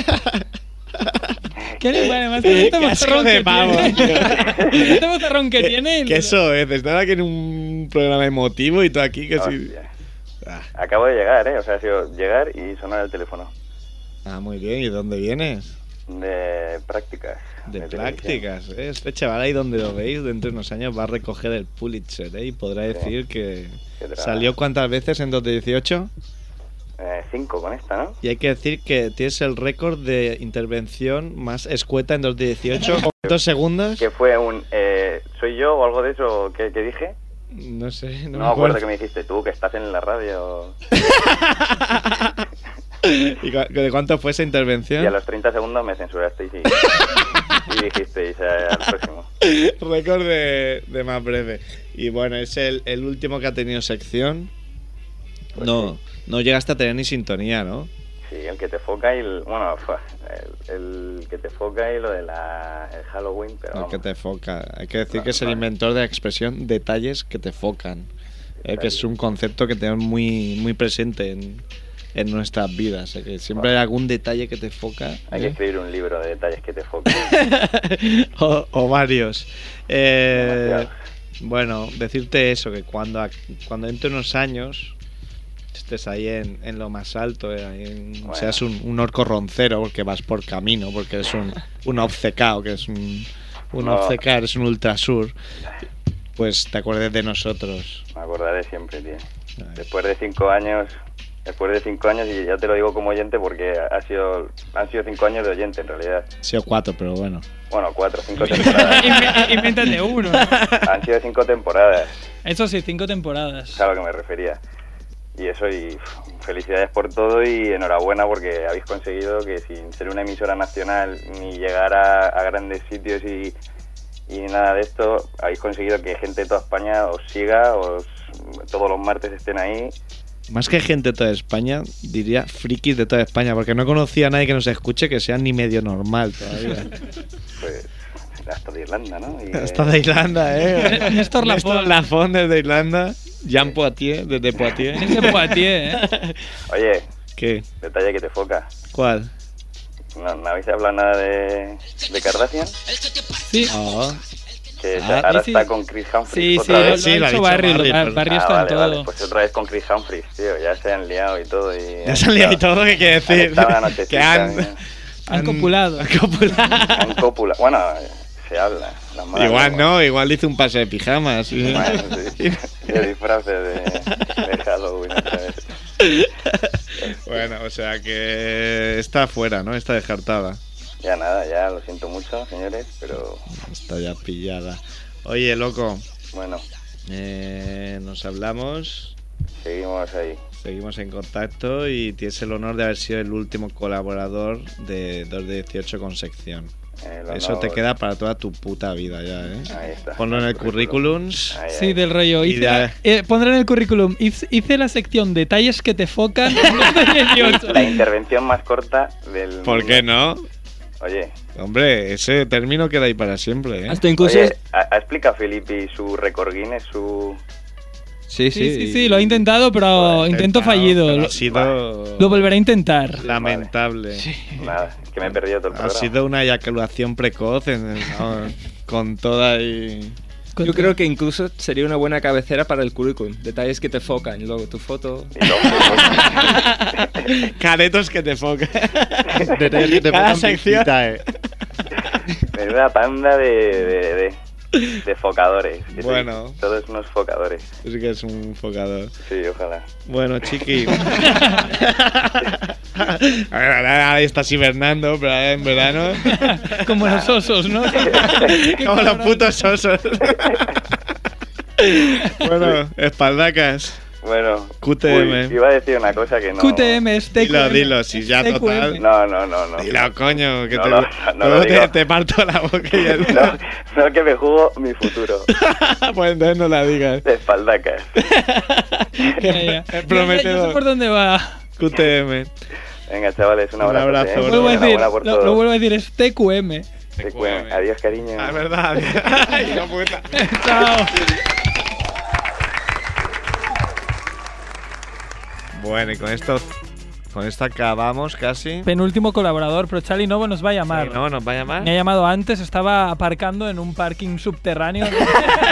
¿Qué le vale más que este bozarrón que tiene? Este bozarrón que tiene. ¿Qué eso es? Estaba aquí en un programa emotivo y tú aquí que sí. Acabo de llegar, ¿eh? O sea, ha sido llegar y sonar el teléfono. Ah, muy bien. ¿Y dónde vienes? De prácticas. De prácticas, ¿eh? Este chaval ahí donde lo veis, dentro de unos años va a recoger el Pulitzer, ¿eh? Y podrá decir que salió cuántas veces en 2 de 18. 5 con esta, ¿no? Y hay que decir que tienes el récord de intervención más escueta en 2 de 18. ¿Cuántos segundos? Que fue un... ¿soy yo o algo de eso que dije? No sé, no me acuerdo que me dijiste tú, que estás en la radio. ¿Y de cuánto fue esa intervención? Y a los 30 segundos me censurasteis y dijisteis al próximo. Récord de más breve. Y bueno, es el último que ha tenido sección. Pues no llegaste a tener ni sintonía, ¿no? Sí, el que te foca y el que te foca y lo de el Halloween, pero el que te foca. Hay que decir que es el inventor de la expresión detalles que te focan, que es un concepto que tenemos muy presente en nuestras vidas, que siempre hay algún detalle que te foca. Hay que escribir un libro de detalles que te focan. o varios. Bueno, decirte eso, que cuando dentro de unos años estés ahí en lo más alto, seas un orco roncero porque vas por camino, porque eres un obcecao, que es un obcecar, eres un ultrasur, pues te acuerdes de nosotros. Me acordaré siempre, tío. Después de 5 años, y ya te lo digo como oyente porque han sido 5 años de oyente en realidad. Han sido 4, pero bueno. Bueno, 4, 5 temporadas. Invéntate uno. Han sido 5 temporadas. Eso sí, 5 temporadas. Es a lo que me refería. Y eso, y felicidades por todo y enhorabuena porque habéis conseguido que sin ser una emisora nacional ni llegar a grandes sitios y nada de esto, habéis conseguido que gente de toda España os siga, todos los martes estén ahí. Más que gente de toda España, diría frikis de toda España, porque no conocía a nadie que nos escuche que sea ni medio normal todavía. Pues hasta de Irlanda, ¿no? Hasta de Irlanda, ¿eh? Néstor Lafont desde Irlanda. Jean Poitiers, desde Poitiers. Desde Poitiers, Oye, ¿qué? Detalle que te foca. ¿Cuál? ¿No habéis hablado nada de Kardashian? Sí. Que ahora está con Chris Humphries. Sí, lo ha dicho Barry está en todo. Vale, pues otra vez con Chris Humphries, tío. Ya se han liado y todo. Ya se han liado y todo, ¿qué quiere decir? Que han copulado. Han copulado. Bueno, se habla. Igual hizo un pase de pijamas. ¿Sí? Bueno, sí. De disfraces de Halloween otra vez. Bueno, o sea que está fuera, ¿no? Está descartada. Ya nada, ya lo siento mucho, señores, pero... Está ya pillada. Oye, loco. Bueno. Nos hablamos. Seguimos ahí. Seguimos en contacto y tienes el honor de haber sido el último colaborador de 2 de 18 con sección. Eso te queda para toda tu puta vida ya, ¿eh? Ahí está. Ponlo en el currículum. Sí, del rollo. Pondré en el currículum. Hice la sección detalles que te focan. La intervención más corta del mundo. ¿Por qué no? Oye. Hombre, ese término queda ahí para siempre, ¿eh? Hasta incluso... Oye, ¿ha explicado Filippi su récord Guinness, su...? Sí, lo he intentado, pero intento fallido. Lo volveré a intentar. Lamentable. Vale. Sí. Nada, es que me he perdido todo el programa. Ha sido una eyaculación precoz con toda Yo creo que incluso sería una buena cabecera para el currículum. Detalles que te focan, y luego tu foto. Caretos que te focan. Detalles que te Cada focan sección. Menuda panda de focadores. Bueno. Todos unos focadores. Sí que es un focador. Sí, ojalá. Bueno, chiqui. A ver, ahora estás hibernando, pero ahora en verano. Como los osos, ¿no? Como los putos osos. Bueno, espaldacas. Bueno, QTM. iba a decir una cosa que no. QTM es TQM. Dilo, si ya TQM. total. No. Dilo, coño, que No, te, no, no lo digo. te parto la boca y ya está. No, que me jugo mi futuro. Pues entonces no la digas. De espaldacas. Ya. Es prometedor. Yo sé por dónde va. QTM. Venga, chavales, un abrazo. abrazo. Lo vuelvo a decir, Enhorabuena por todo. lo vuelvo a decir, es TQM. TQM. Adiós, cariño. Ah, es verdad. Ay, la puta. Chao. Bueno, y con esto acabamos casi. Penúltimo colaborador, pero Charlie Novo nos va a llamar. Sí, no, nos va a llamar. Me ha llamado antes, estaba aparcando en un parking subterráneo. No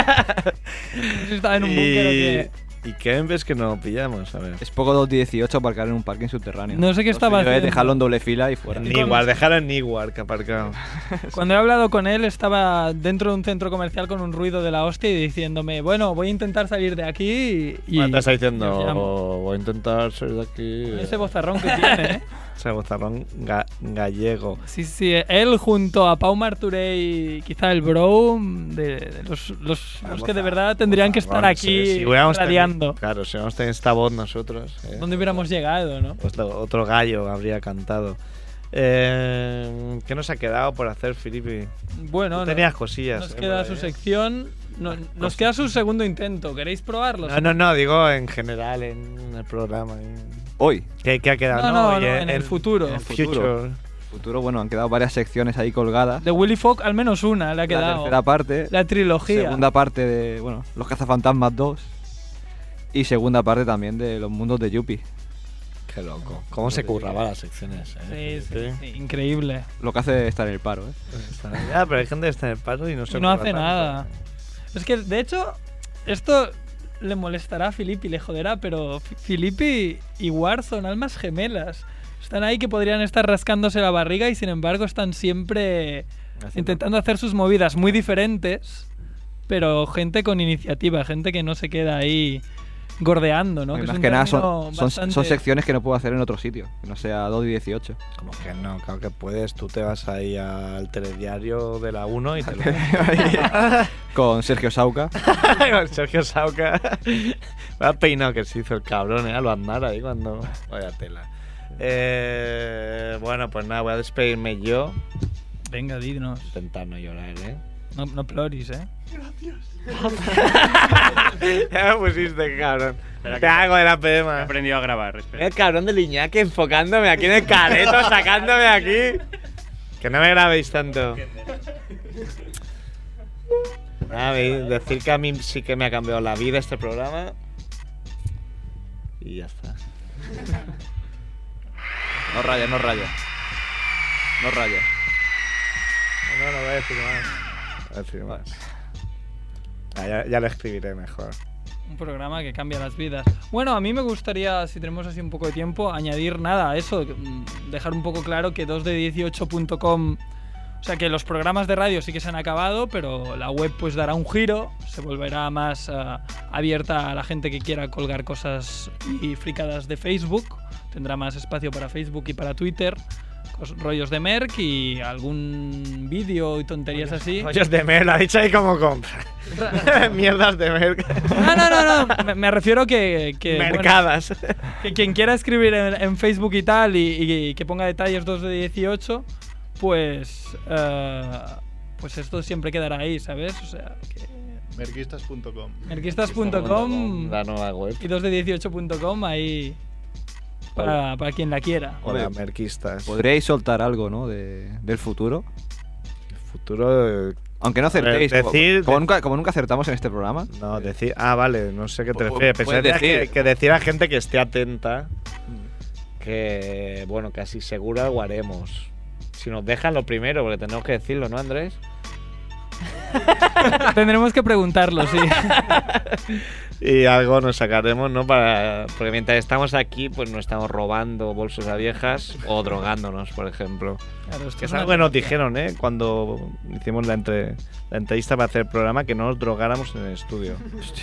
sé si estaba en un búnker o qué. ¿Y qué ves que no pillamos? A ver. Es poco 218 aparcar en un parking subterráneo. No sé qué estaba haciendo. Dejarlo en doble fila y fuera. Newark, dejarlo en Newark aparcado. Cuando he hablado con él, estaba dentro de un centro comercial con un ruido de la hostia y diciéndome, bueno, voy a intentar salir de aquí y... ¿Qué estás diciendo? y os llamo. Voy a intentar salir de aquí. Ese bozarrón que tiene, ¿eh? Ese bozarrón gallego. Sí, él junto a Pau Martorell y quizá el Bro, de los que de verdad tendrían que estar aquí si hubiéramos radiando. Claro, si hubiéramos tenido esta voz nosotros. ¿Dónde hubiéramos llegado, no? Pues otro gallo habría cantado. ¿Qué nos ha quedado por hacer, Filipe? Bueno, Tú tenías cosillas. Nos queda su sección. Nos queda su segundo intento. ¿Queréis probarlo? No, digo en general en el programa. Hoy. ¿Qué ha quedado? No, en el futuro. En el futuro, bueno, han quedado varias secciones ahí colgadas. De Willy Fogg al menos una le ha quedado. La tercera parte. La trilogía. Segunda parte de, bueno, Los Cazafantasmas 2. Y segunda parte también de Los Mundos de Yuppie. Qué loco. ¿Cómo se curraba las secciones? Sí, increíble. Lo que hace estar en el paro, Ya, pero hay gente que está en el paro y no se no hace nada. Es que, de hecho, esto le molestará a Filipe y le joderá, pero Filipe y War son almas gemelas. Están ahí que podrían estar rascándose la barriga y sin embargo están siempre intentando hacer sus movidas muy diferentes, pero gente con iniciativa, gente que no se queda ahí gordeando, ¿no? Más que nada son secciones que no puedo hacer en otro sitio, que no sea 2 y 18. Como que no, claro que puedes. Tú te vas ahí al telediario de la 1 y te lo... Con Sergio Sauca. Con Sergio Sauca. Me ha peinado que se hizo el cabrón, lo andar ahí cuando... Vaya tela. Bueno, pues nada, voy a despedirme yo. Venga, dinos. Intentar no llorar, No ploris, Gracias. Ya me pusiste, cabrón. Te hago de la PM. He aprendido a grabar. Espera. El cabrón de Liñaque enfocándome aquí en el careto, sacándome aquí. Que no me grabéis tanto. Decir que a mí sí que me ha cambiado la vida este programa. Y ya está. No rayas. No rayas. No voy a decir más. Voy a decir más. Ya lo escribiré mejor. Un programa que cambia las vidas. Bueno, a mí me gustaría, si tenemos así un poco de tiempo, añadir nada a eso. Dejar un poco claro que 2de18.com... O sea, que los programas de radio sí que se han acabado, pero la web pues dará un giro, se volverá más abierta a la gente que quiera colgar cosas y fricadas de Facebook. Tendrá más espacio para Facebook y para Twitter. Rollos de Merck y algún vídeo y tonterías así. Rollos de Merck, lo ha dicho ahí como compra. Mierdas de Merck. No. Me refiero que Mercadas. Bueno, que quien quiera escribir en Facebook y tal y que ponga detalles 2de18, pues esto siempre quedará ahí, ¿sabes? O sea, que... Merquistas.com. Merquistas.com la nueva web. Y 2de18.com ahí... Para quien la quiera. Hola, merquistas. ¿Podríais soltar algo, no? Del futuro. El futuro. Aunque no acertéis. Decir, como nunca acertamos en este programa. No, decir. Ah, vale, no sé qué te refieres. Pensé que decir a gente que esté atenta. Que, bueno, casi seguro algo haremos. Si nos dejan lo primero, porque tenemos que decirlo, ¿no, Andrés? Tendremos que preguntarlo, sí. Y algo nos sacaremos, ¿no? Porque mientras estamos aquí, pues no estamos robando bolsos a viejas o drogándonos, por ejemplo. Claro, esto Que es es algo una que nos dijeron, ¿eh? Cuando hicimos la entrevista para hacer el programa, que no nos drogáramos en el estudio.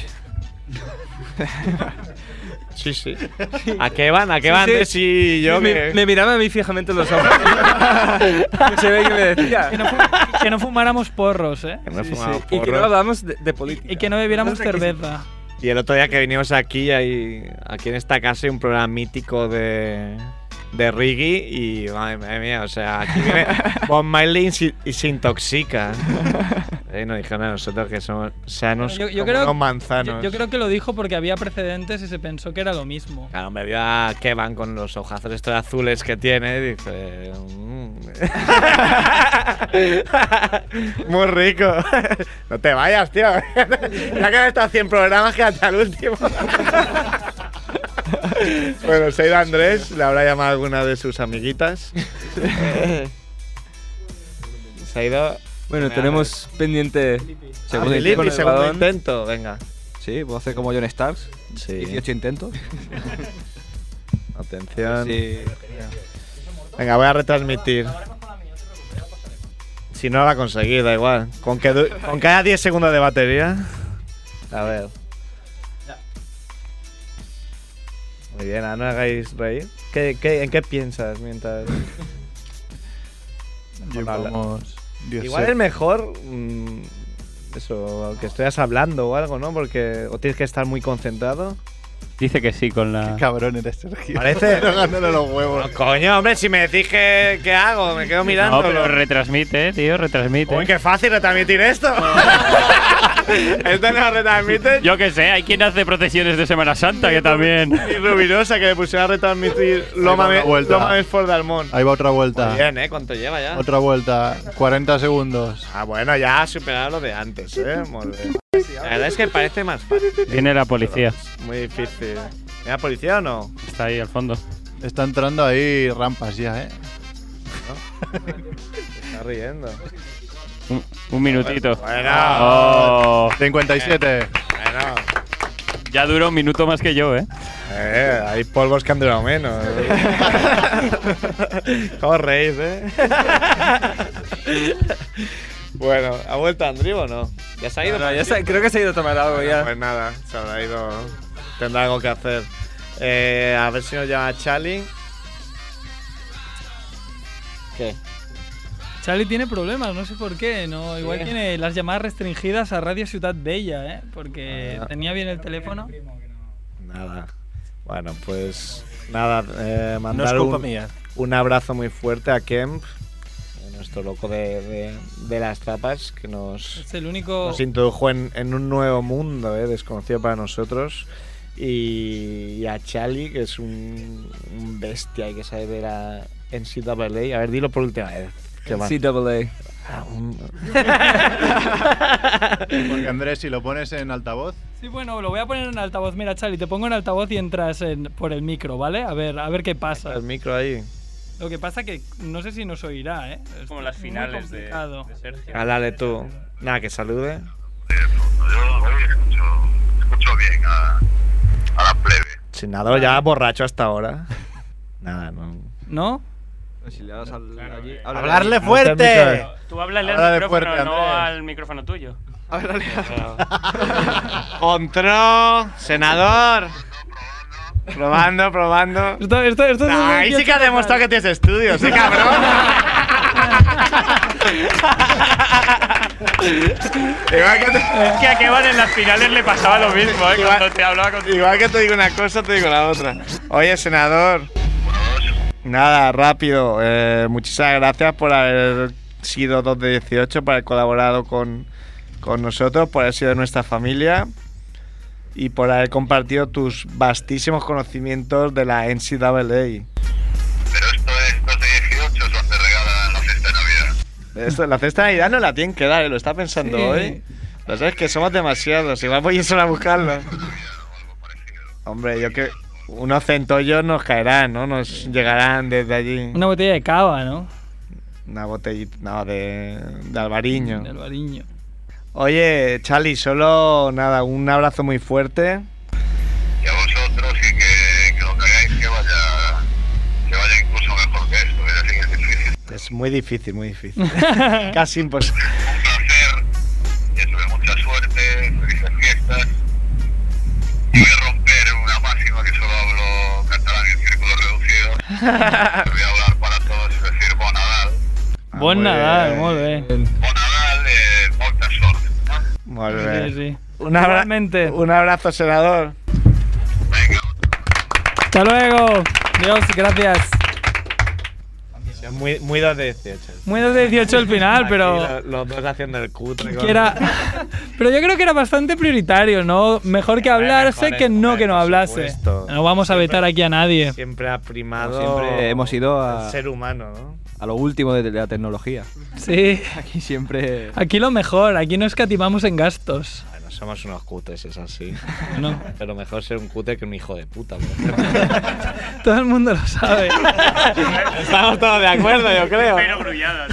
Sí, sí. ¿A qué van? ¿A qué van? Sí, yo me miraba a mí fijamente en los ojos. Se ve que me decía. Que no fumáramos porros, ¿eh? Que no fumáramos Y que no hablamos de política. Y que no bebiéramos cerveza. Y el otro día que vinimos aquí en esta casa hay un programa mítico de reggae y madre mía, o sea, aquí viene Bob Marley y se intoxica. Nos dijeron a nosotros que somos sanos como unos manzanos. Yo creo que lo dijo porque había precedentes y se pensó que era lo mismo. Claro, me vio a Kevin con los ojazos estos azules que tiene y dice... Muy rico. No te vayas, tío. Ya que han estado 100 programas, quédate al último. Bueno, se ha ido Andrés, le habrá llamado a alguna de sus amiguitas. Se ha ido... Bueno, tenemos pendiente... Segundo intento, venga. Sí, puedo hacer como John Starks. Sí. 18 intentos. Atención. Sí. Venga, voy a retransmitir. Si no lo va a conseguir, da igual. Con que haya 10 segundos de batería. A ver. Muy bien, no hagáis reír. ¿En qué piensas mientras...? Igual es mejor eso, que estuvieras hablando o algo, ¿no? Porque o tienes que estar muy concentrado. Dice que sí con la... Qué cabrón eres, Sergio. Parece... Dándole los huevos. No, coño, hombre, si me decís ¿qué hago? Me quedo mirando. No, pero retransmite, tío, retransmite. Uy, qué fácil retransmitir esto. ¿Esto no retransmite? Yo qué sé, hay quien hace procesiones de Semana Santa que también. Y Rubirosa, que le pusieron a retransmitir Loma Ford de Almón. Ahí va otra vuelta. Muy bien, ¿cuánto lleva ya? Otra vuelta, 40 segundos. Ah, bueno, ya ha superado lo de antes, Muy bien. La verdad es que parece más fácil. Viene la policía. Muy difícil. ¿Viene la policía o no? Está ahí al fondo. Está entrando ahí rampas ya, ¿No? Se está riendo. Un minutito. Bueno. Oh. 57. Bueno. Ya duró un minuto más que yo, Hay polvos que han durado menos. ¿Cómo reís, Bueno, ¿ha vuelto Andrew o no? ¿Ya se ha ido? No, creo que se ha ido a tomar algo ya. Pues nada, se habrá ido. Tendrá algo que hacer. A ver si nos llama Charlie. ¿Qué? Charlie tiene problemas, no sé por qué. No, igual Sí. tiene las llamadas restringidas a Radio Ciutat Bella, porque tenía bien el teléfono. Nada. Bueno, pues nada, mandar No es culpa mía. un abrazo muy fuerte a Kemp, nuestro loco de las tapas, que Es el único... nos introdujo en un nuevo mundo, desconocido para nosotros. Y a Charlie, que es un bestia y que sabe de la NCAA. A ver, dilo por última vez. NCAA. Porque Andrés, si lo pones en altavoz. Sí, bueno, lo voy a poner en altavoz. Mira, Charlie, te pongo en altavoz y entras por el micro, ¿vale? A ver qué pasa. El micro ahí. Lo que pasa que no sé si nos oirá, Es como las muy finales de Sergio. Dale tú. Nada, que salude. Escucho bien a la plebe. Senador ya borracho hasta ahora. Nada, no. ¿No? Si le das allí, ¡Hablarle fuerte! Tú háblale Háblale al micrófono, fuerte, no Andrés. al micrófono tuyo. Control, senador. Probando. Esto es Ahí sí que ha demostrado que tienes estudios, cabrón. Es que a Kevin en las finales le pasaba lo mismo, cuando te hablaba contigo. Igual que te digo una cosa, te digo la otra. Oye, senador. Nada, rápido. Muchísimas gracias por haber sido 2 de 18, por haber colaborado con nosotros, por haber sido de nuestra familia y por haber compartido tus vastísimos conocimientos de la NCAA. Pero esto es 2 de 18, son te regalan la cesta de Navidad. La cesta de Navidad no la tienen que dar, lo está pensando Sí. hoy. Lo sabes que somos demasiados, igual voy a ir a buscarlo. Hombre, yo que unos centollos nos caerán, ¿no? Nos llegarán desde allí. Una botella de cava, ¿no? Una botellita, no, de albariño. De albariño. Oye, Charlie, solo nada, un abrazo muy fuerte. Y a vosotros y que lo que hagáis que vaya incluso mejor que esto. Es decir, es difícil. Es muy difícil, muy difícil. Casi imposible. Un placer y eso, de mucha suerte, felices fiestas. Y voy a romper una máxima que solo hablo catalán en círculos reducidos. Voy a hablar para todos y decir Bon Nadal. Bon Nadal, muy bien. Bon Nadal, molta sort. Muy bien. Sí. Igualmente. Un abrazo, senador. Hasta luego. Dios, gracias. Muy 2 de 18. Muy 2 de 18 al final, pero... Aquí los dos haciendo el cutre. Pero yo creo que era bastante prioritario, ¿no? Mejor que hablarse que no hablase. No vamos a vetar aquí a nadie. Siempre ha primado... Siempre hemos ido el ser humano, ¿no? A lo último de la tecnología. Sí. Aquí siempre... Aquí lo mejor, aquí no escatimamos en gastos. Bueno, somos unos cutres, es así. No. Pero mejor ser un cutre que un hijo de puta. Todo el mundo lo sabe. Estamos todos de acuerdo, yo creo. Pero grulladas.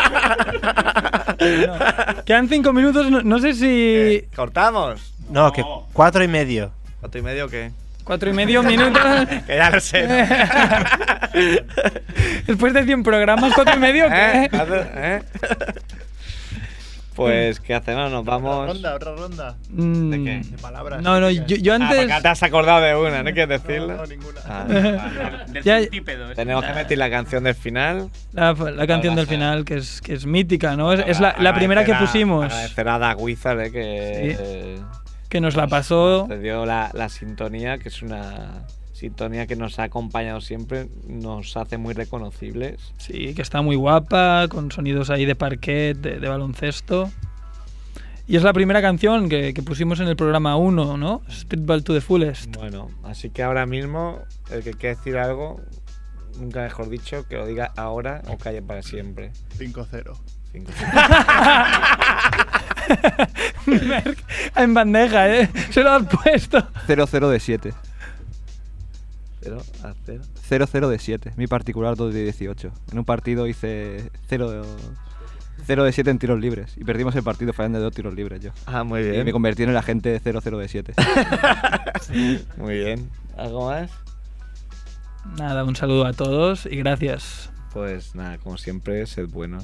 Quedan 5 minutos, no sé si... ¿Cortamos? No, que 4 y medio. ¿4 y medio qué? 4 y medio minutos. Que ya lo sé, ¿no? Después de 100 programas, 4 y medio, ¿qué? Pues, ¿qué hacemos? Nos vamos... Otra ronda. ¿De qué? De palabras. No, yo antes... porque te has acordado de una, ¿no quieres decirlo? No, ninguna. Del Ya- centípedo. Tenemos que meter la canción del final. La canción del final, que es mítica, ¿no? Es la primera que pusimos. Agradecer a Dag Wizard, Que nos la pasó. Te dio la sintonía, que es una sintonía que nos ha acompañado siempre, nos hace muy reconocibles. Sí, que está muy guapa, con sonidos ahí de parquet, de baloncesto. Y es la primera canción que pusimos en el programa 1, ¿no? Streetball to the Fullest. Bueno, así que ahora mismo, el que quiera decir algo, nunca mejor dicho, que lo diga ahora o calle para siempre. 5-0. Merck, en bandeja, ¿eh? Se lo has puesto. 0-0 de 7. 0-0. 0-0 de 7. Mi particular 2 de 18. En un partido hice 0 de 7 en tiros libres. Y perdimos el partido fallando de 2 tiros libres yo. Ah, muy bien. Y me convertí en el agente 0-0 de 7. Muy bien. ¿Algo más? Nada, un saludo a todos y gracias. Pues nada, como siempre, sed buenos.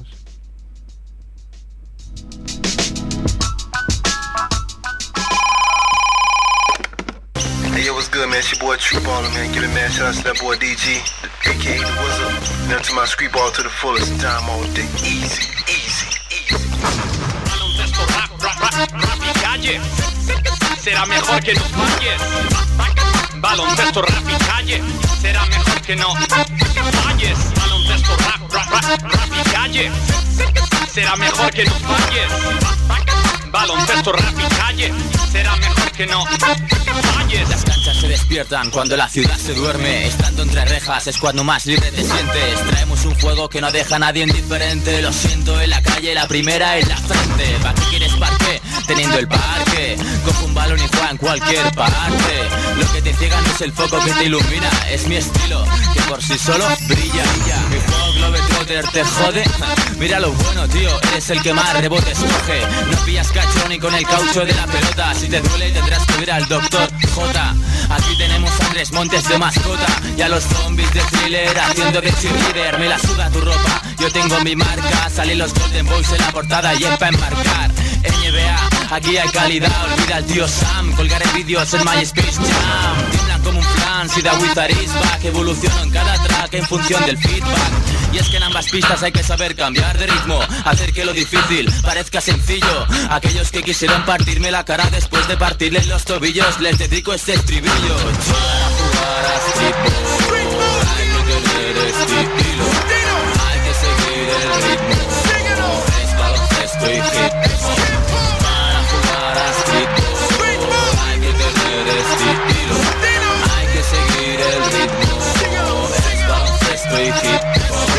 Hey yo, what's good, man? It's your boy True Baller, man. Give it, man. Shout out to that boy DG, aka The Wizard. Now to my street ball to the fullest. Time all day. Easy, easy, easy. Baloncesto, rap y calle. Será mejor que no falles. Baloncesto, rap y calle. Será mejor que no falles. Baloncesto, rap y calle. Será mejor que no falles. Baloncesto, rap y calle. Será mejor que no falles. Las canchas se despiertan cuando la ciudad se duerme. Estando entre rejas es cuando más libre te sientes. Traemos un juego que no deja a nadie indiferente. Lo siento en la calle, la primera en la frente. ¿Para qué quieres parque? Teniendo el parque. Cojo un balón y juega en cualquier parte. Lo que te ciega no es el foco que te ilumina, es mi estilo, que por sí solo brilla. Mi juego Globetrotter te jode. Mira lo bueno, tío, eres el que más rebotes coge. No pillas cacho ni con el caucho de la pelota. Si te duele tendrás que ir al doctor J. Aquí tenemos a Andrés Montes de mascota y a los zombies de Thriller haciendo de cheerleader. Me la suda tu ropa, yo tengo mi marca. Salen los Golden Boys en la portada y es pa' enmarcar. NBA, aquí hay calidad, olvida al tío Sam. Colgaré vídeos en MySpace Jam. Tiemblan como un flan, si da Wizard is back. Evoluciono en cada track en función del feedback. Y es que en ambas pistas hay que saber cambiar de ritmo, hacer que lo difícil parezca sencillo. Aquellos que quisieron partirme la cara después de partirles los tobillos, les dedico este estribillo. Para jugar a streetball hay que tener estilo, hay que seguir el ritmo. Es baloncesto y hip hop. Para jugar a streetball hay que tener estilo, hay que seguir el ritmo. Es baloncesto y hip hop.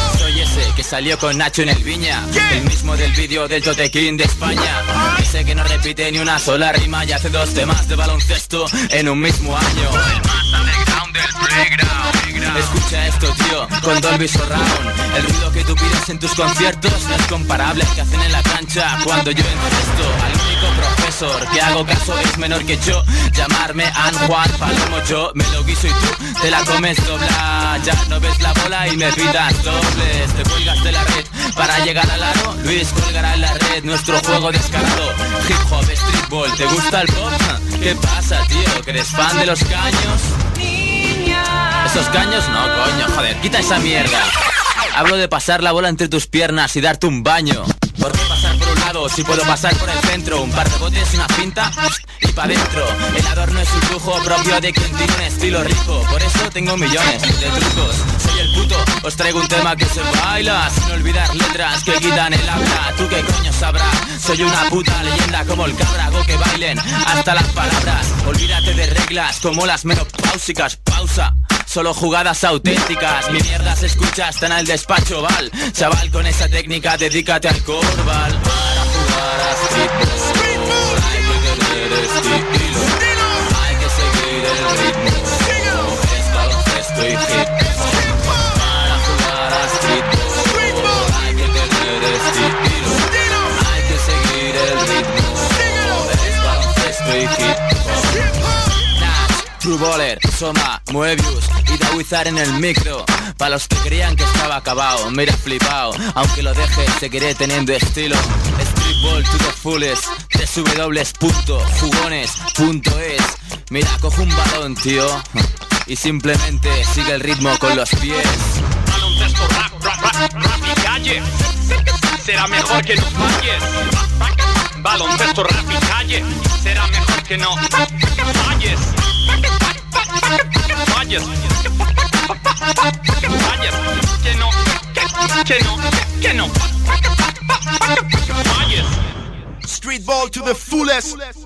Que salió con Nacho en el Viña, el mismo del vídeo del Totequín de España. Ese que no repite ni una sola rima y hace 2 temas de baloncesto en un mismo año. El más underground del playground. Escucha esto, tío, con Dolby Surround. El ruido que tú pides ves en tus conciertos no es comparable al que hacen en la cancha. Cuando yo encesto al único profesor que hago caso es menor que yo. Llamarme Juan Palomo, yo me lo guiso y tú te la comes dobla. Ya no ves la bola y me pidas dobles. Te cuelgas de la red para llegar al aro. Luis colgará en la red nuestro juego descarado. Hip hop, streetball, ¿te gusta el pop? ¿Qué pasa, tío? ¿Que eres fan de los caños? ¿Esos caños? No, coño, joder, quita esa mierda. Hablo de pasar la bola entre tus piernas y darte un baño. ¿Por qué pasar por un lado si puedo pasar por el centro? Un par de botes, una cinta y pa' dentro. El adorno es un lujo propio de quien tiene un estilo rico. Por eso tengo millones de trucos. Soy el puto, os traigo un tema que se baila sin olvidar letras que quitan el habla. ¿Tú qué coño sabrás? Soy una puta leyenda como el cabra. Hago que bailen hasta las palabras. Olvídate de reglas como las menopáusicas. Pausa. Solo jugadas auténticas. Mi mierda se escucha hasta en el despacho, Val. Chaval, con esa técnica dedícate al corbal. Para jugar a streetball hay que tener estilo. Hay que seguir el ritmo. Es baloncesto y hip hop. Para jugar a streetball hay que tener estilo. Hay que seguir el ritmo. Es baloncesto y hip hop. True Baller, Soma, Moebius y Dawizar en el micro. Pa' los que creían que estaba acabado, mira flipao. Aunque lo deje, seguiré teniendo estilo. Streetball to the fullest, www.jugones.es. Mira, cojo un balón, tío, y simplemente sigue el ritmo con los pies. Baloncesto, rap y calle. Será mejor que no falles. Baloncesto, rap y calle. Será mejor que no falles. Falles. Que no. Falles. Streetball to the fullest.